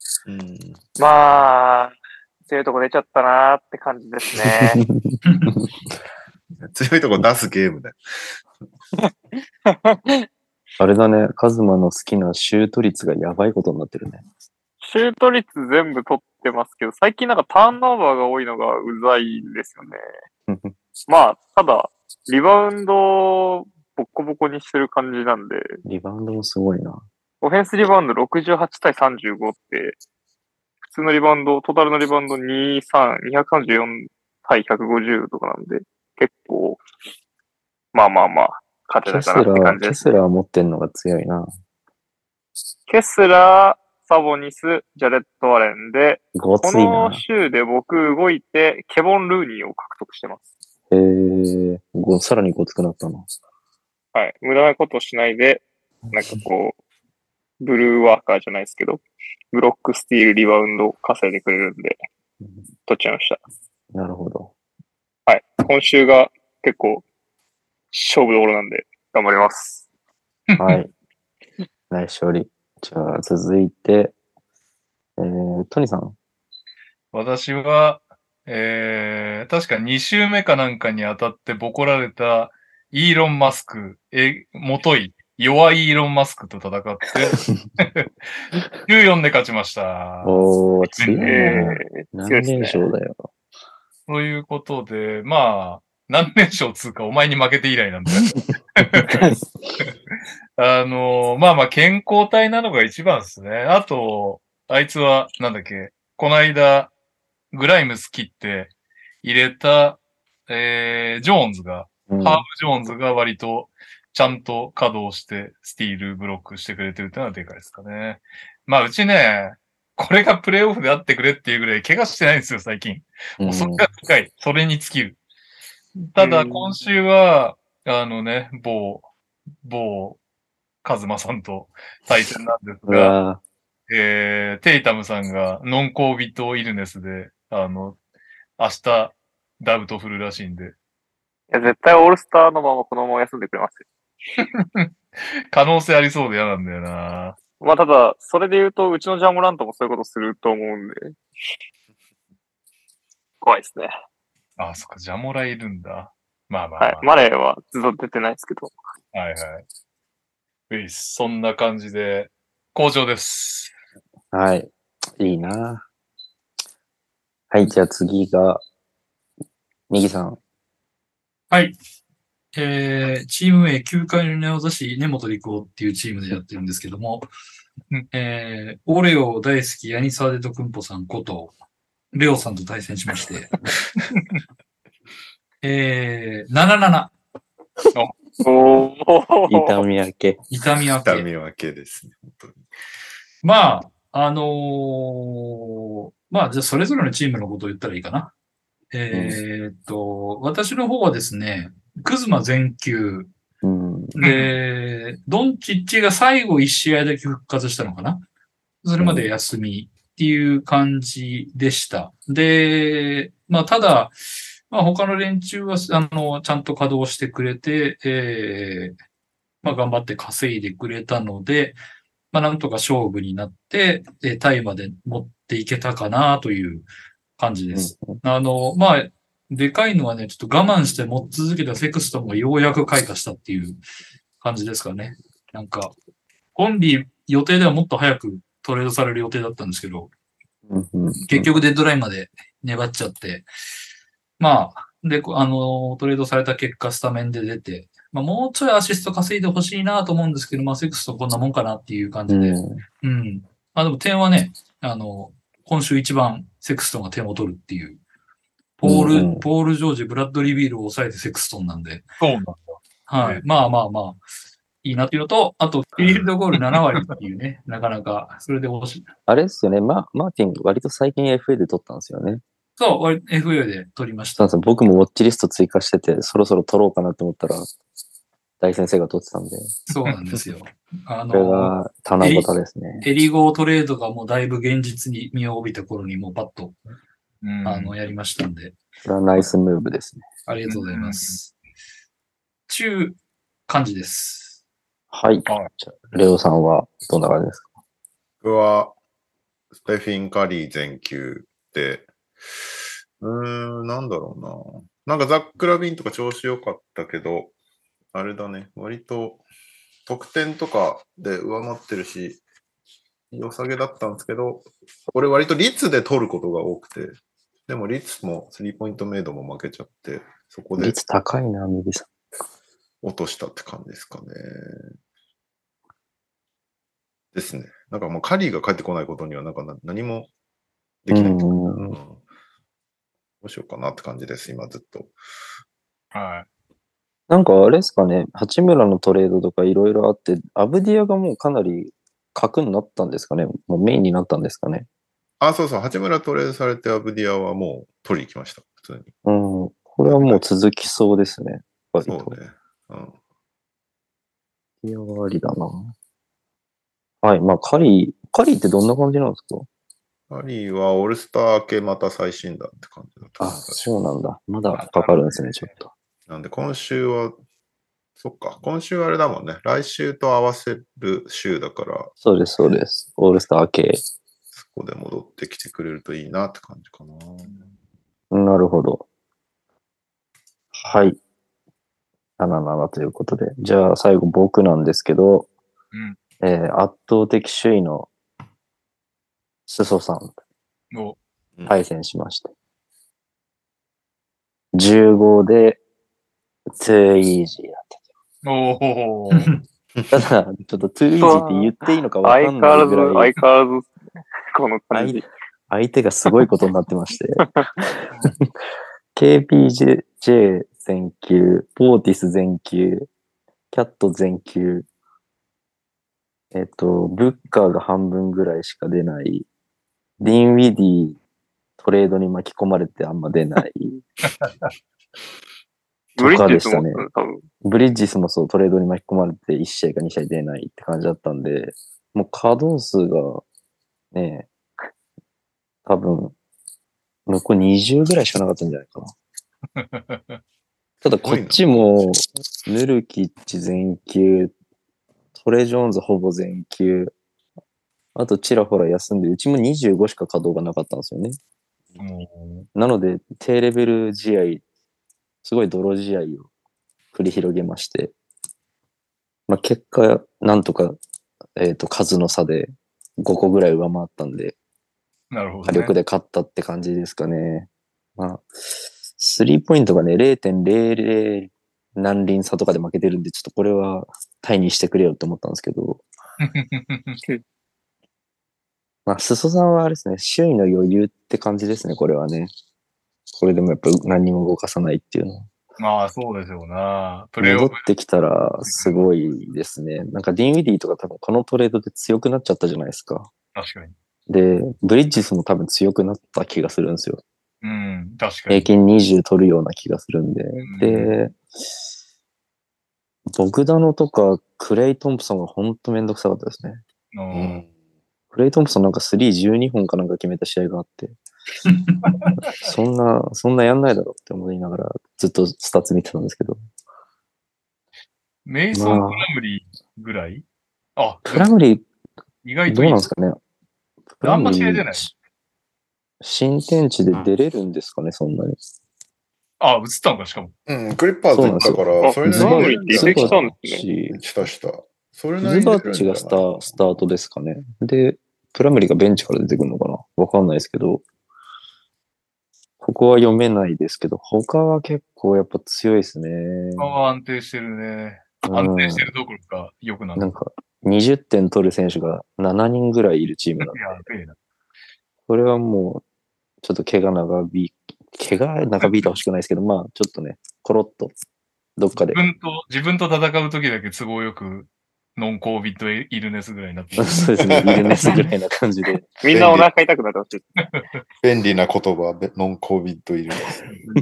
まあ、強いとこ出ちゃったなーって感じですね。 強いとこ出すゲームだよ。 あれだね、カズマの好きなシュート率がやばいことになってるね。 シュート率全部取ってますけど、最近なんかターンオーバーが多いのがうざいんですよね。まあ、ただ、リバウンドをボッコボコにしてる感じなんで、 リバウンドもすごいな。 オフェンスリバウンド68対35って、普通のリバウンド、トータルのリバウンド234対150とかなんで、 結構、まあ、勝てたかなって感じです。 ケスラー持ってんのが強いな。 ケスラー、サボニス、ジャレット・アレンで、この週で僕動いて、ケボン・ルーニーを獲得してます。 さらにごつくなったの。 はい。無駄なことしないで、なんかこう、ブルーワーカーじゃないですけど、ブロック、スティール、リバウンド稼いでくれるんで、取っちゃいました。 なるほど。 はい。今週が結構、勝負どころなんで、頑張ります。 はい。ナイス勝利。じゃあ、続いて、トニさん。 私は、確か2週目かなんかに当たってボコられたイーロン・マスク、もとい、弱いイーロン・マスクと戦って、14で勝ちました。 おー、強いな。 何連勝だよ。 ということで、まあ、何連勝つうかお前に負けて以来なんだよ。健康体なのが一番ですね。あと、あいつは、なんだっけ、この間、グライムス切って入れた、ジョーンズが、ハーブ・ジョーンズが割とちゃんと稼働してスティールブロックしてくれてるっていうのはでかいですかね。まあうちね、これがプレイオフであってくれっていうぐらい怪我してないんですよ、最近。もうそれが深い。それに尽きる。ただ今週は、某カズマさんと対戦なんですが、テイタムさんがノンコービットイルネスで、明日、ダウトフルらしいんで。いや、絶対オールスターのままこのまま休んでくれますよ。可能性ありそうで嫌なんだよな。 まあ、ただ、それで言うと、うちのジャモラントもそういうことすると思うんで。怖いですね。 あ、そっか、ジャモラいるんだ。まあ。 はい。マレーはずっと出てないですけど。 はい。そんな感じで、好調です。 はい。いいな。はい、じゃあ次が、右さん。 はい。チーム名、9階のネオザ市根本陸夫っていうチームでやってるんですけども、オレオ大好きヤニサーデトクンポさんこと、レオさんと対戦しまして、7-7。 おー。 痛み分け。 痛み分けですね、本当に。 まあ、じゃあそれぞれのチームのことを言ったらいいかな。私の方はですね、クズマ全休。で、ドンチッチが最後1試合だけ復活したのかな。それまで休みっていう感じでした。で、ただ、他の連中は、ちゃんと稼働してくれて、頑張って稼いでくれたので、なんとか勝負になって、タイまで持っていけたかなという感じです。でかいのはね、ちょっと我慢して持ち続けたセクストンがようやく開花したっていう感じですかね。なんか、本リ予定ではもっと早くトレードされる予定だったんですけど、結局デッドラインまで粘っちゃって、で、トレードされた結果スタメンで出て、もうちょいアシスト稼いでほしいなと思うんですけど、セクストンこんなもんかなっていう感じで。でも点はね、今週一番セクストンが点を取るっていう。ポール・ジョージ、ブラッドリー・ビールを抑えてセクストンなんで。 そうなんだ。 はい。いいなっていうのと、あと、フィールドゴール7割っていうね、なかなか、それで欲しい。 あれですよね、マーティン、割と最近 FA で取ったんですよね。 そう、FA で取りました。 そう僕もウォッチリスト追加してて、そろそろ取ろうかなと思ったら、大先生が取ってたんで。 そうなんですよ。 これが棚ぼたですね。 エリゴートレードがもうだいぶ現実に身を帯びた頃にもうパッと、やりましたんで。 これはナイスムーブですね。 ありがとうございます。ちゅう感じです。 はい。レオさんはどんな感じですか？ 僕は、ステフィン・カリー全休で、なんだろうな。なんかザック・ラビンとか調子良かったけど、あれだね、割と得点とかで上回ってるし、良さげだったんですけど、俺割と率で取ることが多くて、でも率もスリーポイントメイドも負けちゃって、そこで。 率高いな、右さん。 落としたって感じですかね。ですね。なんかもうカリーが帰ってこないことにはなんか何もできない。どうしようかなって感じです、今ずっと。 はい。 なんかあれですかね、八村のトレードとかいろいろあって、アブディアがもうかなり核になったんですかね。もうメインになったんですかね。 あ、そうそう、八村トレードされてアブディアはもう取りに行きました、普通に。 うん。これはもう続きそうですね。割と。 そうね。うん。 アブディアはありだな。はい。まあ、カリーってどんな感じなんですか？ カリーはオールスター明けまた再診断って感じだと思あ、 う。 そうなんだ。まだかかるんですね、ちょっと。 なんで今週は、そっか、今週あれだもんね。来週と合わせる週だから、 そうです、そうです。オールスター明け。 そこで戻ってきてくれるといいなって感じかな。 なるほど。はい。77ということで。じゃあ最後僕なんですけど、圧倒的首位の裾さんお、 対戦しまして。15で2イージーだったおー。 ただ、ちょっと2イージーって言っていいのかわかんないぐらい、 相変わらず、この感じ。 相手がすごいことになってまして。KPJ 全球、ポーティス全球、キャット全球、ブッカーが半分ぐらいしか出ない、ディン・ウィディトレードに巻き込まれてあんま出ない。 ブリッジスもとかでしたね。 多分。 ブリッジスもそうトレードに巻き込まれて1試合か2試合出ないって感じだったんで、もう稼働数がね、多分、向こう20ぐらいしかなかったんじゃないかな。ただこっちも、ヌルキッチ全休、トレジョーンズほぼ全休、あとちらほら休んで、うちも25しか稼働がなかったんですよね。なので、低レベル試合、すごい泥試合を繰り広げまして、まあ、結果、なんとか、数の差で5個ぐらい上回ったんで、 なるほど、 火力で勝ったって感じですかね。まあ、スリーポイントがね、0.00何輪差とかで負けてるんで、ちょっとこれはタイにしてくれよって思ったんですけど、まあ、裾さんはあれですね、周囲の余裕って感じですね、これはね。これでもやっぱ何にも動かさないっていうのは。 まあ、そうでしょうな。プレイオフ戻ってきたらすごいですね。なんかディン・ウィディとか多分このトレードで強くなっちゃったじゃないですか。 確かに。 で、ブリッジスも多分強くなった気がするんですよ。 うん、確かに。 平均20取るような気がするんで。で、ボグダノとかクレイ・トンプソンがほんとめんどくさかったですね。クレイ・トンプソンなんか312本かなんか決めた試合があって、そんなやんないだろって思いながらずっとスタッツ見てたんですけど。 メイソン・プラムリーぐらい、 プラムリー、 意外といい。 どうなんですかね。 あんま試合出ない。 新天地で出れるんですかね、そんなに。 映ったのか、しかも。 うん、クリッパーズ行ったから、それズバッチ移籍したんですね。した。それズバッチがスタートですかね。で、プラムリがベンチから出てくるのかなわかんないですけど、ここは読めないですけど、他は結構やっぱ強いですね。 安定してるね。安定してるどころか良くなる。 なんか、20点取る選手が7人ぐらいいるチームなんで。これはもう、ちょっと怪我長引いてほしくないですけど、まあ、ちょっとね、コロッと、どっかで。 自分と戦う時だけ都合よく、ノンコービットイルネスぐらいになってる。 そうですね、イルネスぐらいな感じで。 みんなお腹痛くなってほしい。 便利な言葉、ノンコービットイルネス。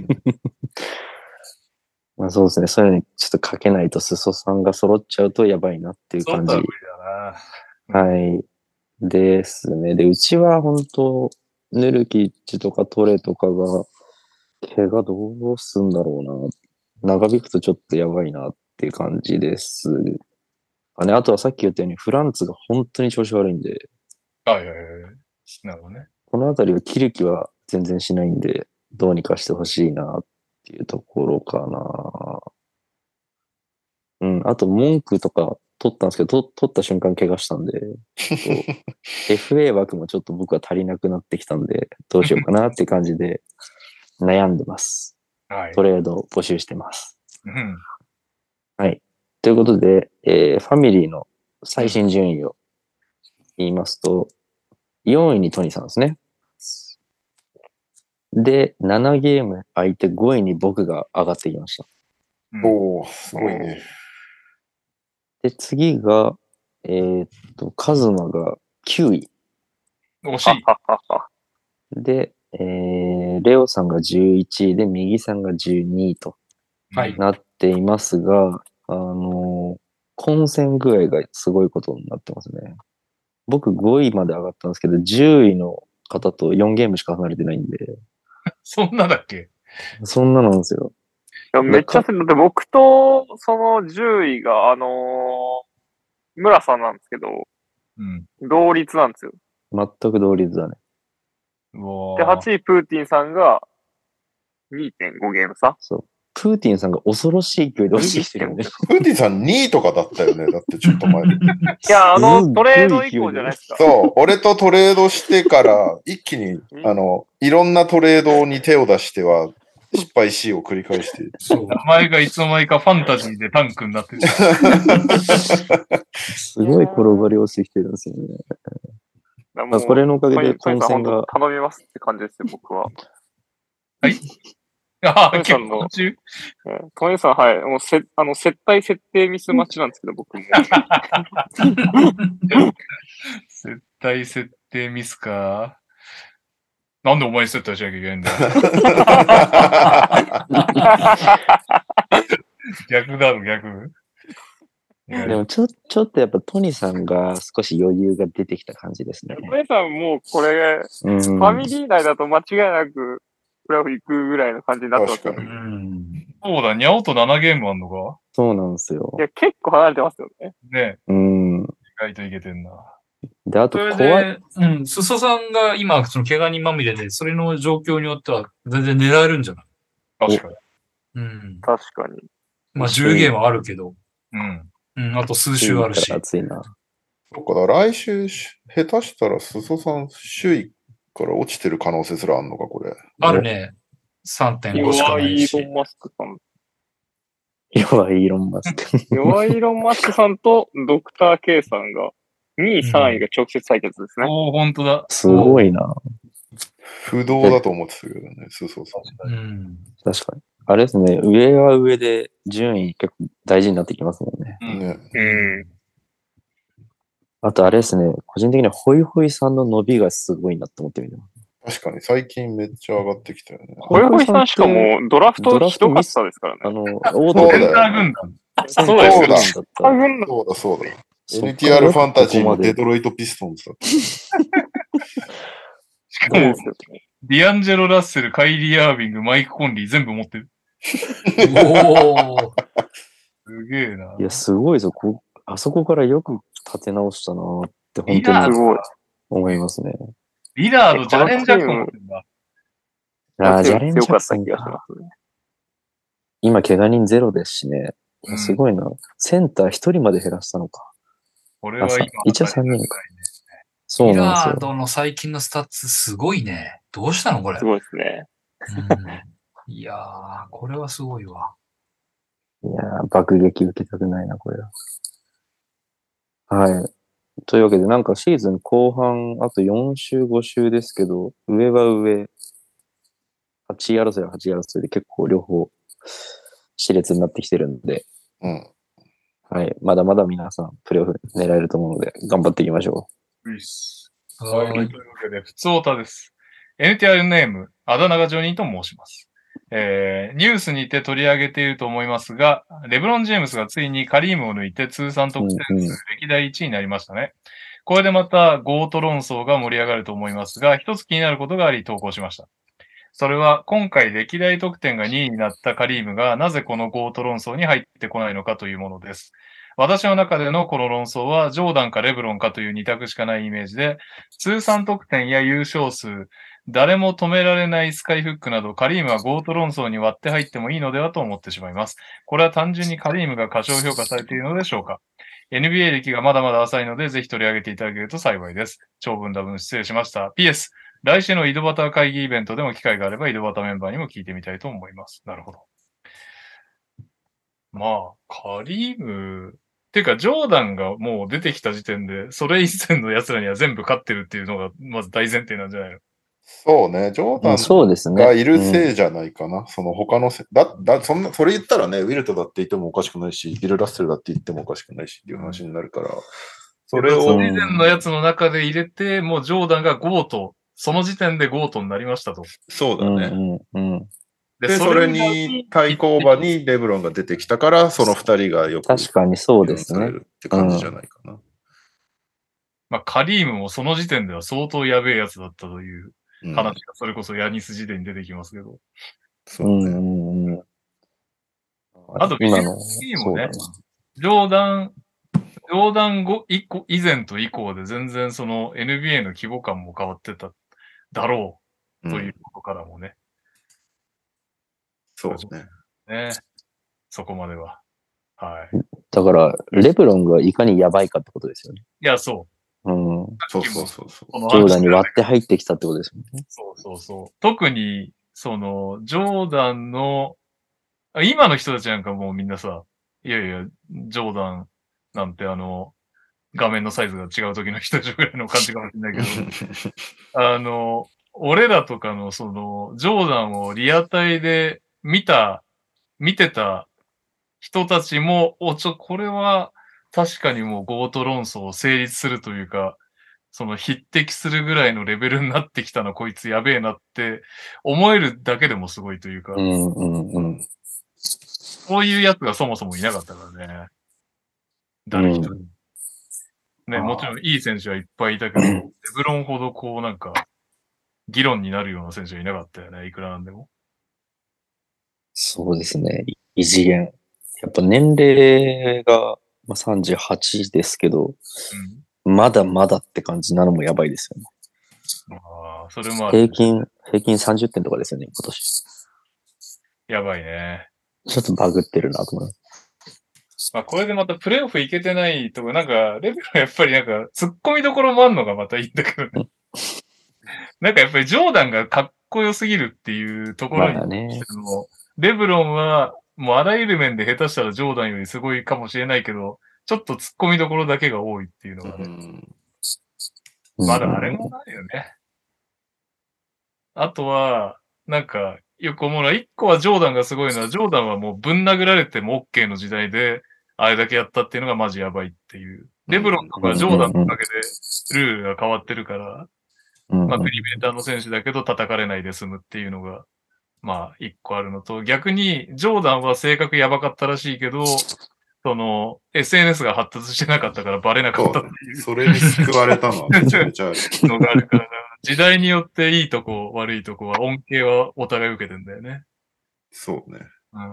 まあそうですね、そういうのにちょっとかけないと裾さんが揃っちゃうとやばいなっていう感じ。はい。ですね。で、うちは本当ヌルキッチとかトレとかが、怪我どうすんだろうな。長引くとちょっとやばいなっていう感じです。あとはさっき言ったようにフランツが本当に調子悪いんで。 なるほどね。 このあたりを切る気は全然しないんで、どうにかしてほしいなっていうところかな。うん。あと、文句とか取ったんですけど、取った瞬間怪我したんで、FA 枠もちょっと僕は足りなくなってきたんで、どうしようかなって感じで悩んでます。 はい、 トレードを募集してます。 うん、 はい。ということで、ファミリーの最新順位を言いますと、4位にトニーさんですね。で、7ゲーム空いて5位に僕が上がってきました。 おー、すごいね。 で、次が、カズマが9位。 惜しい。 で、レオさんが11位で、右さんが12位とはい。 なっていますが、混戦具合がすごいことになってますね。僕5位まで上がったんですけど、10位の方と4ゲームしか離れてないんで、 そんなだっけ？ そんななんですよ。 いやめっちゃ焦る。だって僕とその10位が、村さんなんですけど、 うん。 同率なんですよ。 全く同率だね。 うわで、 ー 8位プーティンさんが2.5ゲーム差。 そう。プーティンさんが恐ろしい勢いで落ちてきてるよね。 プーティさん2位とかだったよね。だってちょっと前。 いや、 すっごいトレード以降じゃないですか。 そう、俺とトレードしてから、一気に、いろんなトレードに手を出しては、失敗しを繰り返して。 そう。 名前がいつの間にかファンタジーでタンクになってる。 すごい転がり落ちてきてるんですよね。 もうこれのおかげでトニーさん混戦が本当頼みますって感じですよ、僕は。 ああ、 トニーさんの結構中トニーさん、はい。もう接待設定ミスマッチなんですけど、僕も。 接待設定ミスか。なんでお前に接待しなきゃいけないんだよ。逆だろ、逆。 でもちょっとやっぱトニさんが少し余裕が出てきた感じですね。 トニーさんもうこれ、 うん、 ファミリー内だと間違いなく、プレーオフ行くぐらいの感じになってますよ確かね。 そうだ、ニャオと7ゲームあんのかそうなんですよい。や、結構離れてますよね。 ねうん。 意外といけてんな。 で、あとそれ怖い。 で、裾さんが今、その怪我人まみれで、それの状況によっては全然狙えるんじゃない？ 確かに。 うん。 確かに。 まあ、10ゲームあるけど、 うん。 あと数週あるし。 熱いな。 そっかだ、来週、下手したら、裾さん、首位から落ちてる可能性すらあんのか、これ。 あるね。3.5しか弱ないし。 いイーロン・マスクさん。 弱いイーロン・マスク。 弱いイーロン・マスクさんとドクター・ケイさんが、2位、3位が直接対決ですね。 おー、ほんとだ。 すごいな。 不動だと思ってたけどね、裾さん。 確かに。あれですね、上は上で順位結構大事になってきますもんね。 ね。 あとあれですね、個人的にはホイホイさんの伸びがすごいなって思ってみてます。 確かに、最近めっちゃ上がってきたよね。 ホイホイさんしかもドラフトひどかったですからね。 オーそうだよセンター軍団。 そうだよだった。 そうだ、そうだ。NTR ファンタジーのデトロイトピストンズだった。 しかも、ディアンジェロ・ラッセル、カイリー・アービング、マイク・コンリー全部持ってる。 おー。 すげえな。 いや、すごいぞ。あそこからよく立て直したなって本当にすごい。 思いますね。 リラード、ジャレン・ジャクソン持ってるんだ。 ジャレン・ジャ強かったクソン気がしますね。 今、怪我人ゼロですしね。すごいな。センター一人まで減らしたのか。 これは今、 一応3人か。そうミなんですよ。 ラードの最近のスタッツすごいね。どうしたのこれ。 すごいですね。 いやー、これはすごいわ。 いやー、爆撃受けたくないな、これは。はい。というわけで、なんかシーズン後半、あと4週、5週ですけど、上は上、8位争いは8位争いで結構両方、熾烈になってきてるんで、はい。まだまだ皆さん、プレイオフ狙えると思うので、頑張っていきましょういっす。はい。というわけで、ふつおたです。NTR ネーム、あだ名がジョニーと申します。ニュースにて取り上げていると思いますが、レブロン・ジェームスがついにカリームを抜いて通算得点数歴代1位になりましたね。これでまたゴート論争が盛り上がると思いますが、一つ気になることがあり投稿しました。それは今回歴代得点が2位になったカリームがなぜこのゴート論争に入ってこないのかというものです。私の中でのこの論争はジョーダンかレブロンかという2択しかないイメージで、通算得点や優勝数、誰も止められないスカイフックなどカリームはゴート論争に割って入ってもいいのではと思ってしまいます。これは単純にカリームが過小評価されているのでしょうか。NBA 歴がまだまだ浅いのでぜひ取り上げていただけると幸いです。長文多文失礼しました。PS、来週の井戸端会議イベントでも機会があれば井戸端メンバーにも聞いてみたいと思います。なるほど。まあ、カリーム、っていうか、ジョーダンがもう出てきた時点で、それ以前の奴らには全部勝ってるっていうのが、まず大前提なんじゃないの？ そうね、ジョーダそうですね。 ンがいるせいじゃないかな。その他のそれ言ったらね、ウィルトだって言ってもおかしくないし、ビル・ラッセルだって言ってもおかしくないしっていう話になるから、それを。 以前のやつの中で入れて、もうジョーダンがゴート、その時点でゴートになりましたと。 そうだね。で、それに対抗馬にレブロンが出てきたから、その二人がよく確かにそうですね。 って感じじゃないかな。 まあ、カリームもその時点では相当やべえやつだったという話が、それこそヤニス時点に出てきますけど。 そうね。 あと、今のもね、ジョーダン以前と以降で全然その NBA の規模感も変わってただろうということからもね。 そうですね。 ね。そこまでは。はい。 だから、レブロンがいかにやばいかってことですよね。 いや、そう。 そう。 ジョーダンに割って入ってきたってことですよね。 そう。特に、その、ジョーダンの、今の人たちなんかもうみんなさ、いやいや、ジョーダンなんて画面のサイズが違う時の人たちぐらいの感じかもしれないけど、俺らとかのその、ジョーダンをリアタイで見てた人たちも、これは確かにもうゴート論争成立するというか、その匹敵するぐらいのレベルになってきたな、こいつやべえなって思えるだけでもすごいというか、そういうやつがそもそもいなかったからね。誰一人。ね、もちろんいい選手はいっぱいいたけど、レブロンほどこうなんか、議論になるような選手はいなかったよね、いくらなんでも。 そうですね。異次元。やっぱ年齢が38ですけど、まだまだって感じなのもやばいですよね。 ああ、それもある、 ね。平均30点とかですよね、今年。 やばいね。 ちょっとバグってるなと思います。 まあこれでまたプレイオフいけてないとか、なんか、レベルはやっぱりなんか、突っ込みどころもあんのがまたいいんだけどね。なんかやっぱりジョーダンがかっこよすぎるっていうところに、レブロンはもうあらゆる面で下手したらジョーダンよりすごいかもしれないけど、ちょっと突っ込みどころだけが多いっていうのがね。まだあれもないよね。あとは、なんか、よく思うのは、一個はジョーダンがすごいのは、ジョーダンはもうぶん殴られても OK の時代で、あれだけやったっていうのがマジやばいっていう。レブロンとかジョーダンのおかげでルールが変わってるから、まあ、ペリメーターの選手だけど叩かれないで済むっていうのが、まあ、一個あるのと、逆に、ジョーダンは性格やばかったらしいけど、その、SNS が発達してなかったからバレなかったっていう。 それに救われたのはめちゃめちゃある。 のがあるから、時代によっていいとこ、悪いとこは恩恵はお互い受けてんだよね。 そうね。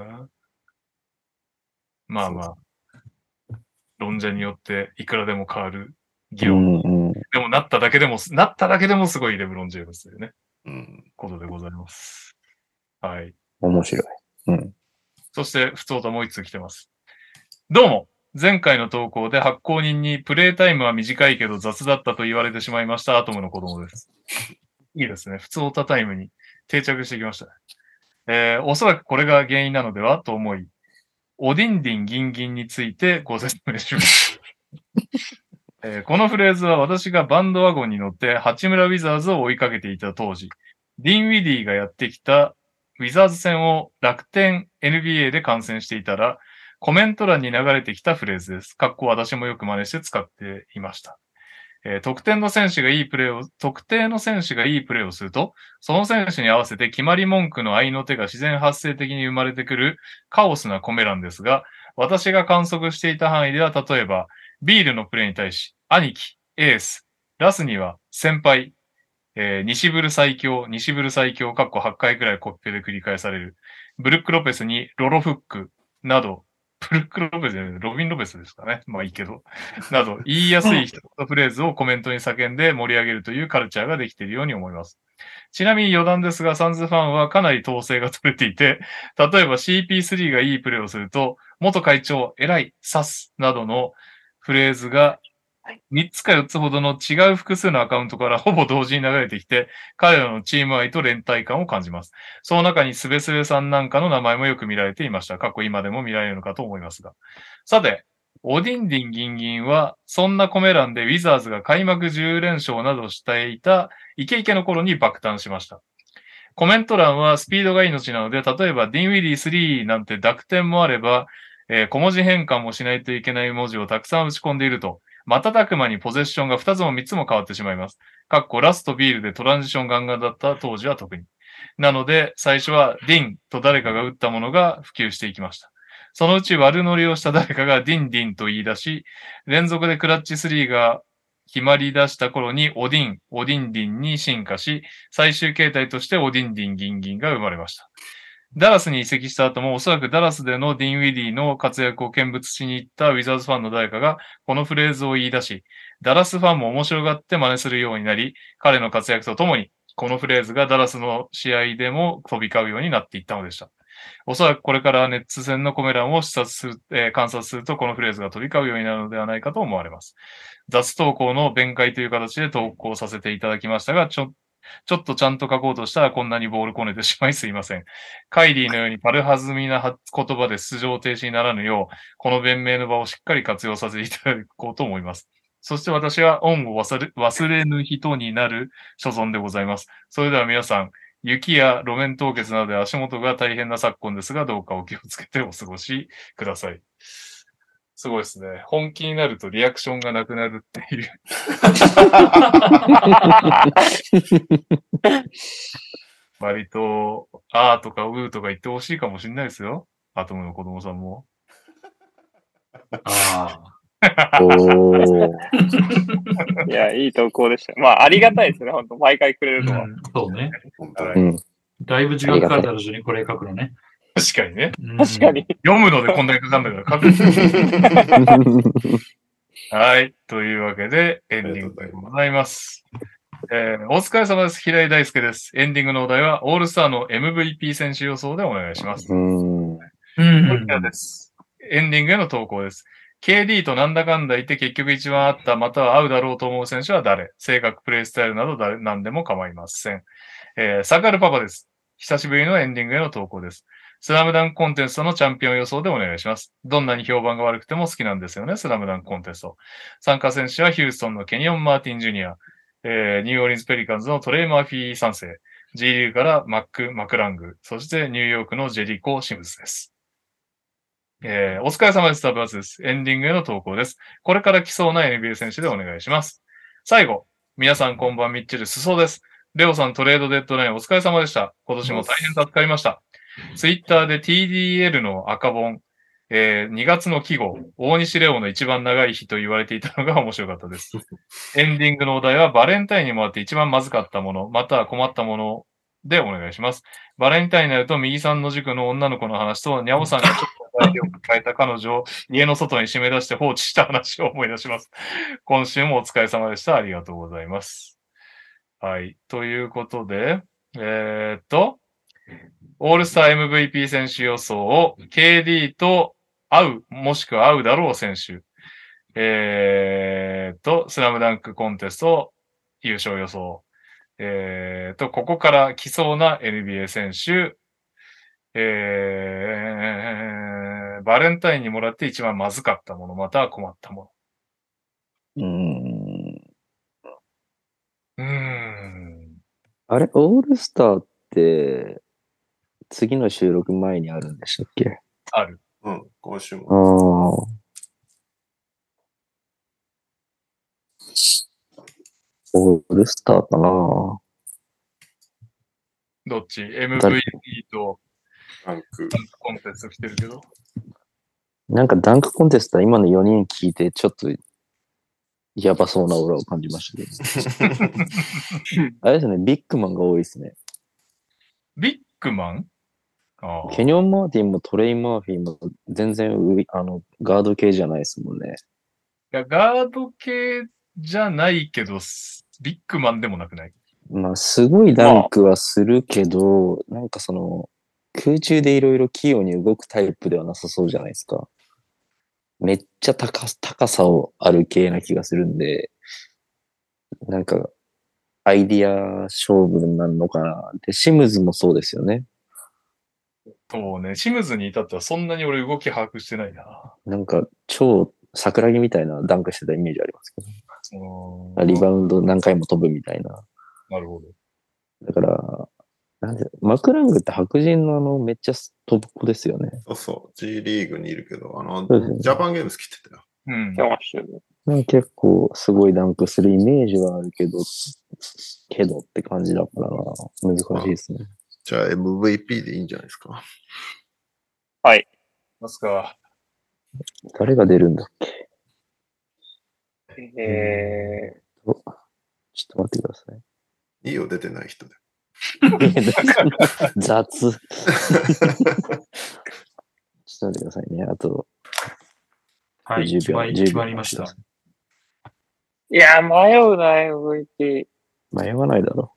まあまあ、論者によっていくらでも変わる議論。でもなっただけでもすごいレブロン・ジェームスというね。ことでございます。はい。 面白い。 そして、ふつおたもう一通来てます。どうも。前回の投稿で発行人にプレイタイムは短いけど雑だったと言われてしまいましたアトムの子供です。いいですね。ふつおたタイムに定着してきましたね。おそらくこれが原因なのではと思い、おディンディンギンギンについてご説明します。このフレーズは私がバンドワゴンに乗って八村ウィザーズを追いかけていた当時、ディン・ウィディがやってきたウィザーズ戦を楽天 NBA で観戦していたら、コメント欄に流れてきたフレーズです。私もよく真似して使っていました。特定の選手がいいプレーをすると、その選手に合わせて決まり文句の合いの手が自然発生的に生まれてくるカオスなコメ欄ですが、私が観測していた範囲では、例えば、ビールのプレーに対し、兄貴、エース、ラスには先輩、西ブル最強、8回くらいコッペで繰り返される。ブルック・ロペスにロロフックなど、ブルック・ロペスじゃない、ロビン・ロペスですかね。まあいいけど。など、言いやすい一言フレーズをコメントに叫んで盛り上げるというカルチャーができているように思います。ちなみに余談ですが、サンズファンはかなり統制が取れていて、例えば CP3 がいいプレーをすると、元会長、偉い、サスなどのフレーズが3つか4つほどの違う複数のアカウントからほぼ同時に流れてきて、彼らのチーム愛と連帯感を感じます。その中にスベスベさんなんかの名前もよく見られていました。過去今でも見られるのかと思いますが。さて、 オディンディンギンギンは、そんなコメ欄でウィザーズが開幕10連勝などしていたイケイケの頃に爆誕しました。コメント欄はスピードが命なので、例えばディンウィリー3なんて濁点もあれば、小文字変換もしないといけない文字をたくさん打ち込んでいると、瞬く間にポゼッションが2つも3つも変わってしまいます。ラストビールでトランジションガンガンだった当時は特に。なので、最初はディンと誰かが打ったものが普及していきました。そのうち悪乗りをした誰かがディンディンと言い出し、連続でクラッチ3が決まり出した頃にオディンディンに進化し、最終形態としてオディンディンギンギンが生まれました。ダラスに移籍した後もおそらくダラスでのディン・ウィリーの活躍を見物しに行ったウィザーズファンの誰かがこのフレーズを言い出し、ダラスファンも面白がって真似するようになり、彼の活躍とともにこのフレーズがダラスの試合でも飛び交うようになっていったのでした。おそらくこれからネッツ戦のコメ欄を観察するとこのフレーズが飛び交うようになるのではないかと思われます。雑投稿の弁解という形で投稿させていただきましたが、ちょっとちゃんと書こうとしたらこんなにボールこねてしまいすいません。カイリーのように軽はずみな言葉で出場停止にならぬよう、この弁明の場をしっかり活用させていただこうと思います。そして私は恩を忘れぬ人になる所存でございます。それでは皆さん、雪や路面凍結などで足元が大変な昨今ですが、どうかお気をつけてお過ごしください。すごいですね。本気になるとリアクションがなくなるっていう。割と、あーとかうーとか言ってほしいかもしれないですよ。アトムの子供さんも。 ああ。 おー。 いや、いい投稿でした。まあ、ありがたいですね、本当毎回くれるのは。 そうね。 本当に。 うん。 だいぶ時間かかるだろうしね、これ書くのね。 確かにね。 確かに。 読むのでこんなにかかるんだから書く。はい。というわけで、エンディングでございます。お疲れ様です。平井大輔です。エンディングのお題は、オールスターの MVP 選手予想でお願いします。こちらです。エンディングへの投稿です。KD となんだかんだ言って結局一番合った、または合うだろうと思う選手は誰？性格、プレイスタイルなど何でも構いません。サカルパパです。久しぶりのエンディングへの投稿です。スラムダンクコンテストのチャンピオン予想でお願いします。どんなに評判が悪くても好きなんですよね、スラムダンクコンテスト。参加選手はヒューストンのケニオン・マーティン・ジュニア、ニューオーリンズ・ペリカンズのトレイ・マーフィー3世、G リーグからマクラング、そしてニューヨークのジェリコ・シムズです。お疲れ様です。タブアツです。エンディングへの投稿です。これから来そうな NBA 選手でお願いします。最後、皆さんこんばんみっちるすそうです。レオさんトレードデッドラインお疲れ様でした。今年も大変助かりました。ツイッターで TDL の赤本、2月の季語、大西レオの一番長い日と言われていたのが面白かったです。エンディングのお題はバレンタインにもあって一番まずかったもの、または困ったものでお願いします。バレンタインになると右さんの塾の女の子の話と、ニャオさんがちょっと相手を抱えた彼女を家の外に締め出して放置した話を思い出します。今週もお疲れ様でした。ありがとうございます。はい。ということで、オールスター MVP 選手予想を KD と合う、もしくは合うだろう選手。スラムダンクコンテスト優勝予想。ここから来そうな NBA 選手。バレンタインにもらって一番まずかったもの、または困ったもの。 あれ、オールスターって、次の収録前にあるんでしたっけ？ ある。 うん、今週も。 オールスターかな。 どっち？ MVP とダンクコンテスト来てるけど。 なんかダンクコンテストは今の4人聞いてちょっとやばそうなオーラを感じましたけど。あれですね、ビッグマンが多いですね。 ビッグマン？ ケニョン・マーティンもトレイ・マーフィーも全然ガード系じゃないですもんね。 いや、ガード系じゃないけど、ビッグマンでもなくない？ まあ、すごいダンクはするけど、なんかその、空中でいろいろ器用に動くタイプではなさそうじゃないですか。めっちゃ高さをある系な気がするんで、なんか、アイディア勝負になるのかな。で、シムズもそうですよね。 そうね、シムズに至ってはそんなに俺動き把握してないな。 なんか、超桜木みたいなダンクしてたイメージありますけど。リバウンド何回も飛ぶみたいな。 なるほど。 だから、マクラングって白人のめっちゃ飛ぶ子ですよね。 そうそう。G リーグにいるけど、 そうですねジャパンゲームズ来てたよ。 うん。 来ましたよね。 結構すごいダンクするイメージはあるけどって感じだから難しいですね。 じゃあ MVP でいいんじゃないですか。 はい。 ますか。 誰が出るんだっけ？ちょっと待ってください。 いいよ、出てない人で。 雑。ちょっと待ってくださいね。あと、 はい、 10秒。 決まりました。 いや、迷うな、MVP。 迷わないだろ。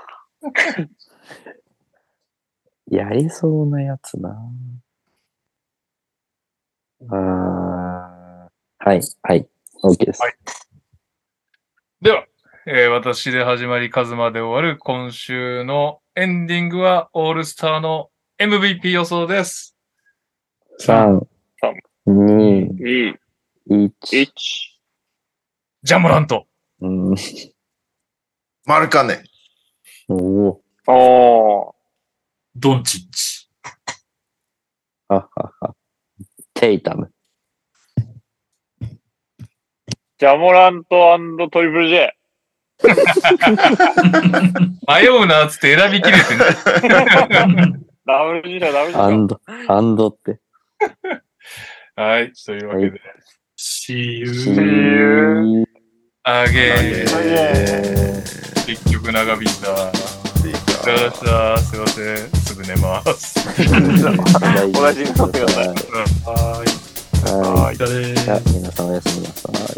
やりそうなやつな。はい、OK です。はい、 では、私で始まり、カズマで終わる今週のエンディングはオールスターの MVP 予想です。 3、2、1。 ジャモラント。 マルカネ。 ドンチッチ。 テイタム。 ジャモラント&トリプル J。 迷うなっつって選びきれてね。 ダブル G だ、ダブル G だ。 アンドって。 はい、というわけで。 See you again。結局長引いた。すいません、すぐ寝ます。 同じに撮ってください。 はい。じゃあ皆さんおやすみなさい。